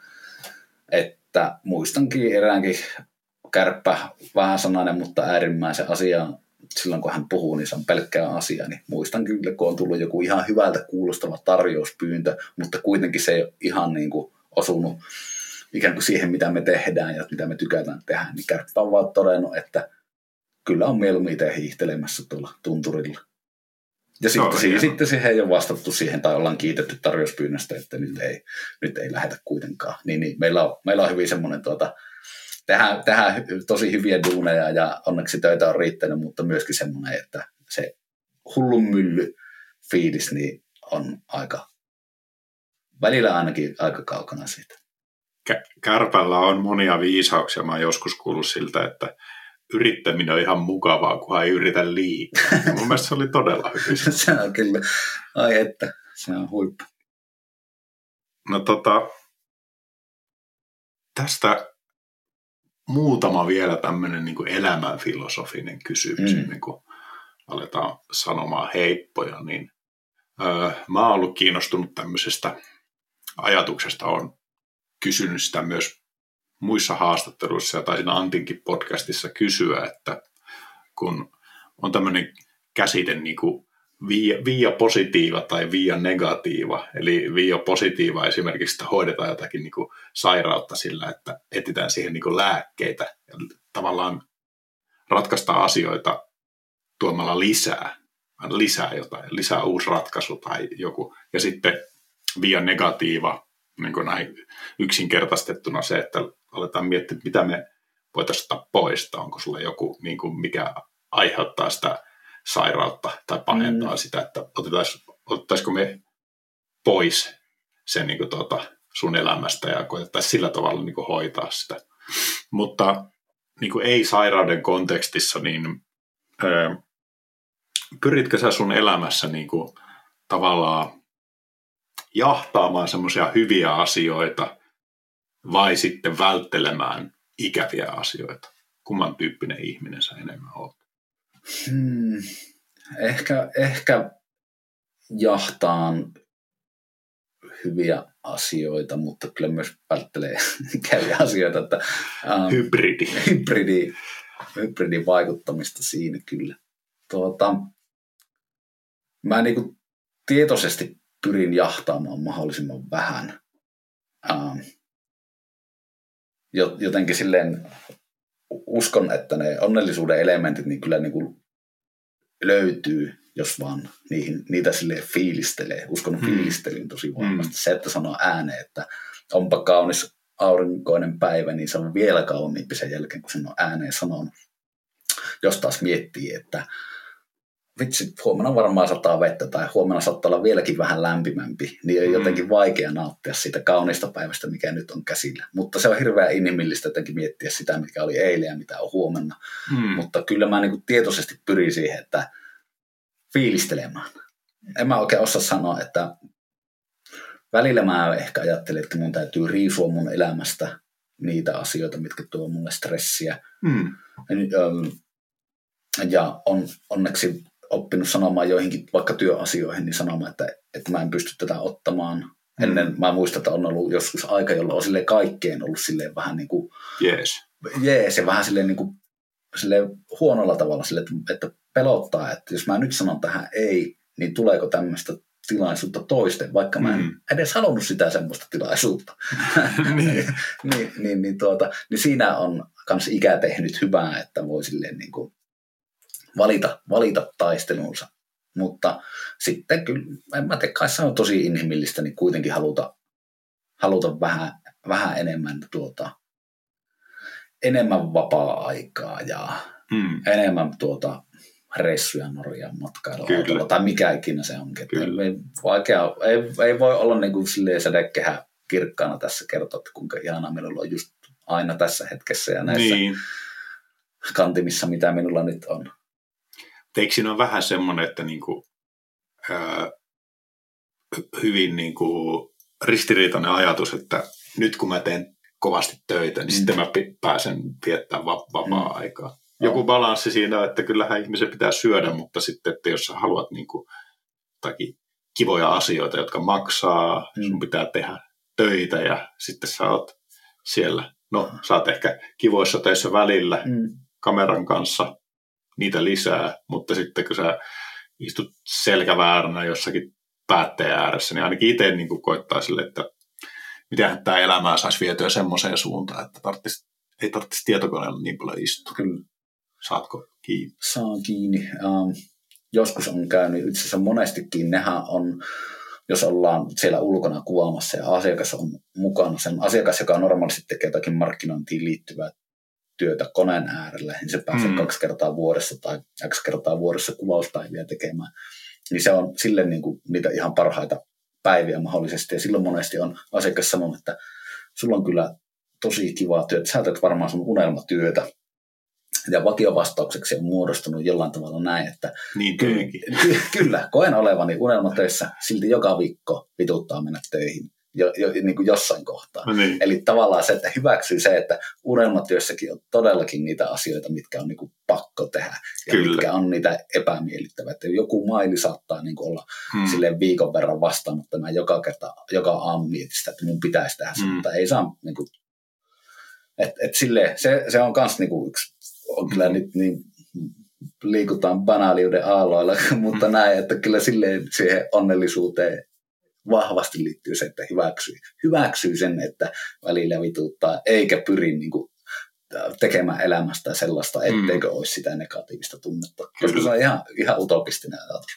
että muistankin eräänkin kärppä, vähän sanainen, mutta äärimmäisen asiaan, silloin kun hän puhuu, niin se on pelkkää asiaa, niin muistan kyllä, kun on tullut joku ihan hyvältä kuulostava tarjouspyyntö, mutta kuitenkin se ei ole ihan niin kuin osunut ikään kuin siihen, mitä me tehdään ja mitä me tykätään tehdä, niin kärppä on vaan todennut, että kyllä on mieluummin itse hiihtelemässä tuolla tunturilla. Ja sitten, siihen, sitten siihen ei ole vastattu siihen, tai ollaan kiitetty tarjouspyynnöstä, että nyt ei, nyt ei lähetä kuitenkaan. Niin, niin meillä, on, meillä on hyvin semmoinen, tuota, tehdään, tehdään tosi hyviä duuneja ja onneksi töitä on riittänyt, mutta myöskin semmoinen, että se hullun mylly fiilis niin on aika, välillä ainakin aika kaukana siitä. Kärpällä on monia viisauksia. Mä oon joskus kuullut siltä, että yrittäminen on ihan mukavaa, kunhan ei yritä liikaa. Mun mielestä se oli todella hyvin. Se on kyllä. Ai että, se on huippu. No tota, tästä muutama vielä tämmöinen niin kuin elämänfilosofinen kysymys, mm. niin kun aletaan sanomaan heippoja, niin öö, mä oon ollut kiinnostunut tämmöisestä ajatuksesta, on kysynyt sitä myös muissa haastatteluissa ja taisin Antinkin podcastissa kysyä, että kun on tämmöinen käsite niin kuin via, via positiiva tai via negatiiva, eli via positiiva esimerkiksi, että hoidetaan jotakin niin kuin sairautta sillä, että etsitään siihen niin kuin lääkkeitä ja tavallaan ratkaistaan asioita tuomalla lisää, lisää jotain, lisää uusi ratkaisu tai joku, ja sitten via negatiiva, niin kuin näin yksinkertaistettuna se, että aletaan miettiä, mitä me voitaisiin ottaa pois, onko sulla joku, niin kuin mikä aiheuttaa sitä sairautta tai pahentaa mm. sitä, että otettaisiko me pois sen niin kuin tuota, sun elämästä ja koetettaisiin sillä tavalla niin kuin hoitaa sitä. Mutta niin kuin ei-sairauden kontekstissa, niin ö, pyritkö sä sun elämässä niin kuin, tavallaan jahtaamaan semmoisia hyviä asioita vai sitten välttelemään ikäviä asioita? Kumman tyyppinen ihminen sä enemmän olet? Hmm. Ehkä, ehkä jahtaan hyviä asioita, mutta kyllä myös välttelee ikäviä asioita. Että, um, hybridi. hybridi. Hybridin vaikuttamista siinä kyllä. Tuota, mä niin kuin tietoisesti pyrin jahtaamaan mahdollisimman vähän. Um, jotenkin silleen uskon, että ne onnellisuuden elementit niin kyllä niin kuin löytyy, jos vaan niihin, niitä silleen fiilistelee. Uskon hmm. fiilistelyyn tosi vahvasti. Hmm. Se, että sanoo ääneen, että onpa kaunis aurinkoinen päivä, niin se on vielä kauniimpi sen jälkeen, kun sen on ääneen sanonut. Jos taas miettii, että vitsi, huomenna varmaan sataa vettä tai huomenna saattaa olla vieläkin vähän lämpimämpi, niin on mm. jotenkin vaikea nauttia siitä kaunista päivästä, mikä nyt on käsillä. Mutta se on hirveän inhimillistä jotenkin miettiä sitä, mikä oli eilen ja mitä on huomenna. Mm. Mutta kyllä mä niin kuin tietoisesti pyrin siihen, että fiilistelemään. En mä oikein osaa sanoa, että välillä mä ehkä ajattelin, että mun täytyy riisua mun elämästä niitä asioita, mitkä tuo mulle stressiä. Mm. Ja on onneksi oppinut sanomaan joihinkin vaikka työasioihin, niin sanomaan, että, että mä en pysty tätä ottamaan. Mm. Ennen mä muistan, että on ollut joskus aika, jolla on silleen kaikkeen ollut silleen vähän niin kuin yes. jees ja vähän silleen, niin kuin, silleen huonolla tavalla silleen, että, että pelottaa, että jos mä nyt sanon tähän ei, niin tuleeko tämmöistä tilaisuutta toisten, vaikka mä en mm. edes halunnut sitä semmoista tilaisuutta. niin. niin, niin, niin, tuota, niin siinä on kans ikä tehnyt hyvää, että voi silleen niin kuin valita, valita taistelunsa. Mutta sitten kyllä, en mä tiedä, kai se on tosi inhimillistä, niin kuitenkin haluta, haluta vähän, vähän enemmän, tuota, enemmän vapaa-aikaa ja mm. enemmän tuota, reissuja Norjan matkailuautolla tai mikä ikinä se onkin. Ei, vaikea, ei, ei voi olla niin kuin sädekehä kirkkaana tässä kertoa, että kuinka ihanaa minulla on just aina tässä hetkessä ja näissä niin. kantimissa, mitä minulla nyt on. Eikö siinä ole vähän semmoinen, että niinku, ää, hyvin niinku ristiriitainen ajatus, että nyt kun mä teen kovasti töitä, niin mm. sitten mä pääsen viettämään va- vapaa-aikaa. Mm. Joku balanssi siinä, että kyllähän ihmisen pitää syödä, mutta sitten, että jos sä haluat niinku, kivoja asioita, jotka maksaa, mm. sun pitää tehdä töitä ja sitten sä oot siellä, no sä oot ehkä kivoissa töissä välillä mm. kameran kanssa, niitä lisää, mutta sitten kun sä istut selkävääränä jossakin päätteen ääressä, niin ainakin itse niin kuin koittaa sille, että mitenhän tämä elämää saisi vietyä semmoiseen suuntaan, että tarvitsisi, ei tarvitsisi tietokoneella niin paljon istua. Kyllä. Saatko kiinni? Saan kiinni. Um, joskus on käynyt, itse asiassa monestikin nehän on, jos ollaan siellä ulkona kuvaamassa ja asiakas on mukana, sen asiakas, joka normaalisti tekee jotakin markkinointiin liittyvää työtä koneen äärellä, niin se pääsee mm. kaksi kertaa vuodessa tai kaksi kertaa vuodessa kuvauspäiviä tekemään. Niin se on sille niin kuin niitä ihan parhaita päiviä mahdollisesti. Ja silloin monesti on asiakas sanonut, että sulla on kyllä tosi kivaa työtä. Sä teet varmaan sun unelmatyötä. Ja vakiovastaukseksi on muodostunut jollain tavalla näin, että niin ky- ky- kyllä, koen olevani unelmatöissä, silti joka viikko vituttaa mennä töihin. Jo, jo, niin kuin jossain kohtaa. No niin. Eli tavallaan se, että hyväksyy se, että unelmatyössäkin on todellakin niitä asioita, mitkä on niin kuin pakko tehdä ja Kyllä. mitkä on niitä epämiellyttäviä. Että joku maili saattaa niin kuin olla hmm. silleen viikon verran vastaan, mutta mä joka kerta, joka aamu mietin sitä, että mun pitäisi tehdä se, hmm. mutta ei saa niin kuin, et, et silleen, se, se on kans niin kuin yksi, on kyllä hmm. nyt niin liikutaan banaaliuden aalloilla, mutta hmm. näin, että kyllä silleen siihen onnellisuuteen vahvasti liittyy se, että hyväksyy, hyväksyy sen, että välillä vituttaa, eikä pyri niin kuin, tekemään elämästä sellaista, etteikö mm. olisi sitä negatiivista tunnetta. Kyllä. Koska se on ihan, ihan utopistinen ajatus.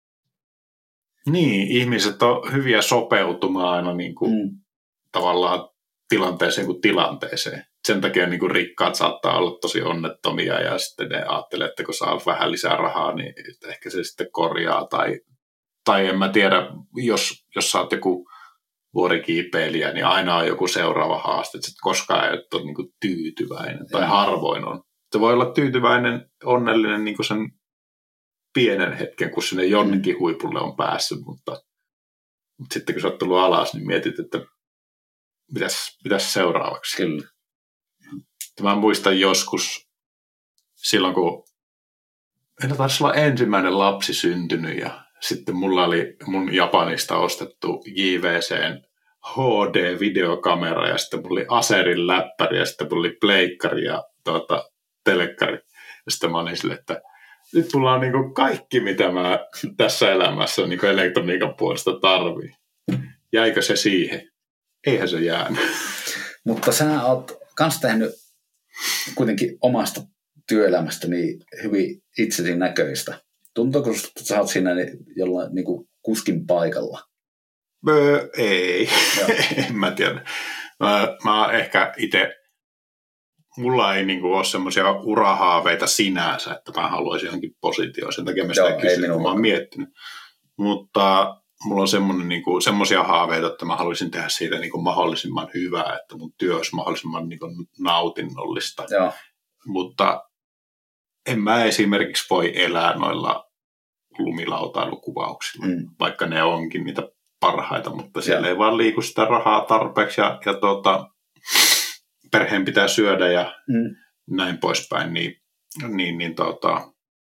Niin, ihmiset on hyviä sopeutumaan aina niin kuin, mm. tavallaan tilanteeseen kuin tilanteeseen. Sen takia niin kuin rikkaat saattaa olla tosi onnettomia ja sitten ne ajattelee, että kun saa vähän lisää rahaa, niin ehkä se sitten korjaa tai Tai en mä tiedä, jos, jos sä oot joku vuorikiipeilijä, niin aina on joku seuraava haaste, että koskaan ei ole niin kuin tyytyväinen, tai harvoin on. Se voi olla tyytyväinen, onnellinen niin kuin sen pienen hetken, kun sinne jonnekin huipulle on päässyt, mutta, mutta sitten kun sä oot tullut alas, niin mietit, että mitäs, mitäs seuraavaksi. Kyllä. Mä muistan joskus, silloin kun en taisi olla ensimmäinen lapsi syntynyt ja sitten mulla oli mun Japanista ostettu J V C:n H D-videokamera ja sitten mulla oli Acerin läppäri ja sitten mulla oli pleikkari ja tuota, telekkari. Ja sitten mä olin silleen, että nyt mulla on niinku kaikki, mitä mä tässä elämässä niinku elektroniikan puolesta tarvii. Jäikö se siihen? Eihän se jäänyt. Mutta sä oot kans tehnyt kuitenkin omasta työelämästä niin hyvin itsesi näköistä. Tuntuuko, että sä oot siinä jollain niin kuin kuskin paikalla? Öö, ei, en mä tiedä. Mä, mä ehkä itse, mulla ei niin kuin ole semmoisia urahaaveita sinänsä, että mä haluaisin johonkin positioon. Sen takia mä sitä Joo, kysyn, kun mä oon miettinyt. Mutta mulla on semmoinen, niin kuin, semmoisia haaveita, että mä haluaisin tehdä siitä niin kuin mahdollisimman hyvää, että mun työ olisi mahdollisimman niin kuin nautinnollista. Joo. Mutta en mä esimerkiksi voi elää noilla lumilautailukuvauksilla, mm. vaikka ne onkin niitä parhaita, mutta siellä ja. ei vaan liiku sitä rahaa tarpeeksi ja, ja tuota, perheen pitää syödä ja mm. näin poispäin, niin, niin, niin tuota,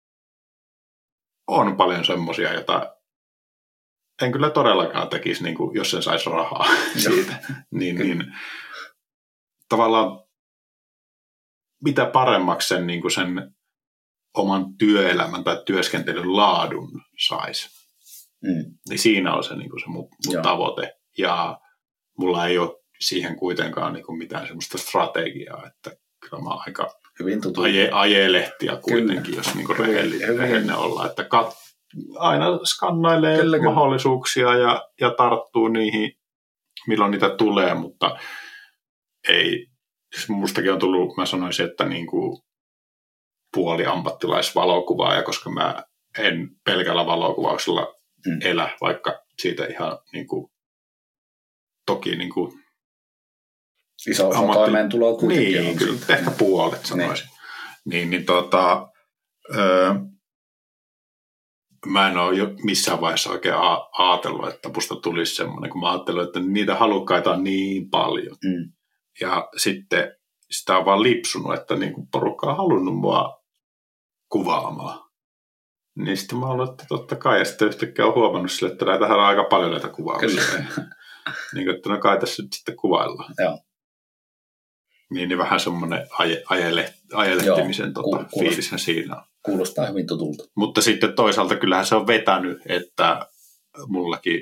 on paljon semmoisia, joita en kyllä todellakaan tekisi, niin kuin, jos en saisi rahaa siitä. niin, niin, tavallaan mitä paremmaksi sen, niin kuin sen oman työelämän tai työskentelyn laadun saisi. Mm. Niin siinä on se, niin kuin se mun, mun tavoite. Ja mulla ei ole siihen kuitenkaan niin kuin mitään semmoista strategiaa, että kyllä mä aika hyvin aje, ajelehtiä kuitenkin, kyllä. Jos niin kuin rehellinen, rehellinen olla. Että kat, aina skannailee kyllä, mahdollisuuksia kyllä. Ja, ja tarttuu niihin, milloin niitä tulee, mutta ei, mustakin on tullut, mä sanoisin, että niin kuin puoli ammattilaisvalokuvaa, ja koska mä en pelkällä valokuvauksella mm. elä, vaikka siitä ihan niin kuin, toki niin kuin iso osa ammatti... toimeentuloa kuitenkin niin, on. Kyllä, ehkä puolet sanoisin. Niin, niin tota, öö, mä en ole jo missään vaiheessa oikein a- ajatellut, että musta tulisi semmoinen, kun mä ajattelin, että niitä halukkaita on niin paljon. Mm. Ja sitten sitä on vaan lipsunut, että niin kuin porukka on halunnut mua kuvaamaan. Niin sitten mä olen, että totta kai, ja sitten yhtäkkiä olen huomannut sille, että näitähän on aika paljon näitä kuvauksia. Niin kuin, että no kai tässä nyt sitten kuvaillaan. Joo. Niin, niin vähän semmoinen aje, ajele, ajelehtimisen Joo, tota, kuulostaa, fiilishän siinä on. Kuulostaa hyvin tutulta. Mutta sitten toisaalta kyllähän se on vetänyt, että mullakin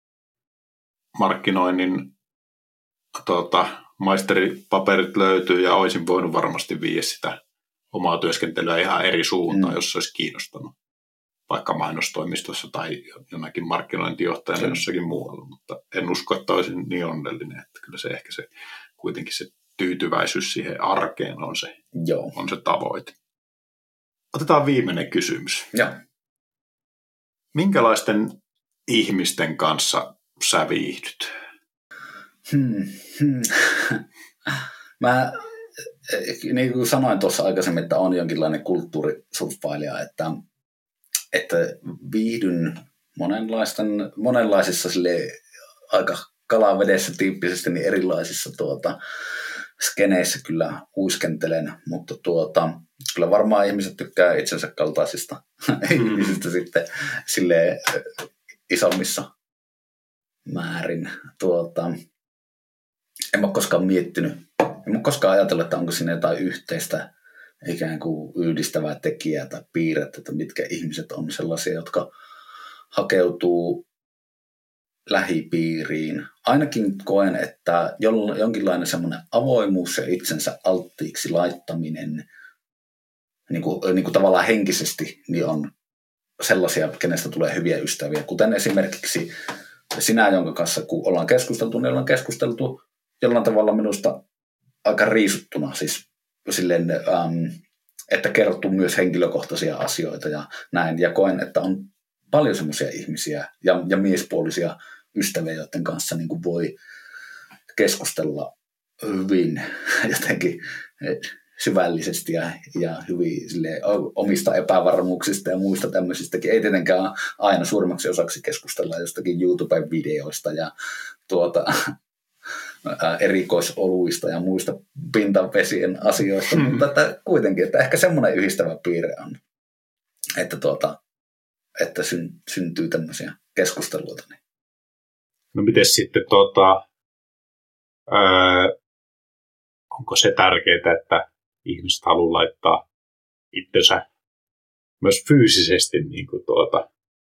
markkinoinnin tota, maisteripaperit löytyy ja olisin voinut varmasti viedä sitä omaa työskentelyä ihan eri suuntaan, mm. jos se olisi kiinnostanut. Vaikka mainostoimistossa tai jonakin markkinointijohtajana jossakin muualla, mutta en usko, että olisin niin onnellinen, että kyllä se ehkä se kuitenkin se tyytyväisyys siihen arkeen on se, Joo. on se tavoite. Otetaan viimeinen kysymys. Joo. Minkälaisten ihmisten kanssa sä viihdyt? Hmm, hmm. Mä, niin kuin sanoin tuossa aikaisemmin, että on jonkinlainen kulttuurisurffailija, että, että viihdyn monenlaisten, monenlaisissa sille aika kalavedessä tyyppisesti niin erilaisissa tuota, skeneissä kyllä uiskentelen, mutta tuota, kyllä varmaan ihmiset tykkää itsensä kaltaisista mm. ihmisistä sitten silleen isommissa määrin. Tuota, en ole koskaan miettinyt, en ole koskaan ajatellut, että onko siinä jotain yhteistä ikään kuin yhdistävää tekijää tai piirrettä, että mitkä ihmiset on sellaisia, jotka hakeutuu lähipiiriin. Ainakin koen, että jonkinlainen semmoinen avoimuus ja itsensä alttiiksi laittaminen niin kuin, niin kuin tavallaan henkisesti niin on sellaisia, kenestä tulee hyviä ystäviä. Kuten esimerkiksi sinä, jonka kanssa kun ollaan keskusteltu, niin ollaan keskusteltu jollain tavalla minusta aika riisuttuna. Siis silleen, ähm, että kerrottu myös henkilökohtaisia asioita ja näin. Ja koen, että on paljon semmoisia ihmisiä ja, ja miespuolisia ystäviä, joiden kanssa niin kuin voi keskustella hyvin jotenkin syvällisesti ja, ja hyvin silleen, omista epävarmuuksista ja muista tämmöisistäkin. Ei tietenkään aina suurimmaksi osaksi keskustella jostakin YouTube-videoista ja tuota, erikoisoluista ja muista pintavesien asioista, hmm. mutta että kuitenkin, että ehkä semmoinen yhdistävä piirre on, että tuota, että syntyy tämmöisiä keskusteluita. No miten sitten, tuota, ää, onko se tärkeää, että ihmiset haluaa laittaa itsensä myös fyysisesti niin kuin tuota,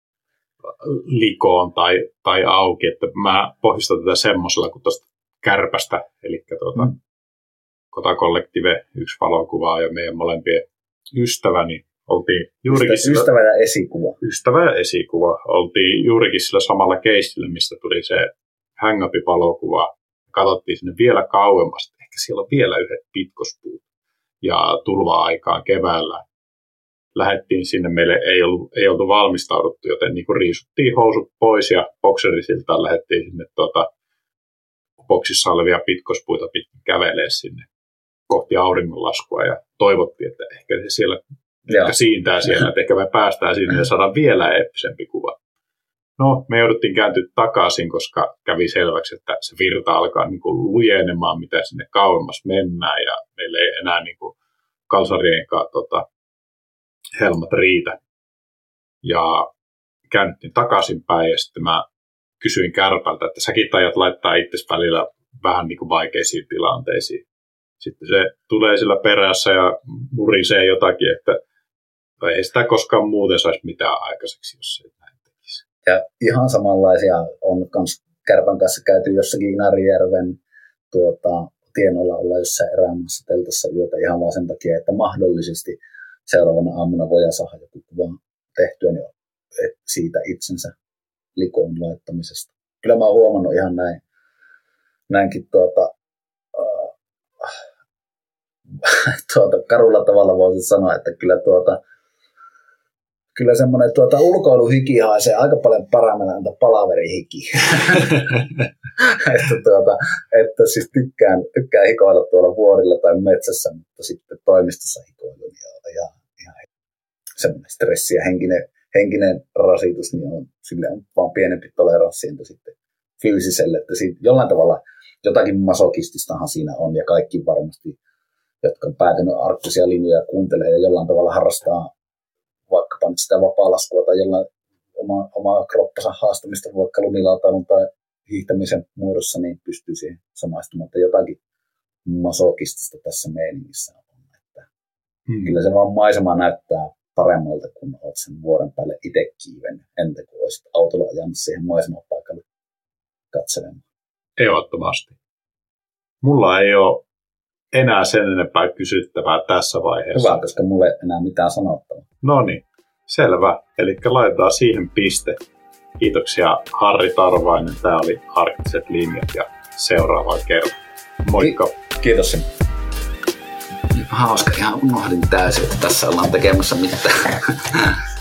likoon tai, tai auki, että mä pohjistan tätä semmoisella kuin tuosta kärpästä, eli tuota, mm. Kota Collective, yksi valokuva ja meidän molempien ystäväni. Oltiin juurikin Ystävä sillä, ja esikuva. Ystävä ja esikuva. Oltiin juurikin sillä samalla keissillä, mistä tuli se hang-up-valokuva. Katsottiin sinne vielä kauemmas. Ehkä siellä on vielä yhdet pitkospuut. Ja tulva-aikaan keväällä lähdettiin sinne. Meille ei, ollut, ei oltu valmistauduttu, joten niin kuin riisuttiin housut pois ja bokserisiltaan lähdettiin sinne tuota, boksissa olevia pitkospuita pitkin kävelee sinne kohti auringonlaskua. Ja toivottiin, että ehkä se siellä Ehkä siintää siellä, että ehkä me päästään sinne ja saadaan vielä eeppisempi kuva. No, me jouduttiin kääntyä takaisin, koska kävi selväksi, että se virta alkaa niin kuin lujenemaan, mitä sinne kauemmas mennään, ja meillä ei enää niin kuin kalsarienkaan tota, helmat riitä. Ja käännyttiin takaisinpäin, ja sitten mä kysyin kärpältä, että säkin tajat laittaa itsesi välillä vähän niin kuin vaikeisiin tilanteisiin. sitten se tulee sillä perässä ja murisee jotakin, että ei sitä koskaan muuten saisi mitään aikaiseksi, jos ei näin tekisi. Ja ihan samanlaisia on kans kärpän kanssa käyty jossakin Inarijärven tuota, tienoilla olla jossain erämaassa teltassa yötä ihan vaan sen takia, että mahdollisesti seuraavana aamuna voidaan saada joku kuva tehtyä niin siitä itsensä likoon laittamisesta. Kyllä mä oon huomannut ihan näin, näinkin tuota, äh, tuota, karulla tavalla voisin sanoa, että kyllä, tuota, kyllä semmoinen tuota, ulkoiluhiki haisee aika paljon paremmalla entä palaverihiki. että, tuota, että siis tykkään, tykkään hikoilla tuolla vuorilla tai metsässä, mutta sitten toimistossa hikoilu niin ihan, ihan semmoinen stressi ja henkinen, henkinen rasitus, niin on, sille on vaan pienempi toleranssi entä sitten fyysiselle, että siitä jollain tavalla jotakin masokististahan siinä on ja kaikki varmasti, jotka on päätynyt arktisia linjoja kuuntelee ja jollain tavalla harrastaa vaikkapa nyt sitä vapaa-laskua tai jollain oma, omaa kroppansa haastamista vaikka lumilautailun tai hiihtämisen muodossa, niin pystyy siihen samaistumaan, että jotakin masokistista tässä meiningissä on. Että hmm. Kyllä se vaan maisema näyttää paremmalta, kun olet sen vuoren päälle itse kiivennyt, entä kun olisit autolla ajanut siihen maisemapaikalle katselemaan. Ehdottomasti. Mulla ei ole enää sen enempää kysyttävää tässä vaiheessa. Hyvä, koska mulla ei enää mitään sanottavaa. No niin, selvä. Eli laitetaan siihen piste. Kiitoksia Harri Tarvainen. Tämä oli Arktiset linjat ja seuraavaan kertaan. Moikka. Kiitos. Hauska, ihan unohdin täysin, että tässä ollaan tekemässä mitään.